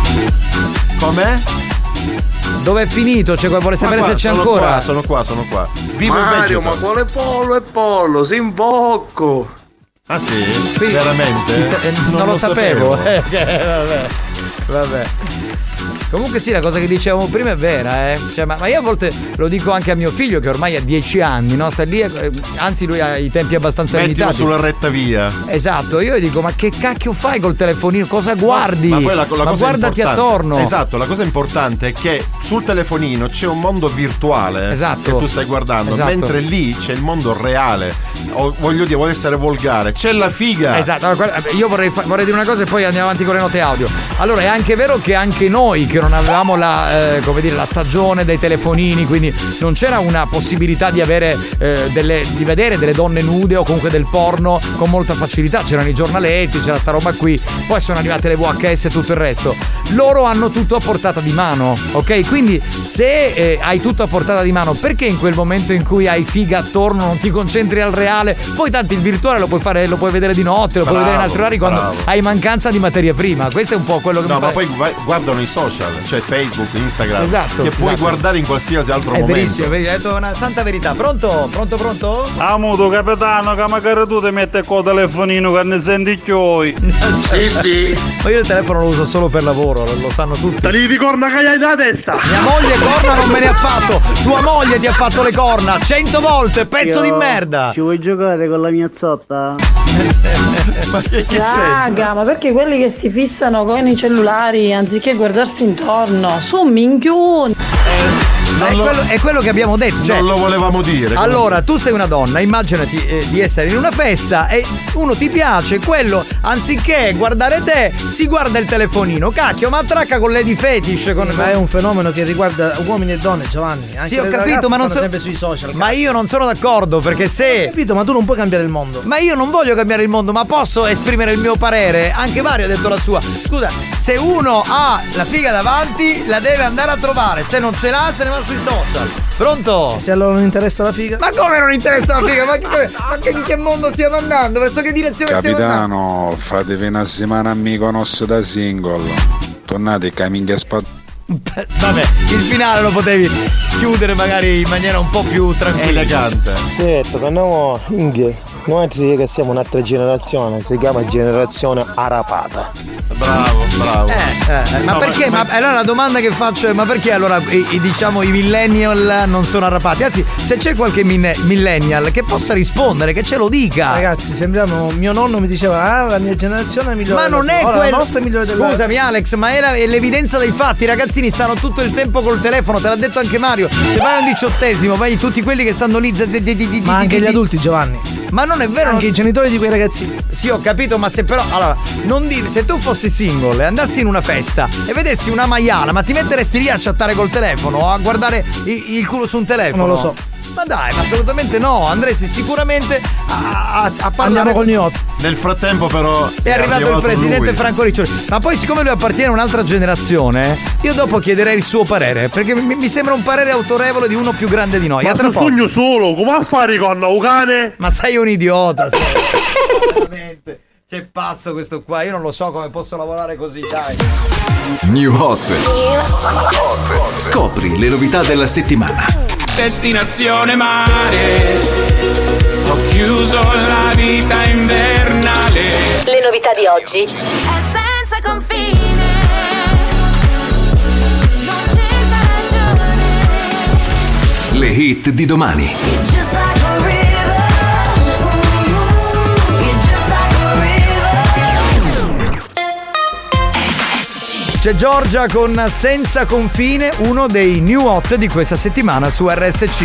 [SPEAKER 18] Com'è?
[SPEAKER 6] Dove è finito? Cioè, vuole sapere
[SPEAKER 18] Ma qua,
[SPEAKER 6] se c'è
[SPEAKER 18] sono
[SPEAKER 6] ancora.
[SPEAKER 18] Qua, sono qua, sono qua. Vivo il
[SPEAKER 15] Mario,
[SPEAKER 18] vegeto.
[SPEAKER 15] ma quale pollo e pollo? Si imbocco.
[SPEAKER 18] Ah sì?
[SPEAKER 6] Qui-
[SPEAKER 18] Veramente?
[SPEAKER 6] mi sta- eh, non, lo sapevo. Eh, che- vabbè. Vabbè. Comunque sì, la cosa che dicevamo prima è vera, eh. Cioè, ma, ma io a volte lo dico anche a mio figlio che ormai ha dieci anni, no? Sta lì, eh, anzi lui ha i tempi abbastanza
[SPEAKER 18] Mettilo
[SPEAKER 6] limitati.
[SPEAKER 18] sulla retta via.
[SPEAKER 6] Esatto, io gli dico, ma che cacchio fai col telefonino? Cosa guardi?
[SPEAKER 18] Ma poi la, la
[SPEAKER 6] Ma
[SPEAKER 18] cosa
[SPEAKER 6] guardati
[SPEAKER 18] importante-
[SPEAKER 6] attorno.
[SPEAKER 18] Esatto, la cosa importante è che sul telefonino c'è un mondo virtuale
[SPEAKER 6] Esatto.
[SPEAKER 18] che tu stai guardando,
[SPEAKER 6] Esatto.
[SPEAKER 18] mentre lì c'è il mondo reale. O, voglio dire, vuole essere volgare. C'è la figa.
[SPEAKER 6] Esatto, allora, guarda, io vorrei, fa- vorrei dire una cosa e poi andiamo avanti con le note audio. Allora, è anche vero che anche noi noi che non avevamo la, eh, come dire, la stagione dei telefonini, quindi non c'era una possibilità di avere eh, delle, di vedere delle donne nude o comunque del porno con molta facilità. C'erano i giornaletti, c'era sta roba qui, poi sono arrivate le V H S e tutto il resto. Loro hanno tutto a portata di mano, ok? Quindi se eh, hai tutto a portata di mano, perché in quel momento in cui hai figa attorno non ti concentri al reale? Poi tanto il virtuale lo puoi fare, lo puoi vedere di notte, lo
[SPEAKER 18] Bravo,
[SPEAKER 6] puoi vedere in altri orari quando
[SPEAKER 18] bravo.
[SPEAKER 6] hai mancanza di materia prima. Questo è un po' quello che
[SPEAKER 18] No,
[SPEAKER 6] mi
[SPEAKER 18] ma
[SPEAKER 6] fa...
[SPEAKER 18] poi vai- guardano i social, cioè Facebook, Instagram,
[SPEAKER 6] Esatto,
[SPEAKER 18] che puoi
[SPEAKER 6] esatto.
[SPEAKER 18] guardare in qualsiasi altro
[SPEAKER 6] È
[SPEAKER 18] momento.
[SPEAKER 6] verissimo, è verissimo, hai detto una santa verità. Pronto? Pronto, pronto?
[SPEAKER 8] Ah, muto capitano, che magari tu ti metti col telefonino che ne senti chioi.
[SPEAKER 6] Sì, sì. Ma io il telefono lo uso solo per lavoro, lo, lo sanno tutti.
[SPEAKER 13] Tagli di corna che hai nella testa.
[SPEAKER 6] Mia moglie corna non me ne ha fatto. Tua moglie ti ha fatto le corna cento volte, pezzo
[SPEAKER 8] Io-
[SPEAKER 6] di merda.
[SPEAKER 8] Ci vuoi giocare con la mia zotta?
[SPEAKER 18] Ma che, che
[SPEAKER 16] Raga, ma perché quelli che si fissano con i cellulari anziché guardarsi intorno? Su minchioni!
[SPEAKER 6] È quello, è quello che abbiamo detto, cioè,
[SPEAKER 18] non lo volevamo dire.
[SPEAKER 6] allora tu sei una donna, immaginati eh, di essere in una festa e uno ti piace, quello anziché guardare te si guarda il telefonino. Cacchio, ma attracca con Lady Fetish.
[SPEAKER 22] Sì,
[SPEAKER 6] con...
[SPEAKER 22] ma è un fenomeno che riguarda uomini e donne, Giovanni. Anche
[SPEAKER 6] Sì, ho
[SPEAKER 22] le
[SPEAKER 6] capito,
[SPEAKER 22] ragazze
[SPEAKER 6] ma non
[SPEAKER 22] stanno
[SPEAKER 6] so-
[SPEAKER 22] sempre sui social.
[SPEAKER 6] Ma io non sono d'accordo, perché se...
[SPEAKER 22] Ho capito, ma tu non puoi cambiare il mondo.
[SPEAKER 6] Ma io non voglio cambiare il mondo, ma posso esprimere il mio parere. Anche Mario ha detto la sua. Scusa, se uno ha la figa davanti, la deve andare a trovare. Se non ce l'ha, se ne va sui social. Pronto?
[SPEAKER 22] E se allora non interessa la figa?
[SPEAKER 6] Ma come non interessa la figa? Ma, che, ma che, in che mondo stiamo andando? Verso che direzione stiamo andando?
[SPEAKER 25] Capitano, fatevi una settimana a mi conosco da single. Tornate che minchia spat.
[SPEAKER 6] Vabbè, il finale lo potevi chiudere magari in maniera un po' più tranquilla.
[SPEAKER 18] Elegante.
[SPEAKER 19] Certo, che noi, noi che siamo un'altra generazione, si chiama generazione arapata.
[SPEAKER 18] Bravo, bravo.
[SPEAKER 6] Eh, eh, ma
[SPEAKER 18] No,
[SPEAKER 6] perché? Ma,
[SPEAKER 18] ma-
[SPEAKER 6] allora la domanda che faccio è: ma perché allora i, i- diciamo i millennial non sono arrapati? Anzi, se c'è qualche minne- millennial che possa rispondere, che ce lo dica.
[SPEAKER 22] Ragazzi, sembriamo. Mio nonno mi diceva: ah, la mia generazione è migliore.
[SPEAKER 6] Ma non
[SPEAKER 22] della
[SPEAKER 6] è
[SPEAKER 22] tua. Ora,
[SPEAKER 6] quello.
[SPEAKER 22] La nostra è migliore della
[SPEAKER 6] Scusami, Alex, ma è, la- è l'evidenza dei fatti. I ragazzini stanno tutto il tempo col telefono, te l'ha detto anche Mario. Se vai a un diciottesimo, vai tutti quelli che stanno lì. di- di- di- di-
[SPEAKER 22] Ma anche
[SPEAKER 6] di-
[SPEAKER 22] gli
[SPEAKER 6] di-
[SPEAKER 22] adulti, Giovanni.
[SPEAKER 6] Ma non è vero.
[SPEAKER 22] Anche i genitori di quei ragazzini.
[SPEAKER 6] Sì, ho capito, ma se però. Allora, non dire, se tu fossi single e andassi in una festa e vedessi una maiala, ma ti metteresti lì a chattare col telefono o a guardare i- il culo su un telefono?
[SPEAKER 22] Non lo so.
[SPEAKER 6] Ma dai, ma assolutamente no, andresti sicuramente a, a, a parlare.
[SPEAKER 22] Andiamo con gli otto.
[SPEAKER 18] Nel frattempo però
[SPEAKER 6] È arrivato il presidente
[SPEAKER 18] lui.
[SPEAKER 6] Franco Riccioli. Ma poi siccome lui appartiene a un'altra generazione, io dopo chiederei il suo parere, perché mi, mi sembra un parere autorevole di uno più grande di noi.
[SPEAKER 13] Ma
[SPEAKER 6] A tra
[SPEAKER 13] tu
[SPEAKER 6] poco.
[SPEAKER 13] sogno solo, come a fare con un cane?
[SPEAKER 6] Ma sei un idiota, sei. Veramente. C'è pazzo questo qua, io non lo so come posso lavorare così, dai.
[SPEAKER 5] New Hot. Scopri le novità della settimana.
[SPEAKER 4] Destinazione mare, ho chiuso la vita invernale.
[SPEAKER 9] Le novità di oggi.
[SPEAKER 2] È senza confine, non c'è ragione.
[SPEAKER 5] Le hit di domani.
[SPEAKER 2] Just like a river, you're just like a river.
[SPEAKER 6] C'è Giorgia con Senza Confine, uno dei new hot di questa settimana su R S C.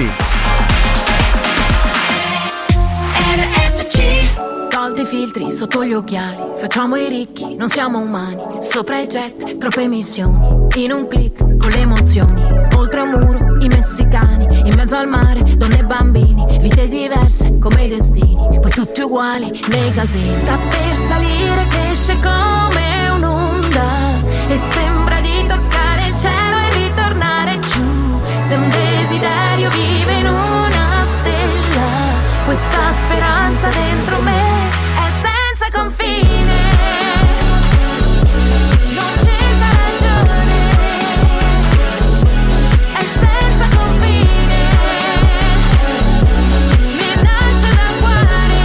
[SPEAKER 20] Tolti i filtri sotto gli occhiali, facciamo i ricchi, non siamo umani. Sopra i jet, troppe emissioni. In un click, con le emozioni. Oltre un muro, i messicani. In mezzo al mare, donne e bambini. Vite diverse, come i destini. Poi tutti uguali, nei casini. Sta per salire, cresce come un'onda. E sembra di toccare il cielo e ritornare giù. Se un desiderio vive in una stella, questa speranza dentro me è senza confine. Non cerca ragione, è senza confine. Mi nasce dal cuore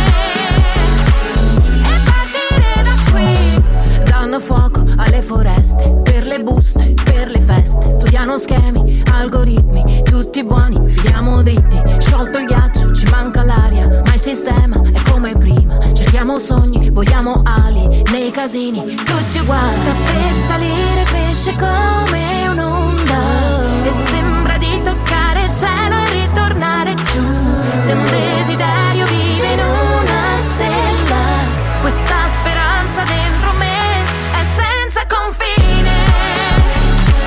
[SPEAKER 20] e partire da qui. Dando fuoco alle foreste, per le buste, per le feste. Studiano schemi, algoritmi, tutti buoni, filiamo dritti. Sciolto il ghiaccio, ci manca l'aria, ma il sistema è come prima. Cerchiamo sogni, vogliamo ali, nei casini, tutti uguali. Sta per salire, cresce come un'onda. E sembra di toccare il cielo e ritornare giù. Se un desiderio vive in una stella, questa speranza dentro me è senza confine.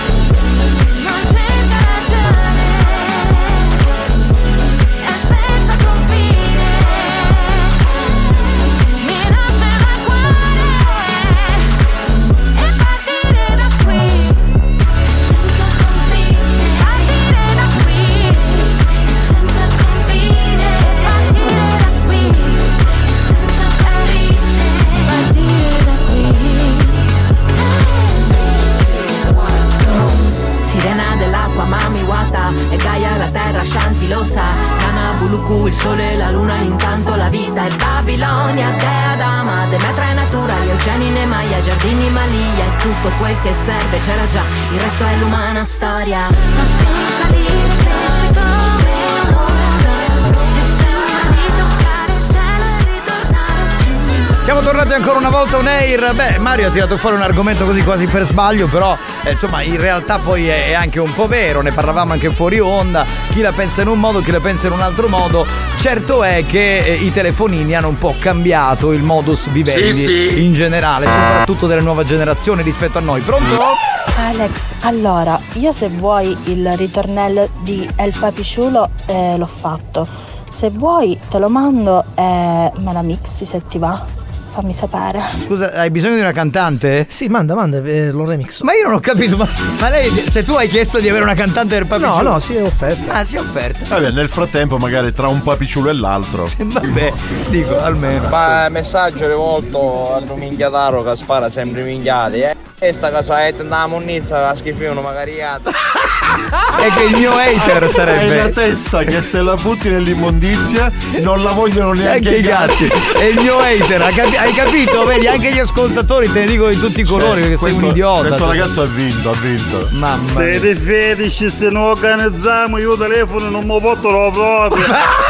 [SPEAKER 20] sole e la luna, intanto la vita è Babilonia, dea dama, Demetra è natura, gli oceani ne Maya, giardini Malia, e tutto quel che serve c'era già, il resto è l'umana storia. Sta per salire, cresce come un'onda, e sembra di toccare il cielo e ritornare giù.
[SPEAKER 6] Siamo tornati ancora una volta on air. Beh, Mario ha tirato fuori un argomento così quasi per sbaglio, però eh, insomma in realtà poi è, è anche un po' vero, ne parlavamo anche fuori onda, chi la pensa in un modo, chi la pensa in un altro modo. Certo è che eh, i telefonini hanno un po' cambiato il modus vivendi
[SPEAKER 7] Sì, sì.
[SPEAKER 6] in generale, soprattutto delle nuove generazioni rispetto a noi. Pronto?
[SPEAKER 11] Alex, allora, io se vuoi il ritornello di El Papiciulo eh, l'ho fatto. Se vuoi te lo mando e me la mixi se ti va. Fammi sapere.
[SPEAKER 6] Scusa, hai bisogno di una cantante?
[SPEAKER 22] Sì, manda, manda, eh, lo remix.
[SPEAKER 6] Ma io non ho capito, ma, ma lei, cioè tu hai chiesto di avere una cantante per Papiciulo?
[SPEAKER 22] No, no, sì, è offerta.
[SPEAKER 6] Ah, sì, è offerta.
[SPEAKER 18] Vabbè, nel frattempo magari tra un papiciulo e l'altro.
[SPEAKER 6] Vabbè, dico, almeno.
[SPEAKER 15] Ma messaggio rivolto al minchiataro che spara sempre minchiati, eh? E sta casetta da munnizza la schifino magari.
[SPEAKER 6] È che il mio hater sarebbe.
[SPEAKER 18] È la testa che se la butti nell'immondizia non la vogliono neanche
[SPEAKER 6] Anche i gatti. È il mio hater, hai capi- hai capito? Vedi, anche gli ascoltatori te ne dicono di tutti i colori, perché
[SPEAKER 18] questo,
[SPEAKER 6] sei un idiota.
[SPEAKER 18] Questo ragazzo ha vinto, ha vinto.
[SPEAKER 6] Mamma mia.
[SPEAKER 8] Siete felici, se non organizziamo io telefono non mi porto proprio.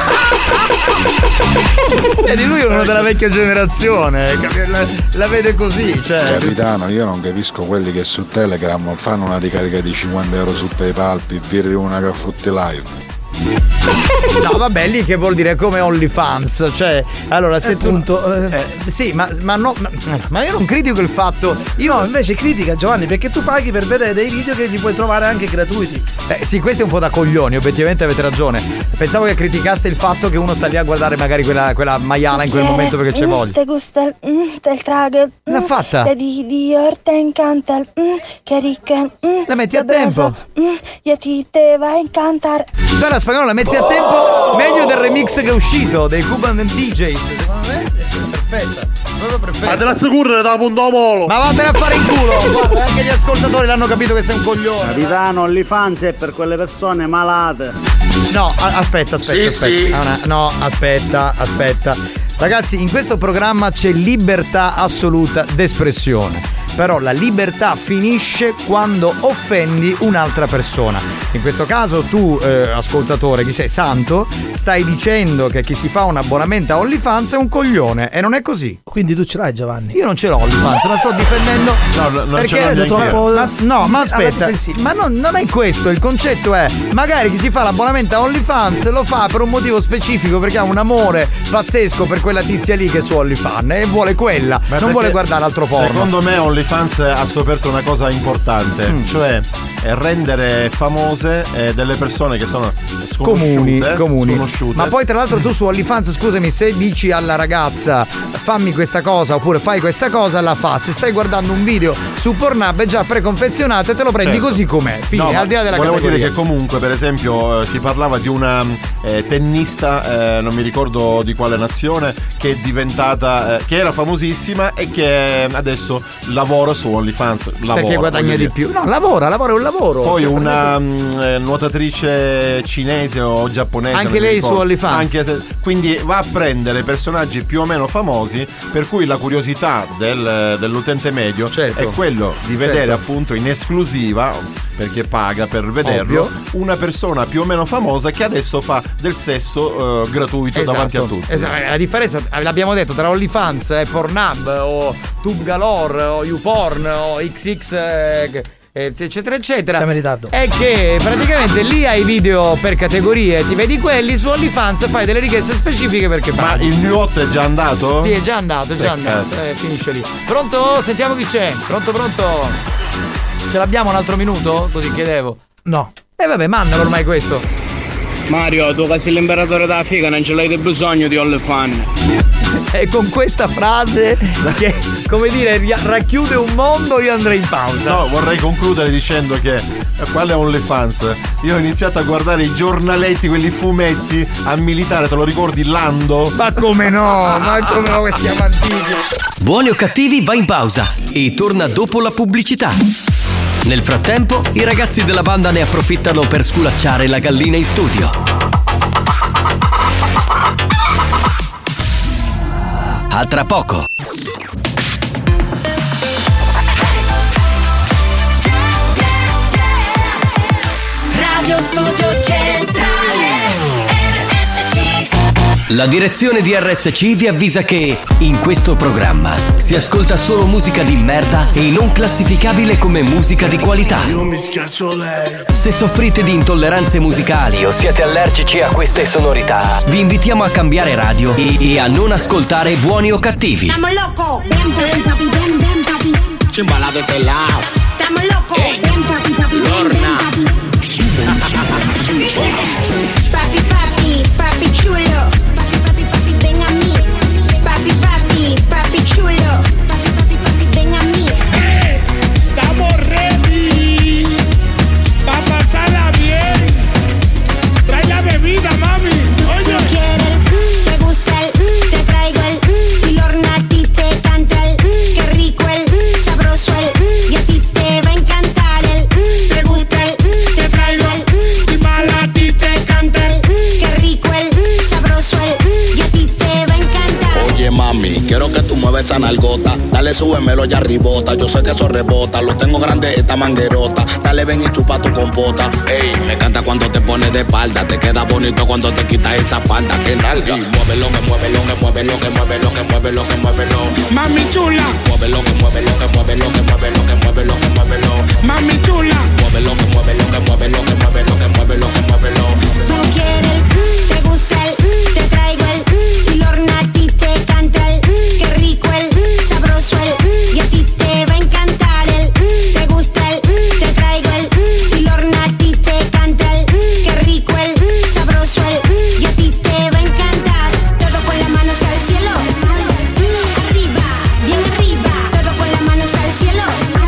[SPEAKER 6] Vedi, lui è uno della vecchia generazione, la, la vede così, cioè.
[SPEAKER 25] Capitano, io non capisco quelli che su Telegram fanno una ricarica di cinquanta euro su PayPal per firri una Caffutti Live.
[SPEAKER 6] No, vabbè, lì che vuol dire come OnlyFans, cioè, allora se
[SPEAKER 22] appunto,
[SPEAKER 6] tu eh, eh, sì, ma, ma no, ma, ma io non critico il fatto. Io
[SPEAKER 22] no, invece critica Giovanni, perché tu paghi per vedere dei video che li puoi trovare anche gratuiti.
[SPEAKER 6] Eh, sì, questo è un po' da coglioni, obiettivamente avete ragione. Pensavo che criticaste il fatto che uno sta lì a guardare magari quella, quella maiala in quel momento perché c'è voglia.
[SPEAKER 11] Te gusta il mm, del trage.
[SPEAKER 6] L'ha fatta?
[SPEAKER 11] La di Dior te incanta il mm, che ricca. Mm,
[SPEAKER 6] la metti a tempo?
[SPEAKER 11] Mm, io ti te va a incantare.
[SPEAKER 6] Quella spagnola la metti a tempo meglio del remix che è uscito dei Cuban D Js. Secondo me è perfetta. Proprio perfetta.
[SPEAKER 8] Ma te l'assicuro da punto a molo.
[SPEAKER 6] Ma vattene a fare in culo. Guarda, anche gli ascoltatori l'hanno capito che sei un coglione.
[SPEAKER 8] Capitano, OnlyFans è per quelle persone malate.
[SPEAKER 6] No, a- aspetta, aspetta,
[SPEAKER 7] Sì,
[SPEAKER 6] aspetta.
[SPEAKER 7] sì.
[SPEAKER 6] Ah, una- no, aspetta, aspetta. Ragazzi, in questo programma c'è libertà assoluta d'espressione. Però la libertà finisce quando offendi un'altra persona. In questo caso tu, eh, ascoltatore, chi sei, santo, stai dicendo che chi si fa un abbonamento a OnlyFans è un coglione. E non è così.
[SPEAKER 22] Quindi tu ce l'hai, Giovanni?
[SPEAKER 6] Io non ce l'ho OnlyFans, ma sto difendendo.
[SPEAKER 18] No, no, non
[SPEAKER 6] perché
[SPEAKER 18] ce l'ho neanche
[SPEAKER 22] troppo-
[SPEAKER 18] io.
[SPEAKER 6] Ma- no, ma aspetta,
[SPEAKER 22] Alla difensiva.
[SPEAKER 6] ma non, non è questo. Il concetto è: magari chi si fa l'abbonamento a OnlyFans lo fa per un motivo specifico, perché ha un amore pazzesco per quella tizia lì che è su OnlyFans e vuole quella,
[SPEAKER 18] Ma
[SPEAKER 6] non
[SPEAKER 18] perché
[SPEAKER 6] vuole guardare altro porno.
[SPEAKER 18] Secondo me OnlyFans ha scoperto una cosa importante,
[SPEAKER 6] Mm.
[SPEAKER 18] cioè eh, rendere famose eh, delle persone che sono
[SPEAKER 6] Comuni,
[SPEAKER 18] sconosciute,
[SPEAKER 6] comuni.
[SPEAKER 18] sconosciute.
[SPEAKER 6] Ma poi tra l'altro tu su OnlyFans, scusami, se dici alla ragazza fammi questa cosa oppure fai questa cosa, la fa. Se stai guardando un video su Pornhub è già preconfezionato e te lo prendi
[SPEAKER 18] Certo.
[SPEAKER 6] così com'è. Fine,
[SPEAKER 18] No, ma
[SPEAKER 6] al di là della
[SPEAKER 18] volevo
[SPEAKER 6] categoria.
[SPEAKER 18] dire che comunque, per esempio, eh, si parlava di una eh, tennista, eh, non mi ricordo di quale nazione, che è diventata, eh, che era famosissima e che adesso lavora su OnlyFans. Lavora,
[SPEAKER 6] Perché guadagna
[SPEAKER 18] voglio
[SPEAKER 6] di
[SPEAKER 18] dire.
[SPEAKER 6] più. No, lavora, lavora è un lavoro.
[SPEAKER 18] Poi
[SPEAKER 6] Cioè,
[SPEAKER 18] una mh, eh, nuotatrice cinese o giapponese,
[SPEAKER 6] Anche
[SPEAKER 18] non mi
[SPEAKER 6] lei
[SPEAKER 18] ricordo.
[SPEAKER 6] su OnlyFans.
[SPEAKER 18] Anche se- quindi va a prendere personaggi più o meno famosi, per cui la curiosità del- dell'utente medio
[SPEAKER 6] Certo.
[SPEAKER 18] è quello di vedere
[SPEAKER 6] Certo.
[SPEAKER 18] appunto in esclusiva, perché paga per vederlo,
[SPEAKER 6] Ovvio.
[SPEAKER 18] una persona più o meno famosa che adesso fa del sesso eh, gratuito
[SPEAKER 6] Esatto,
[SPEAKER 18] davanti a tutti.
[SPEAKER 6] esatto. La differenza, l'abbiamo detto, tra OnlyFans e Pornhub o Tube Galore o YouPorn o X X eh, eccetera eccetera,
[SPEAKER 22] Siamo in ritardo.
[SPEAKER 6] è che praticamente lì hai video per categorie, ti vedi quelli, su OnlyFans fai delle richieste specifiche perché
[SPEAKER 18] Ma
[SPEAKER 6] paghi.
[SPEAKER 18] il New Hot è già andato?
[SPEAKER 6] Sì, è già andato, è già
[SPEAKER 18] Peccato.
[SPEAKER 6] andato, eh, finisce lì. Pronto? Sentiamo chi c'è. Pronto, pronto? Ce l'abbiamo un altro minuto? Così chiedevo.
[SPEAKER 22] No.
[SPEAKER 6] E vabbè, mandalo ormai questo.
[SPEAKER 14] Mario, tu che sei l'imperatore della figa, non ce l'hai bisogno di OnlyFans.
[SPEAKER 6] E con questa frase che, come dire, ri- racchiude un mondo, io andrei in pausa.
[SPEAKER 18] No, vorrei concludere dicendo che eh, quale OnlyFans? Io ho iniziato a guardare i giornaletti, quelli fumetti a militare, te lo ricordi? Lando?
[SPEAKER 6] Ma come no? Ma come no che siamo antichi?
[SPEAKER 1] Buoni o cattivi va in pausa e torna dopo la pubblicità. Nel frattempo, i ragazzi della banda ne approfittano per sculacciare la gallina in studio. A tra poco.
[SPEAKER 4] Radio Studio Centrale R S C.
[SPEAKER 1] La direzione di R S C vi avvisa che in questo programma si ascolta solo musica di merda e non classificabile come musica di qualità.
[SPEAKER 13] Io mi schiaccio lei.
[SPEAKER 1] Se soffrite di intolleranze musicali o siete allergici a queste sonorità, vi invitiamo a cambiare radio e, e a non ascoltare Buoni o Cattivi.
[SPEAKER 4] Estamos locos. Ven, papi, papi, ven, ven, papi.
[SPEAKER 10] Chimbala de este lado.
[SPEAKER 4] Estamos locos. Ven, papi, papi, ven,
[SPEAKER 10] Lorna.
[SPEAKER 4] papi, papi, papi chulo. Papi, papi, papi, ven a mí. Papi, papi, papi chulo. Papi, papi, papi, ven a mí.
[SPEAKER 13] Estamos ready. Pa' pasarla bien. Trae la bebida, mami. Oye.
[SPEAKER 4] Quiere el, mm, te gusta el, mm, te traigo el, mm, y Lorna a ti te canta el, mm, qué rico el, mm, sabroso el, mm, y a ti te va a encantar el, mm, te gusta el, mm, te traigo el, mm,
[SPEAKER 13] Y mala a ti te
[SPEAKER 4] canta el, mm, qué rico el, mm, sabroso el, mm, y a ti te va a encantar.
[SPEAKER 10] Oye mami, quiero que tú mueves esa nalgota. Dale, súbemelo ya ribota. Yo sé que eso rebota. Lo tengo grande esta manguerota. Dale, ven y chupa tu compota. Ey, me encanta cuando te pones de espalda. Te queda bonito cuando te quitas esa falda. Que nalga. Y muévelo, que muévelo, que muévelo, que muévelo, que muévelo, que muévelo.
[SPEAKER 13] Mami chula.
[SPEAKER 10] Muévelo, que muévelo, que muévelo, que muévelo, que muévelo, que muévelo.
[SPEAKER 13] Mami chula.
[SPEAKER 10] Muévelo, que muévelo, que muévelo, que muévelo, que muévelo, que muévelo.
[SPEAKER 4] Tú quieres el, mm, te gusta el, mm, te traigo el, mm, y Lorna a ti te canta el, mm, qué rico el, mm, sabroso el, mm, y a ti te va a encantar el, mm, te gusta el, mm, te traigo el, mm, y Lorna a ti te canta el, mm, qué rico el, mm, sabroso el, mm, y a ti te va a encantar. Todo con las manos al cielo, mm, arriba, bien arriba. Todo con las manos al cielo,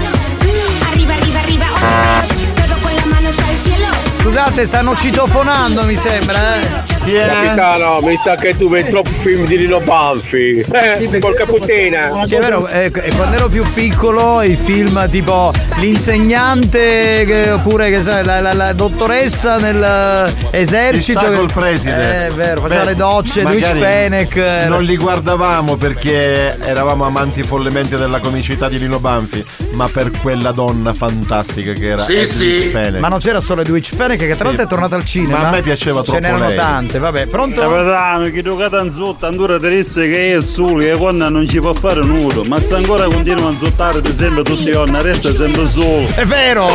[SPEAKER 4] mm, arriba, arriba, arriba, otra vez. Todo con las manos al cielo.
[SPEAKER 6] Scusate, stanno citofonando, mi sembra, eh.
[SPEAKER 12] Capitano, mi sa che tu vedi troppi film di Lino Banfi. Eh, porca puttana.
[SPEAKER 6] Sì, è vero, eh, quando ero più piccolo i film tipo l'insegnante che, oppure che sai, la, la, la dottoressa nell'esercito.
[SPEAKER 18] Ci sta col preside.
[SPEAKER 6] Eh, è vero, faceva
[SPEAKER 18] Beh,
[SPEAKER 6] le docce, Luigi
[SPEAKER 18] magari
[SPEAKER 6] Fenech. era-
[SPEAKER 18] Non li guardavamo perché eravamo amanti follemente della comicità di Lino Banfi, ma per quella donna fantastica che era
[SPEAKER 6] Sì,
[SPEAKER 18] Edwidge
[SPEAKER 6] sì.
[SPEAKER 18] Fenech.
[SPEAKER 6] Ma non c'era solo Edwidge Fenech, che tra l'altro è tornata al cinema.
[SPEAKER 18] Ma a me piaceva
[SPEAKER 6] Ce
[SPEAKER 18] troppo
[SPEAKER 6] n'erano
[SPEAKER 18] lei.
[SPEAKER 6] tante, vabbè, pronto?
[SPEAKER 21] Capitano, che tu catanzotto ancora ti disse che è solo, che quando non ci può fare nudo, ma se ancora continua a zottare ti sembra tutti i giorni, resta sempre solo.
[SPEAKER 6] È vero!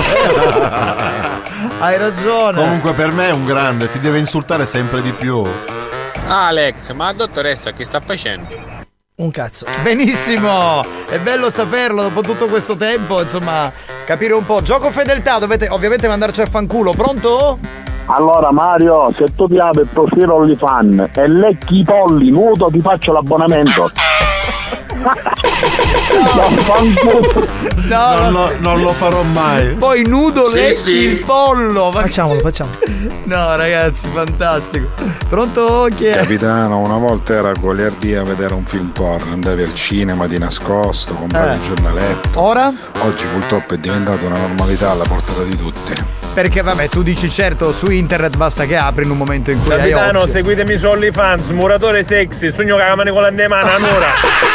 [SPEAKER 6] Hai ragione.
[SPEAKER 18] Comunque per me è un grande, ti deve insultare sempre di più.
[SPEAKER 23] Alex, ma la dottoressa che sta facendo?
[SPEAKER 6] Un cazzo. Benissimo, è bello saperlo dopo tutto questo tempo, insomma, capire un po'. Gioco fedeltà, dovete ovviamente mandarci a fanculo, pronto?
[SPEAKER 7] Allora Mario, se tu ti apri il profilo OnlyFans e lecchi i polli nudo ti faccio l'abbonamento.
[SPEAKER 6] No,
[SPEAKER 18] non, lo, non lo farò mai.
[SPEAKER 6] Poi nudo
[SPEAKER 18] Sì,
[SPEAKER 6] lecchi
[SPEAKER 18] sì.
[SPEAKER 6] il pollo. Ma-
[SPEAKER 22] Facciamolo, facciamo.
[SPEAKER 6] No, ragazzi, fantastico. Pronto? Chi è?
[SPEAKER 25] Capitano, una volta era goliardia vedere un film porno, andavi al cinema di nascosto, compravi
[SPEAKER 6] Eh.
[SPEAKER 25] il giornaletto.
[SPEAKER 6] Ora?
[SPEAKER 25] Oggi purtroppo è diventata una normalità alla portata di tutti.
[SPEAKER 6] Perché vabbè, tu dici certo, su internet basta che apri in un momento in cui hai
[SPEAKER 12] Capitano,
[SPEAKER 6] ozio.
[SPEAKER 12] seguitemi su OnlyFans, muratore sexy, sogno che la mani con la demana, allora.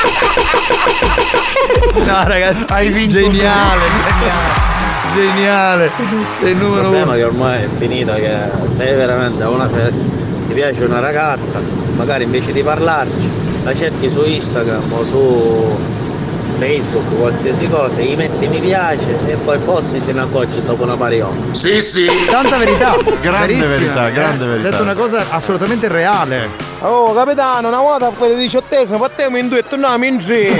[SPEAKER 6] No, ragazzi,
[SPEAKER 18] hai vinto.
[SPEAKER 6] Geniale, geniale. Geniale. Sei il
[SPEAKER 24] Il
[SPEAKER 6] numero
[SPEAKER 24] problema
[SPEAKER 6] uno.
[SPEAKER 24] è che ormai è finita, che sei veramente a una festa, ti piace una ragazza, magari invece di parlarci, la cerchi su Instagram o su Facebook, qualsiasi cosa, gli metti mi piace e poi Fossi se ne accorge dopo una pariò.
[SPEAKER 6] Sì, sì. Tanta verità.
[SPEAKER 18] Grande
[SPEAKER 6] Verissima.
[SPEAKER 18] verità, grande
[SPEAKER 6] Eh,
[SPEAKER 18] verità.
[SPEAKER 6] Ha detto una cosa assolutamente reale.
[SPEAKER 12] Oh capitano, una volta a quelle diciottesime fattiamo in due e torniamo in tre.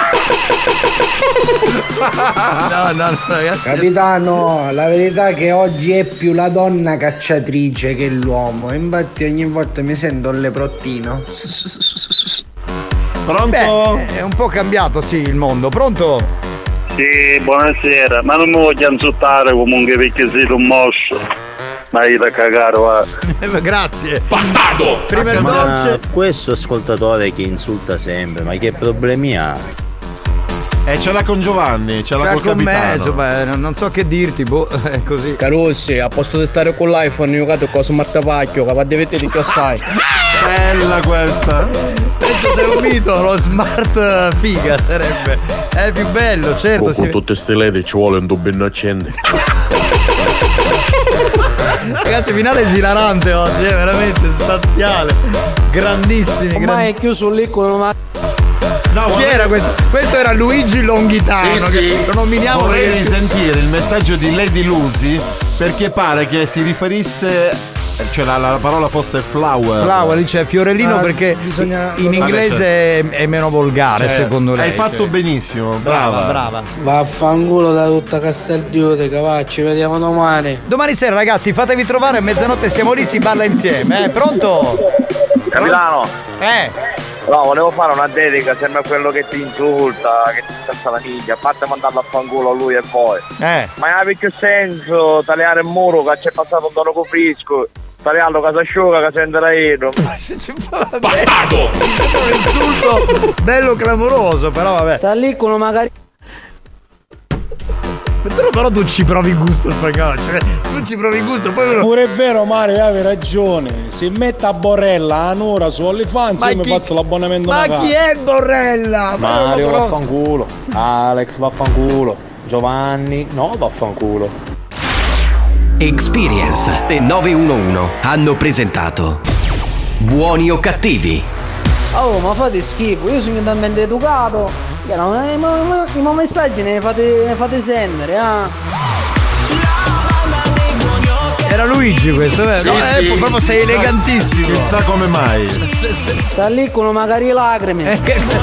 [SPEAKER 6] No, no, no, ragazzi.
[SPEAKER 26] Capitano, la verità è che oggi è più la donna cacciatrice che l'uomo. Infatti ogni volta mi sento un leprottino.
[SPEAKER 18] Pronto?
[SPEAKER 6] Beh, è un po' cambiato, sì, il mondo. Pronto?
[SPEAKER 27] Sì, buonasera, ma non mi voglio insultare comunque perché sei un mosso. Ma io da cagare, va.
[SPEAKER 6] Eh, Grazie. Bastardo! Prima il dolce.
[SPEAKER 24] Ma questo ascoltatore che insulta sempre, ma che problemi ha?
[SPEAKER 18] E ce l'ha con Giovanni, ce l'ha col
[SPEAKER 6] con
[SPEAKER 18] capitano.
[SPEAKER 6] me, insomma, non, non so che dirti, boh, è così.
[SPEAKER 14] Carossi, a posto di stare con l'iPhone, io cado con smart pacchio, che va a vedere di che sai.
[SPEAKER 18] Bella questa.
[SPEAKER 6] Questo sei un mito, lo smart figa sarebbe. È più bello, certo.
[SPEAKER 2] Con
[SPEAKER 6] Si...
[SPEAKER 2] tutte ste ledi ci vuole un dubbio innocente.
[SPEAKER 6] Ragazzi, finale esilarante oggi, è veramente spaziale. Grandissimi.
[SPEAKER 14] Ormai
[SPEAKER 6] grandi...
[SPEAKER 14] è chiuso lì con una...
[SPEAKER 6] No, chi era questo? Questo era Luigi Longhitano.
[SPEAKER 18] Sì,
[SPEAKER 6] che
[SPEAKER 18] sì.
[SPEAKER 6] lo nominiamo.
[SPEAKER 18] Vorrei
[SPEAKER 6] perché...
[SPEAKER 18] risentire il messaggio di Lady Lucy perché pare che si riferisse. Cioè la, la parola fosse flower.
[SPEAKER 6] Flower, lì c'è fiorellino
[SPEAKER 22] Ah,
[SPEAKER 6] perché
[SPEAKER 22] bisogna-
[SPEAKER 6] in inglese è, è meno volgare,
[SPEAKER 18] Cioè,
[SPEAKER 6] secondo lei.
[SPEAKER 18] Hai fatto
[SPEAKER 6] cioè.
[SPEAKER 18] benissimo,
[SPEAKER 6] Brava,
[SPEAKER 18] brava.
[SPEAKER 6] brava.
[SPEAKER 26] Vaffanculo da tutta Casteldiute, cavà, ci vediamo domani.
[SPEAKER 6] Domani sera, ragazzi, fatevi trovare a mezzanotte, siamo lì, si balla insieme, eh? Pronto?
[SPEAKER 3] Capitano.
[SPEAKER 6] Eh.
[SPEAKER 3] No, volevo fare una dedica, sembra quello che ti insulta, che ti scalza la miglia, a parte mandarlo a fanculo a lui e poi.
[SPEAKER 6] Eh.
[SPEAKER 3] Ma non ha più senso tagliare il muro che c'è passato un dono con frisco, tagliarlo casa asciuga che sente la io.
[SPEAKER 6] Bastardo! Un insulto bello clamoroso, però vabbè.
[SPEAKER 14] Sta lì con magari...
[SPEAKER 6] Però, però tu ci provi gusto spagnolo, cioè tu ci provi gusto, poi uno...
[SPEAKER 25] Pure è vero Mario, avevi ragione. Si mette a Borrella a Nura su OnlyFans,
[SPEAKER 6] Ma
[SPEAKER 25] io
[SPEAKER 6] chi-
[SPEAKER 25] mi faccio l'abbonamento
[SPEAKER 6] Ma
[SPEAKER 25] una
[SPEAKER 6] chi
[SPEAKER 25] casa.
[SPEAKER 6] è Borrella? Ma non lo
[SPEAKER 25] Mario
[SPEAKER 6] conosco.
[SPEAKER 25] vaffanculo, Alex vaffanculo, Giovanni no vaffanculo.
[SPEAKER 1] Experience e nove uno uno hanno presentato Buoni o cattivi?
[SPEAKER 14] Oh, ma fate schifo, io sono talmente educato. Che no, eh, ma, ma, ma i messaggi ne fate, ne fate sentire, ah.
[SPEAKER 6] Era Luigi questo, vero?
[SPEAKER 18] Sì,
[SPEAKER 6] No,
[SPEAKER 18] sì.
[SPEAKER 6] eh, proprio sei
[SPEAKER 18] Chissà-
[SPEAKER 6] elegantissimo.
[SPEAKER 18] Chissà come mai.
[SPEAKER 14] Sta lì con magari lacrime.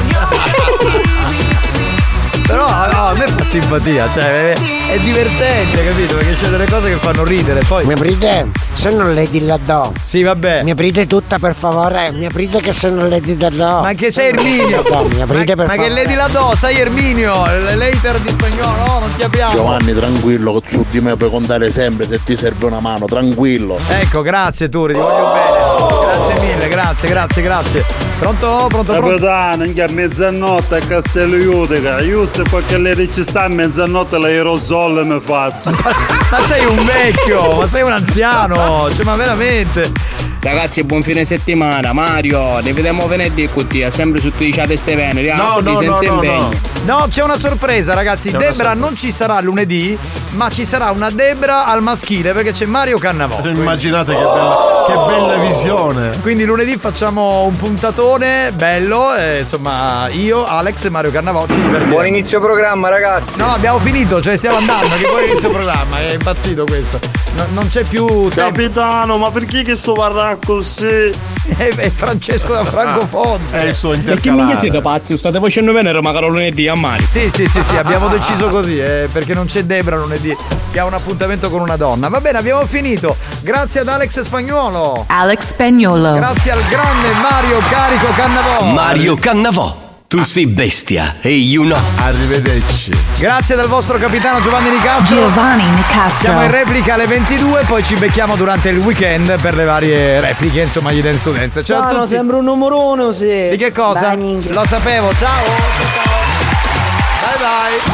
[SPEAKER 6] Però no, a me fa simpatia, cioè è divertente, capito? Perché c'è delle cose che fanno ridere, poi.
[SPEAKER 26] Mi aprite? Se non Lady là do.
[SPEAKER 6] Sì, vabbè.
[SPEAKER 26] Mi aprite tutta per favore? Mi aprite che sono Lady là do.
[SPEAKER 6] Ma che sei Erminio?
[SPEAKER 26] Mi aprite
[SPEAKER 6] ma,
[SPEAKER 26] per
[SPEAKER 6] ma che
[SPEAKER 26] favore?
[SPEAKER 6] Lady la do, sai Erminio, l'hater di spagnolo, no, non ti abbiamo.
[SPEAKER 7] Giovanni, tranquillo, che su di me puoi contare sempre se ti serve una mano, tranquillo.
[SPEAKER 6] Ecco, grazie Turi, ti voglio bene. Grazie mille, grazie, grazie, grazie. Pronto? Pronto, pronto?
[SPEAKER 21] Capitano, anche a mezzanotte a Castello Iudica, io se qualche lei ci sta a mezzanotte l'aerosol mi faccio.
[SPEAKER 6] Ma sei un vecchio, ma sei un anziano, cioè ma veramente.
[SPEAKER 14] Ragazzi, buon fine settimana. Mario, ne vediamo venerdì con te, sempre su Twitch a teste venere.
[SPEAKER 6] No, no, no,
[SPEAKER 14] senza
[SPEAKER 6] no,
[SPEAKER 14] impegno.
[SPEAKER 6] no. No, c'è una sorpresa, ragazzi.
[SPEAKER 14] C'è una
[SPEAKER 6] Debra
[SPEAKER 14] sorpresa.
[SPEAKER 6] non ci sarà lunedì, ma ci sarà una Debra al maschile perché c'è Mario Cannavò.
[SPEAKER 18] Immaginate che bella, che bella visione.
[SPEAKER 6] Quindi lunedì facciamo un puntatone bello, e, insomma, io, Alex e Mario Cannavò ci divertiamo.
[SPEAKER 3] Buon inizio programma, ragazzi.
[SPEAKER 6] No, abbiamo finito, cioè stiamo andando, che poi inizio programma, è impazzito questo. No, non c'è più tempo.
[SPEAKER 21] Capitano, ma perché che sto parlando così?
[SPEAKER 6] È, è Francesco da Francofonte.
[SPEAKER 18] È il suo
[SPEAKER 14] Perché mica siete pazzi? State facendo venere magari lunedì a Mario.
[SPEAKER 6] Sì, sì, sì, sì, abbiamo deciso così, eh, perché non c'è Debra lunedì, che ha un appuntamento con una donna. Va bene, abbiamo finito. Grazie ad Alex Spagnuolo.
[SPEAKER 5] Alex Spagnuolo.
[SPEAKER 6] Grazie al grande Mario Carico Cannavò.
[SPEAKER 1] Mario Cannavò, tu sei bestia e io no.
[SPEAKER 18] Arrivederci.
[SPEAKER 6] Grazie dal vostro capitano Giovanni Nicastro.
[SPEAKER 5] Giovanni Nicastro.
[SPEAKER 6] Siamo in replica alle ventidue, poi ci becchiamo durante il weekend per le varie repliche, insomma, gli Dance to Dance. Ciao a
[SPEAKER 14] Ciao,
[SPEAKER 6] tutti.
[SPEAKER 14] sembra un numero uno, sì.
[SPEAKER 6] Di che cosa?
[SPEAKER 14] Dai, minchia.
[SPEAKER 6] Lo sapevo, ciao. Bye bye.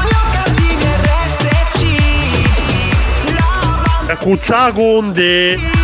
[SPEAKER 12] Cuccia Conde.